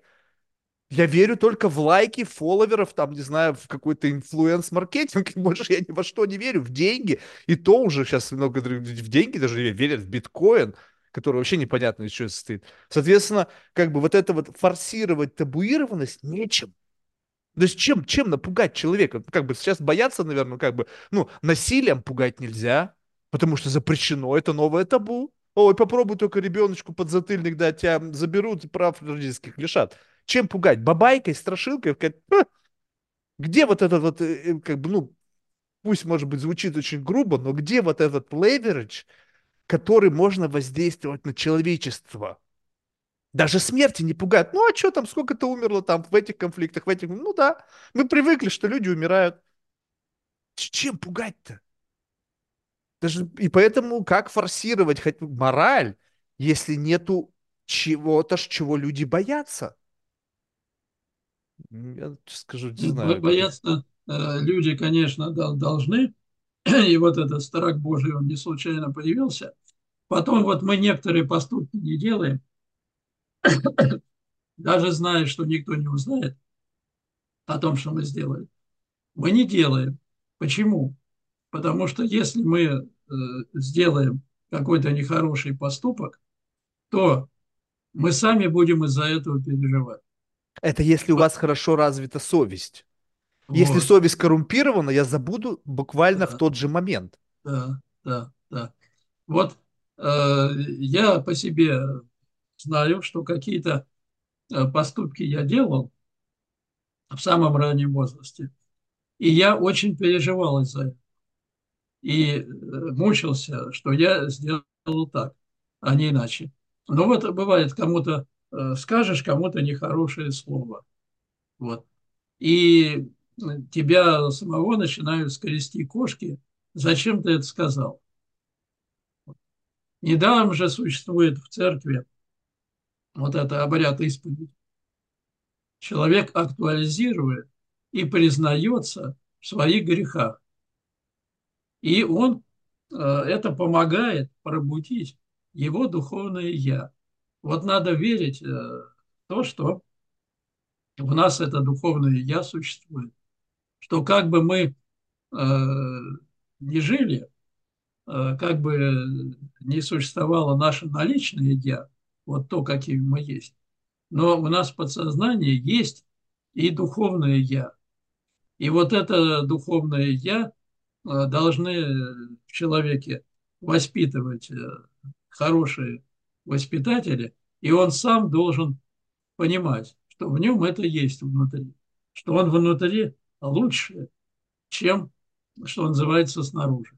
Я верю только в лайки, фолловеров, там, не знаю, в какой-то инфлюенс-маркетинг. Больше я ни во что не верю. В деньги. И то уже сейчас много других в деньги даже верят, в биткоин, который вообще непонятно из чего состоит. Соответственно, как бы вот это вот форсировать табуированность нечем. То есть чем, чем напугать человека? Как бы сейчас бояться, наверное, как бы, ну, насилием пугать нельзя, потому что запрещено, это новое табу. Ой, попробуй только ребеночку подзатыльник дать, тебя заберут и прав родительских лишат. Чем пугать? Бабайкой, страшилкой? Сказать: «Ха, где вот этот вот, э, э, как бы, ну, пусть, может быть, звучит очень грубо, но где вот этот leverage, который можно воздействовать на человечество? Даже смерти не пугают. Ну, а что там, сколько-то умерло там в этих конфликтах, в этих... Ну да, мы привыкли, что люди умирают. Ч- Чем пугать-то? Даже... И поэтому как форсировать хоть мораль, если нету чего-то, ж чего люди боятся? М, Я скажу, не Нет, бо- знаю, как... бояться э, люди, конечно, дол- должны. И вот этот страх Божий, он не случайно появился. Потом вот мы некоторые поступки не делаем, даже зная, что никто не узнает о том, что мы сделали. Мы не делаем. Почему? Потому что если мы э, сделаем какой-то нехороший поступок, то мы сами будем из-за этого переживать. Это если у Вот, вас хорошо развита совесть. Если вот, совесть коррумпирована, я забуду буквально в да, тот же момент. да, да, да. Вот э, я по себе знаю, что какие-то э, поступки я делал в самом раннем возрасте, и я очень переживал из-за этого. И э, мучился, что я сделал так, а не иначе. Но вот бывает, кому-то э, скажешь, кому-то нехорошее слово. Вот. И э, тебя самого начинают скрести кошки. Зачем ты это сказал? Недаром же существует в церкви вот это обряд исповеди. Человек актуализирует и признается в своих грехах. И он э, это помогает пробудить его духовное «я». Вот надо верить э, в то, что в нас это духовное «я» существует, что как бы мы э, ни жили, э, как бы не существовало наше наличное «я», вот то, какими мы есть, но у нас в подсознании есть и духовное «я». И вот это духовное «я» э, должны в человеке воспитывать э, хорошие воспитатели, и он сам должен понимать, что в нем это есть внутри, что он внутри лучше, чем, что называется, снаружи.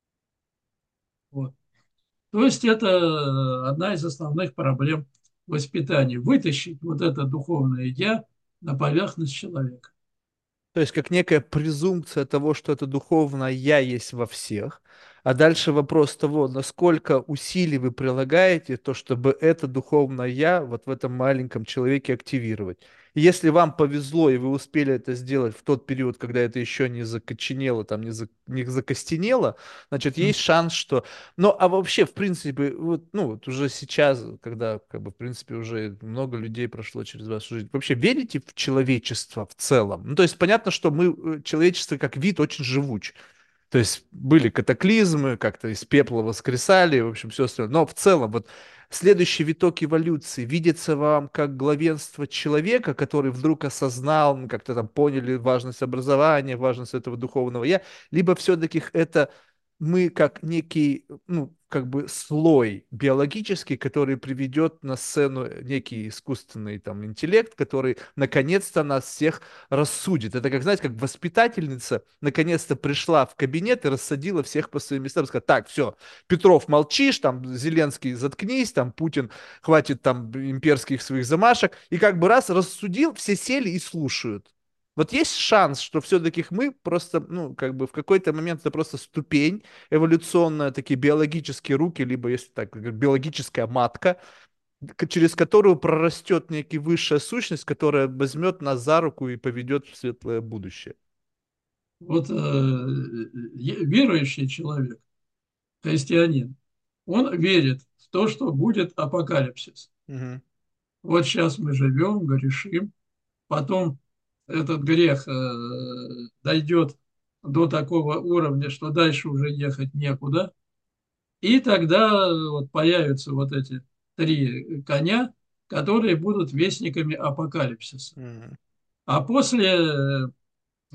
Вот. То есть это одна из основных проблем воспитания – вытащить вот это духовное «я» на поверхность человека. То есть как некая презумпция того, что это духовное я есть во всех. А дальше вопрос того, насколько усилий вы прилагаете, то, чтобы это духовное я вот в этом маленьком человеке активировать. И если вам повезло, и вы успели это сделать в тот период, когда это еще не закоченело, там, не, за, не закостенело, значит, есть шанс, что... Ну, а вообще, в принципе, вот, ну, вот уже сейчас, когда, как бы, в принципе, уже много людей прошло через вашу жизнь, вообще верите в человечество в целом? Ну, то есть понятно, что мы, э, человечество как вид очень живуч. То есть были катаклизмы, как-то из пепла воскресали, в общем, все остальное. Но в целом, вот следующий виток эволюции видится вам как главенство человека, который вдруг осознал, ну, как-то там поняли важность образования, важность этого духовного я, либо все-таки это мы как некий, ну, как бы слой биологический, который приведет на сцену некий искусственный там интеллект, который наконец-то нас всех рассудит. Это как, знаете, как воспитательница наконец-то пришла в кабинет и рассадила всех по своим местам, сказала: так, все, Петров, молчишь, там, Зеленский, заткнись, там, Путин, хватит там имперских своих замашек, и как бы раз рассудил, все сели и слушают. Вот есть шанс, что все-таки мы просто, ну, как бы в какой-то момент это просто ступень эволюционная, такие биологические руки, либо, если так, как биологическая матка, к- через которую прорастет некий высшая сущность, которая возьмет нас за руку и поведет в светлое будущее. Вот э, е- верующий человек, христианин, он верит в то, что будет апокалипсис. Мгм. Вот сейчас мы живем, грешим, потом этот грех э, дойдет до такого уровня, что дальше уже ехать некуда, и тогда э, вот появятся вот эти три коня, которые будут вестниками апокалипсиса. Мгм. А после э,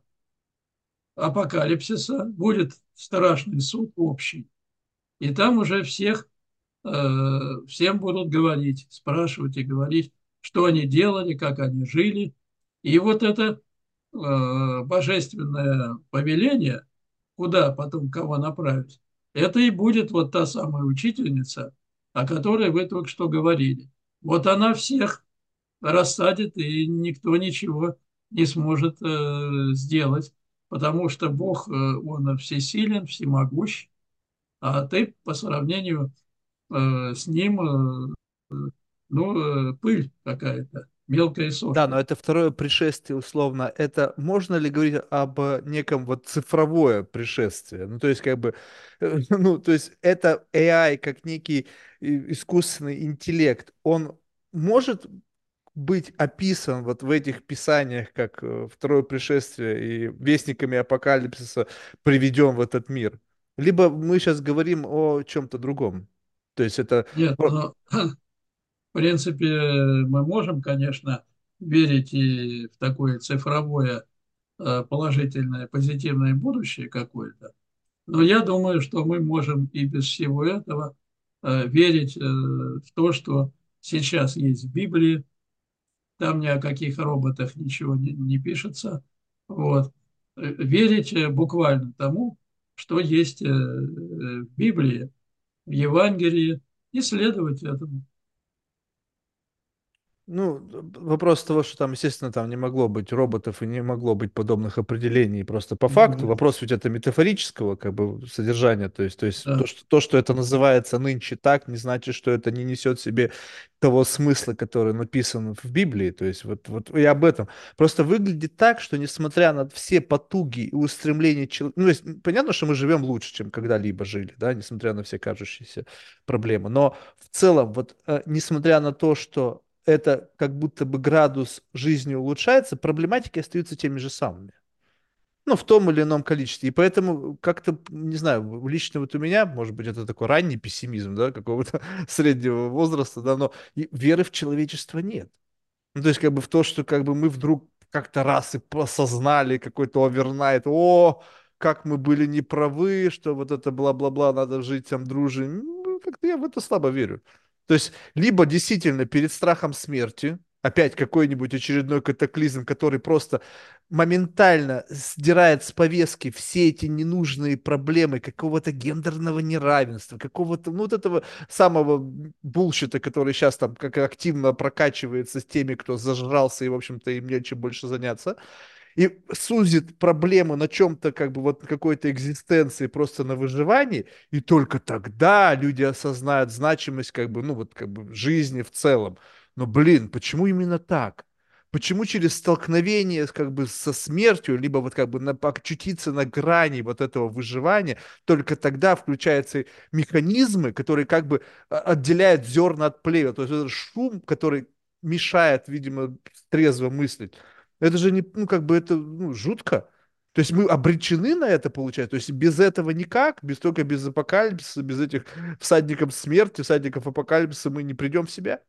апокалипсиса будет страшный суд общий. И там уже всех, э, всем будут говорить, спрашивать и говорить, что они делали, как они жили. И вот это э, божественное повеление, куда потом кого направить, это и будет вот та самая учительница, о которой вы только что говорили. Вот она всех рассадит, и никто ничего не сможет э, сделать, потому что Бог, э, Он всесилен, всемогущ, а ты по сравнению э, с Ним, э, ну, э, пыль какая-то, мелкая Да, но сошка. это второе пришествие условно. Это можно ли говорить об э, неком вот цифровое пришествие? Ну, то есть как бы, э, ну, то есть это A I как некий и- искусственный интеллект, он может быть описан вот в этих писаниях как э, второе пришествие и вестниками апокалипсиса приведен в этот мир? Либо мы сейчас говорим о чем-то другом. То есть это... Нет, про- но в принципе мы можем, конечно, верить и в такое цифровое э, положительное, позитивное будущее какое-то. Но я думаю, что мы можем и без всего этого э, верить э, в то, что сейчас есть в Библии. Там ни о каких роботах ничего не, не пишется. Вот. Э, Верить э, буквально тому, что есть э, э, в Библии, в Евангелии, и следовать этому. Ну, вопрос того, что там, естественно, там не могло быть роботов и не могло быть подобных определений. Просто по факту Да, вопрос ведь это метафорического как бы содержания. То есть, то есть то, да. что, то, что это называется нынче так, не значит, что это не несет в себе того смысла, который написан в Библии. То есть вот, вот и об этом. Просто выглядит так, что несмотря на все потуги и устремления человека... Ну, то есть понятно, что мы живем лучше, чем когда-либо жили, да, несмотря на все кажущиеся проблемы. Но в целом, вот э, несмотря на то, что это как будто бы градус жизни улучшается, проблематики остаются теми же самыми. Ну, в том или ином количестве. И поэтому как-то, не знаю, лично вот у меня, может быть, это такой ранний пессимизм, да, какого-то среднего возраста, да, но и веры в человечество нет. Ну, то есть, как бы в то, что как бы мы вдруг как-то раз и осознали какой-то овернайт, о, как мы были неправы, что вот это бла-бла-бла, надо жить там дружи. Ну, как-то я в это слабо верю. То есть, либо действительно перед страхом смерти, опять какой-нибудь очередной катаклизм, который просто моментально сдирает с повестки все эти ненужные проблемы какого-то гендерного неравенства, какого-то, ну, вот этого самого булщита, который сейчас там как активно прокачивается с теми, кто зажрался и, в общем-то, им нечем больше заняться, и сузит проблемы на чем-то, как бы вот какой-то экзистенции, просто на выживании, и только тогда люди осознают значимость, как бы, ну, вот, как бы жизни в целом. Но, блин, почему именно так? Почему через столкновение с, как бы со смертью, либо вот как бы на, очутиться на грани вот этого выживания, только тогда включаются механизмы, которые как бы а, отделяют зерна от плевел. То есть это шум, который мешает, видимо, трезво мыслить. Это же не, ну, как бы это, ну, жутко. То есть мы обречены на это, получается. То есть без этого никак, без только без апокалипсиса, без этих всадников смерти, всадников апокалипсиса мы не придем в себя.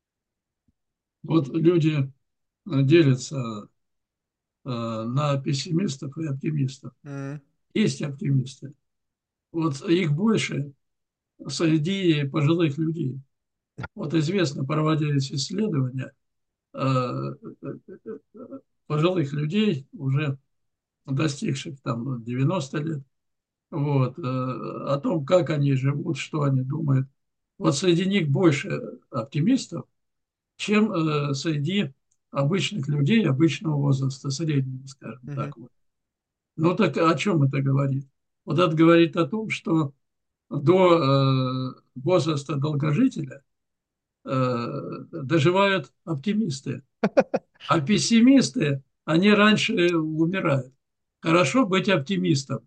Вот люди э, делятся э, на пессимистов и оптимистов. М, Есть оптимисты. Вот их больше среди пожилых людей. Вот известно, проводились исследования э, пожилых людей, уже достигших там девяноста лет, вот, э, о том, как они живут, что они думают. Вот среди них больше оптимистов, чем э, среди обычных людей обычного возраста, среднего, скажем мгм. так. Вот. Ну так о чем это говорит? Вот это говорит о том, что до э, возраста долгожителя э, доживают оптимисты, а пессимисты, они раньше умирают. Хорошо быть оптимистом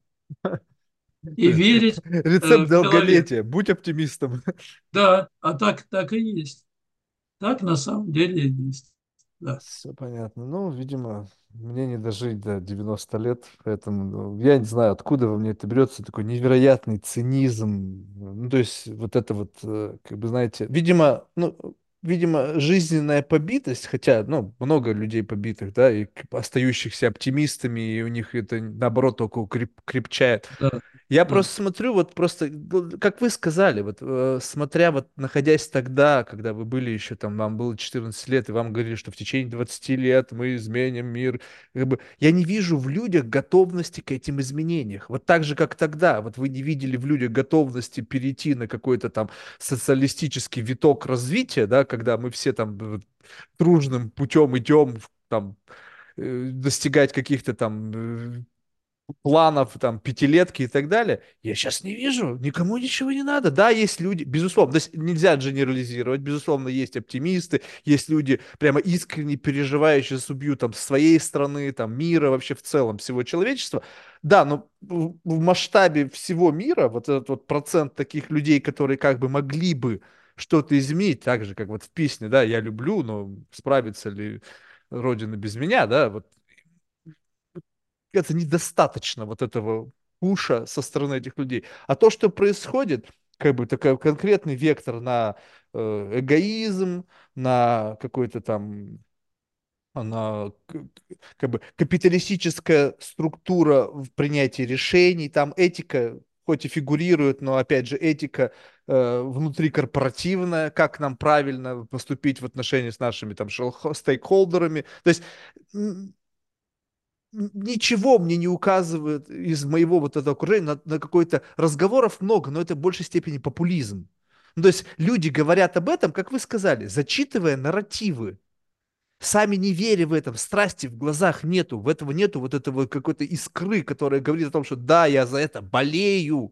и верить э, Рецепт в человека. долголетия. Будь оптимистом. Да, а так, так и есть. Так на самом деле и есть. Да, Все понятно. Ну, видимо, мне не дожить до девяноста лет, поэтому ну, я не знаю, откуда во мне это берется, такой невероятный цинизм. Ну, то есть вот это вот, э, как бы, знаете, видимо, ну, видимо, жизненная побитость, хотя, ну, много людей побитых, да, и к- остающихся оптимистами, и у них это, наоборот, только укреп- крепчает. да, Я да, просто смотрю, вот просто, ну, как вы сказали, вот э, смотря вот находясь тогда, когда вы были еще там, вам было четырнадцать лет, и вам говорили, что в течение двадцати лет мы изменим мир, как бы, я не вижу в людях готовности к этим изменениям. Вот так же, как тогда, вот вы не видели в людях готовности перейти на какой-то там социалистический виток развития, да, когда мы все там вот дружным путем идем, там, э, достигать каких-то там э, планов, там, пятилетки и так далее, я сейчас не вижу, никому ничего не надо. Да, есть люди, безусловно, то есть нельзя генерализировать, безусловно, есть оптимисты, есть люди, прямо искренне переживающие судьбу там своей страны, там, мира, вообще в целом всего человечества. Да, но в, в масштабе всего мира вот этот вот процент таких людей, которые как бы могли бы что-то изменить, так же, как вот в песне, да, я люблю, но справится ли Родина без меня, да, вот это недостаточно вот этого пуша со стороны этих людей. А то, что происходит, как бы такой конкретный вектор на э, эгоизм, на какой-то там, на к- как бы капиталистическая структура в принятии решений, там этика хоть и фигурирует, но опять же этика э, внутрикорпоративная, как нам правильно поступить в отношении с нашими там шелхо- стейкхолдерами. То есть ничего мне не указывает из моего вот этого окружения на, на какой-то разговоров много, но это в большей степени популизм. Ну, то есть люди говорят об этом, как вы сказали, зачитывая нарративы. Сами не веря в этом, страсти в глазах нету, в этого нету вот этого какой-то искры, которая говорит о том, что да, я за это болею.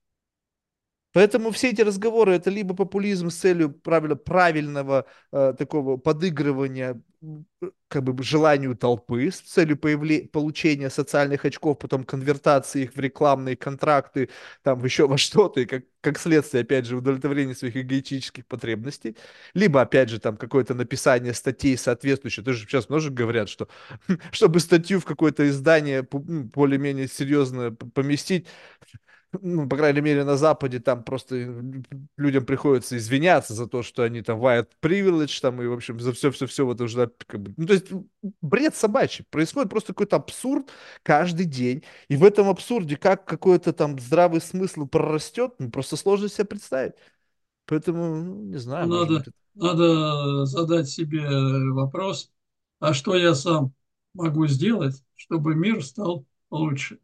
Поэтому все эти разговоры это либо популизм с целью правильно, правильного э, такого подыгрывания м, э, как бы желанию толпы с целью появле- получения социальных очков, потом конвертации их в рекламные контракты, там еще во что-то, и как, как следствие, опять же, удовлетворения своих эгоистических потребностей, либо, опять же, там какое-то написание статей соответствующее. Тоже сейчас тоже говорят, что чтобы статью в какое-то издание пу- м, более-менее серьезно п- поместить, ну, по крайней мере, на Западе там просто людям приходится извиняться за то, что они там white privilege, там, и, в общем, за все-все-все вот уже, да, как бы, ну, то есть бред собачий. Происходит просто какой-то абсурд каждый день, и в этом абсурде как какой-то там здравый смысл прорастет, ну, просто сложно себе представить. Поэтому, ну, не Ну, знаю, может быть, надо, это... надо задать себе вопрос, а что я сам могу сделать, чтобы мир стал лучше?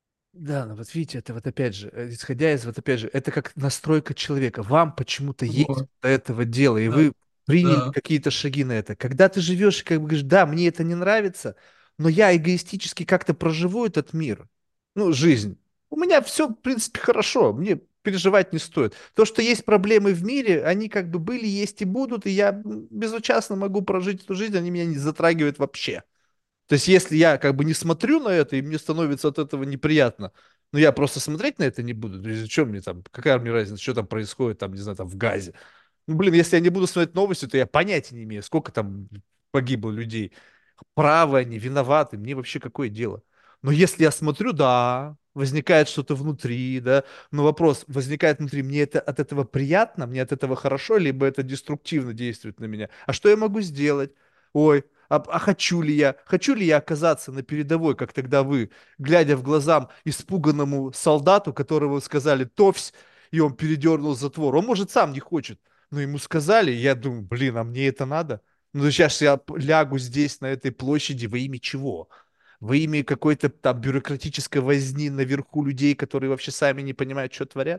Да, но вот видите, это вот опять же, э, исходя из вот опять же, это как настройка человека. Вам почему-то есть Вот, до этого дела, и да, вы приняли да. какие-то шаги на это. Когда ты живешь и как бы говоришь, да, мне это не нравится, но я эгоистически как-то проживу этот мир, ну, жизнь. У меня все, в принципе, хорошо, мне переживать не стоит. То, что есть проблемы в мире, они как бы были, есть и будут, и я м, безучастно могу прожить эту жизнь, они меня не затрагивают вообще. То есть, если я как бы не смотрю на это, и мне становится от этого неприятно, ну, я просто смотреть на это не буду. То есть, что мне там, какая мне разница, что там происходит, там, не знаю, там, в Газе. Ну, блин, если я не буду смотреть новости, то я понятия не имею, сколько там погибло людей. Правы они, виноваты, мне вообще какое дело. Но если я смотрю, да, возникает что-то внутри, да, но вопрос возникает внутри, мне это от этого приятно, мне от этого хорошо, либо это деструктивно действует на меня. А что я могу сделать? Ой, а, а хочу ли я, хочу ли я оказаться на передовой, как тогда вы, глядя в глазам испуганному солдату, которого сказали «товсь», и он передернул затвор. Он, может, сам не хочет, но ему сказали, и я думаю, блин, а мне это надо? Ну, сейчас я п- лягу здесь, на этой площади, во имя чего? Во имя какой-то там бюрократической возни наверху людей, которые вообще сами не понимают, что творят?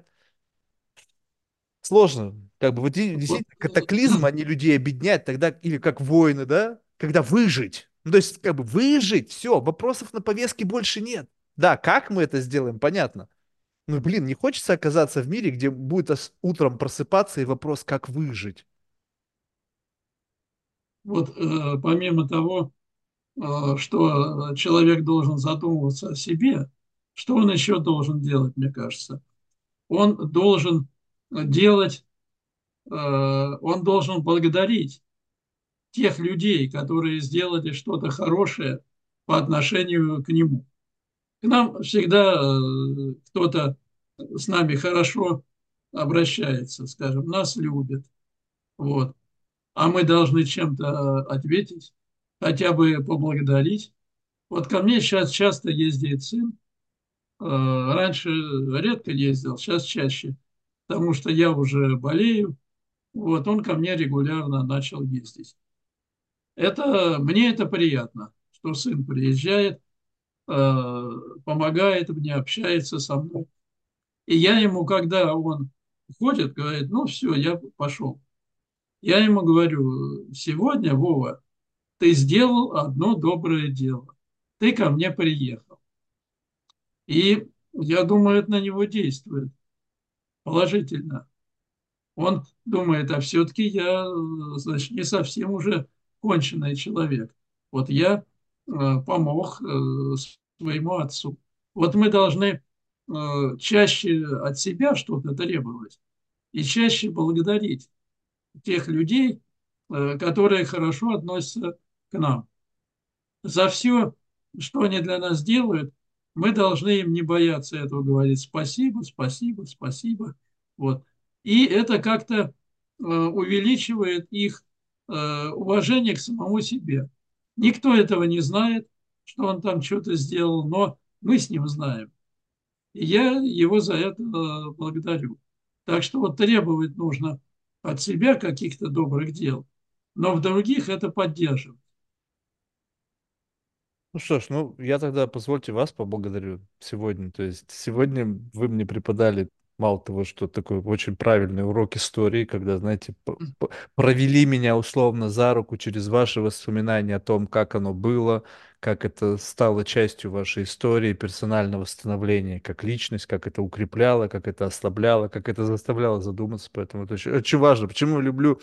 Сложно. Как бы вот де- Вот, действительно катаклизм, они людей объединяют тогда, или как войны, да? Когда выжить. Ну, то есть, как бы выжить, все, вопросов на повестке больше нет. Да, как мы это сделаем, понятно. Ну, блин, не хочется оказаться в мире, где будет ос- утром просыпаться и вопрос, как выжить. вот э, помимо того, э, что человек должен задумываться о себе, что он еще должен делать, мне кажется? Он должен делать, э, он должен благодарить тех людей, которые сделали что-то хорошее по отношению к нему. К нам всегда э, кто-то с нами хорошо обращается, скажем, нас любит, вот. А мы должны чем-то ответить, хотя бы поблагодарить. Вот ко мне сейчас часто ездит сын. Э, Раньше редко ездил, сейчас чаще, потому что я уже болею. Вот он ко мне регулярно начал ездить. Это, мне это приятно, что сын приезжает, э, помогает мне, общается со мной. И я ему, когда он уходит, говорит, ну все, я пошел. Я ему говорю, сегодня, Вова, ты сделал одно доброе дело. Ты ко мне приехал. И я думаю, это на него действует положительно. Он думает, а все-таки я, э, значит, не совсем уже конченый человек. Вот я э, помог э, своему отцу. Вот мы должны э, чаще от себя что-то требовать и чаще благодарить тех людей, э, которые хорошо относятся к нам. За все, что они для нас делают, мы должны им не бояться этого говорить спасибо, спасибо, спасибо. Вот. И это как-то э, увеличивает их э, уважение к самому себе. Никто этого не знает, что он там что-то сделал, но мы с ним знаем. И я его за это э, благодарю. Так что вот требовать нужно от себя каких-то добрых дел, но в других это поддерживать. Ну что ж, ну я тогда позвольте вас поблагодарю сегодня. То есть сегодня вы мне преподали Мало того, что такой очень правильный урок истории, когда, знаете, п- п- провели меня условно за руку через ваши воспоминания о том, как оно было, как это стало частью вашей истории, персонального становления, как личность, как это укрепляло, как это ослабляло, как это заставляло задуматься. Поэтому это очень, очень важно. Почему я люблю.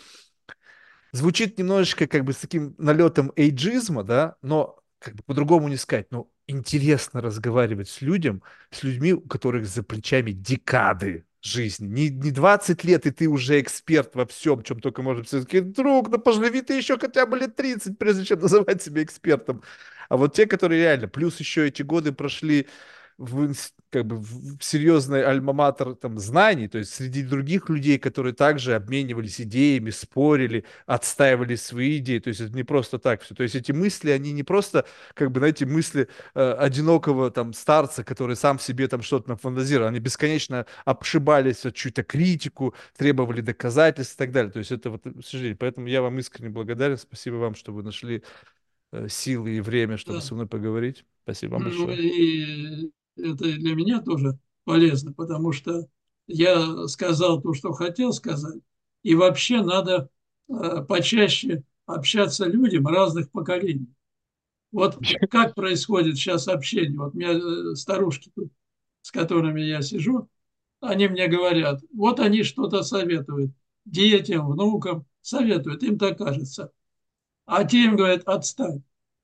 Звучит немножечко как бы с таким налетом эйджизма, да, но как бы по-другому не сказать. Но интересно разговаривать с людям, с людьми, у которых за плечами декады жизни. Не, не двадцать лет, и ты уже эксперт во всем, чем только может все-таки. Друг, да поживи ты еще хотя бы лет тридцать, прежде чем называть себя экспертом. А вот те, которые реально, плюс еще эти годы прошли в, инс- как бы в серьезный альма-матер там знаний, то есть среди других людей, которые также обменивались идеями, спорили, отстаивали свои идеи. То есть это не просто так все. То есть эти мысли, они не просто, как бы, знаете, мысли э, одинокого там старца, который сам себе там что-то нафантазировал. Они бесконечно обшибались от чью-то критику, требовали доказательств и так далее. То есть это вот, к сожалению. Поэтому я вам искренне благодарен. Спасибо вам, что вы нашли э, силы и время, чтобы Да. со мной поговорить. Спасибо вам Ну большое. и это и для меня тоже полезно, потому что я сказал то, что хотел сказать. И вообще надо э, почаще общаться людям разных поколений. Вот как происходит сейчас общение? Вот у меня э, старушки тут, с которыми я сижу, они мне говорят, вот они что-то советуют детям, внукам, советуют, им так кажется. А те им говорят, отстань,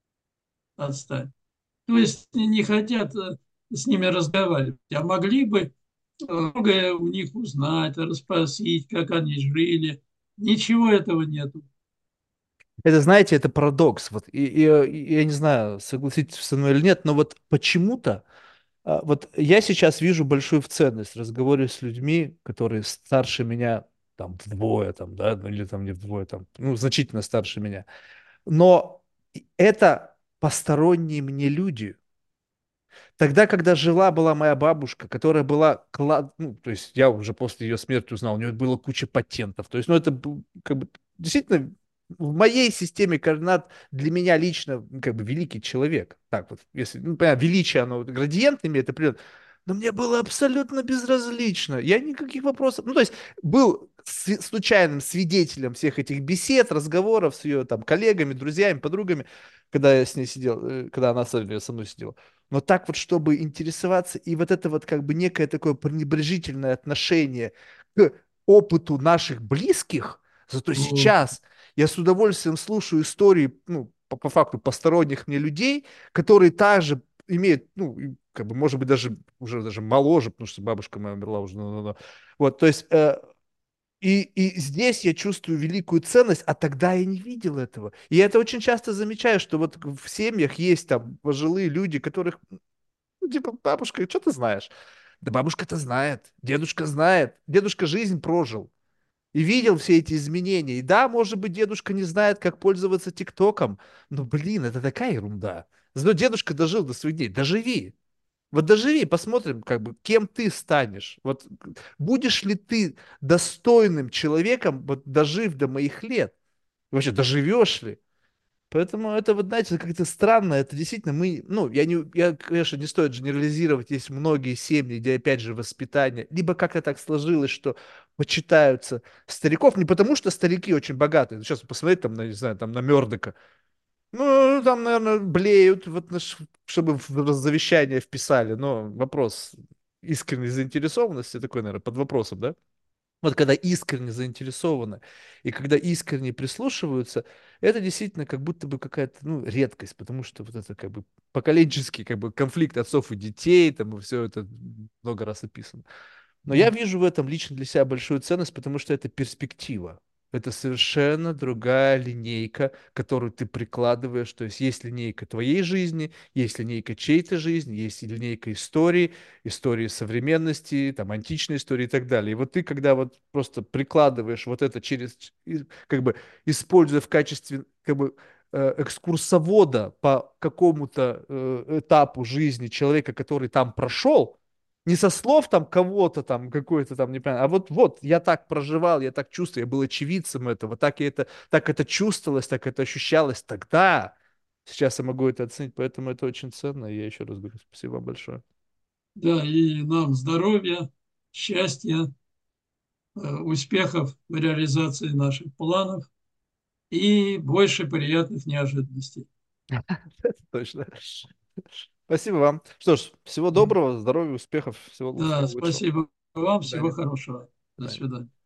отстань. То есть не хотят э, с ними разговаривать, а могли бы э, многое у них узнать, расспросить, как они жили. Ничего этого нету. Это, знаете, это парадокс. Вот, и, и, э, и я не знаю, согласитесь со мной или нет, но вот почему-то, а, вот я сейчас вижу большую в ценность в разговоре с людьми, которые старше меня там вдвое, там, да, ну или там не вдвое, там, ну, значительно старше меня. Но это посторонние мне люди. Тогда, когда жила была моя бабушка, которая была, кла- ну, то есть я уже после ее смерти узнал, у нее было куча патентов. То есть, ну, это был, как бы действительно в моей системе координат для меня лично ну, как бы великий человек. Так вот, если, ну, понятно, величие, оно градиент имеет определенно. Но мне было абсолютно безразлично. Я никаких вопросов. Ну, то есть был с- случайным свидетелем всех этих бесед, разговоров с ее там коллегами, друзьями, подругами, когда я с ней сидел, э, когда она со со мной сидела. Но так вот, чтобы интересоваться, и вот это вот как бы некое такое пренебрежительное отношение к опыту наших близких, зато Вот. сейчас я с удовольствием слушаю истории, ну, по, по факту посторонних мне людей, которые также имеют, ну, и как бы, может быть, даже уже даже моложе, потому что бабушка моя умерла уже, ну, ну, ну. Вот, то есть э, и, и здесь я чувствую великую ценность, а тогда я не видел этого. И я это очень часто замечаю, что вот в семьях есть там пожилые люди, которых, ну, типа, бабушка, что ты знаешь? Да бабушка-то знает, дедушка знает, дедушка жизнь прожил и видел все эти изменения. И да, может быть, дедушка не знает, как пользоваться ТикТоком, но, блин, это такая ерунда. Зато дедушка дожил до своих дней. Доживи. Вот доживи, посмотрим, как бы, кем ты станешь. Вот будешь ли ты достойным человеком, вот дожив до моих лет? Вообще, доживешь ли? Поэтому это, вот, знаете, как-то странно. Это действительно мы, ну, я не, я, конечно, не стоит генерализировать. Есть многие семьи, где, опять же, воспитание, либо как-то так сложилось, что почитаются стариков, не потому что старики очень богатые. Сейчас посмотреть там, на, не знаю, там на Мёрдока. Ну, там, наверное, блеют, вот, наш- чтобы в завещание вписали. Но вопрос искренней заинтересованности такой, наверное, под вопросом, да? Вот когда искренне заинтересованы и когда искренне прислушиваются, это действительно как будто бы какая-то, ну, редкость, потому что вот это как бы поколенческий как бы конфликт отцов и детей, там и все это много раз описано. Но я Да, вижу в этом лично для себя большую ценность, потому что это перспектива. Это совершенно другая линейка, которую ты прикладываешь. То есть есть линейка твоей жизни, есть линейка чьей-то жизни, есть линейка истории, истории современности, там, античной истории и так далее. И вот ты, когда вот просто прикладываешь вот это через, и- как бы, используя в качестве, как бы, э, экскурсовода по какому-то э, этапу жизни человека, который там прошел, не со слов там кого-то там, какой-то там, непонятно, а вот, вот, я так проживал, я так чувствую, я был очевидцем этого, так, я это, так это чувствовалось, так это ощущалось тогда. Сейчас я могу это оценить, поэтому это очень ценно, и я еще раз говорю, спасибо вам большое. да, и нам здоровья, счастья, э, успехов в реализации наших планов и больше приятных неожиданностей. Точно. Спасибо вам. Что ж, всего доброго, здоровья, успехов, всего Да, самого лучшего. спасибо вам, До всего свидания. хорошего. До До свидания. свидания.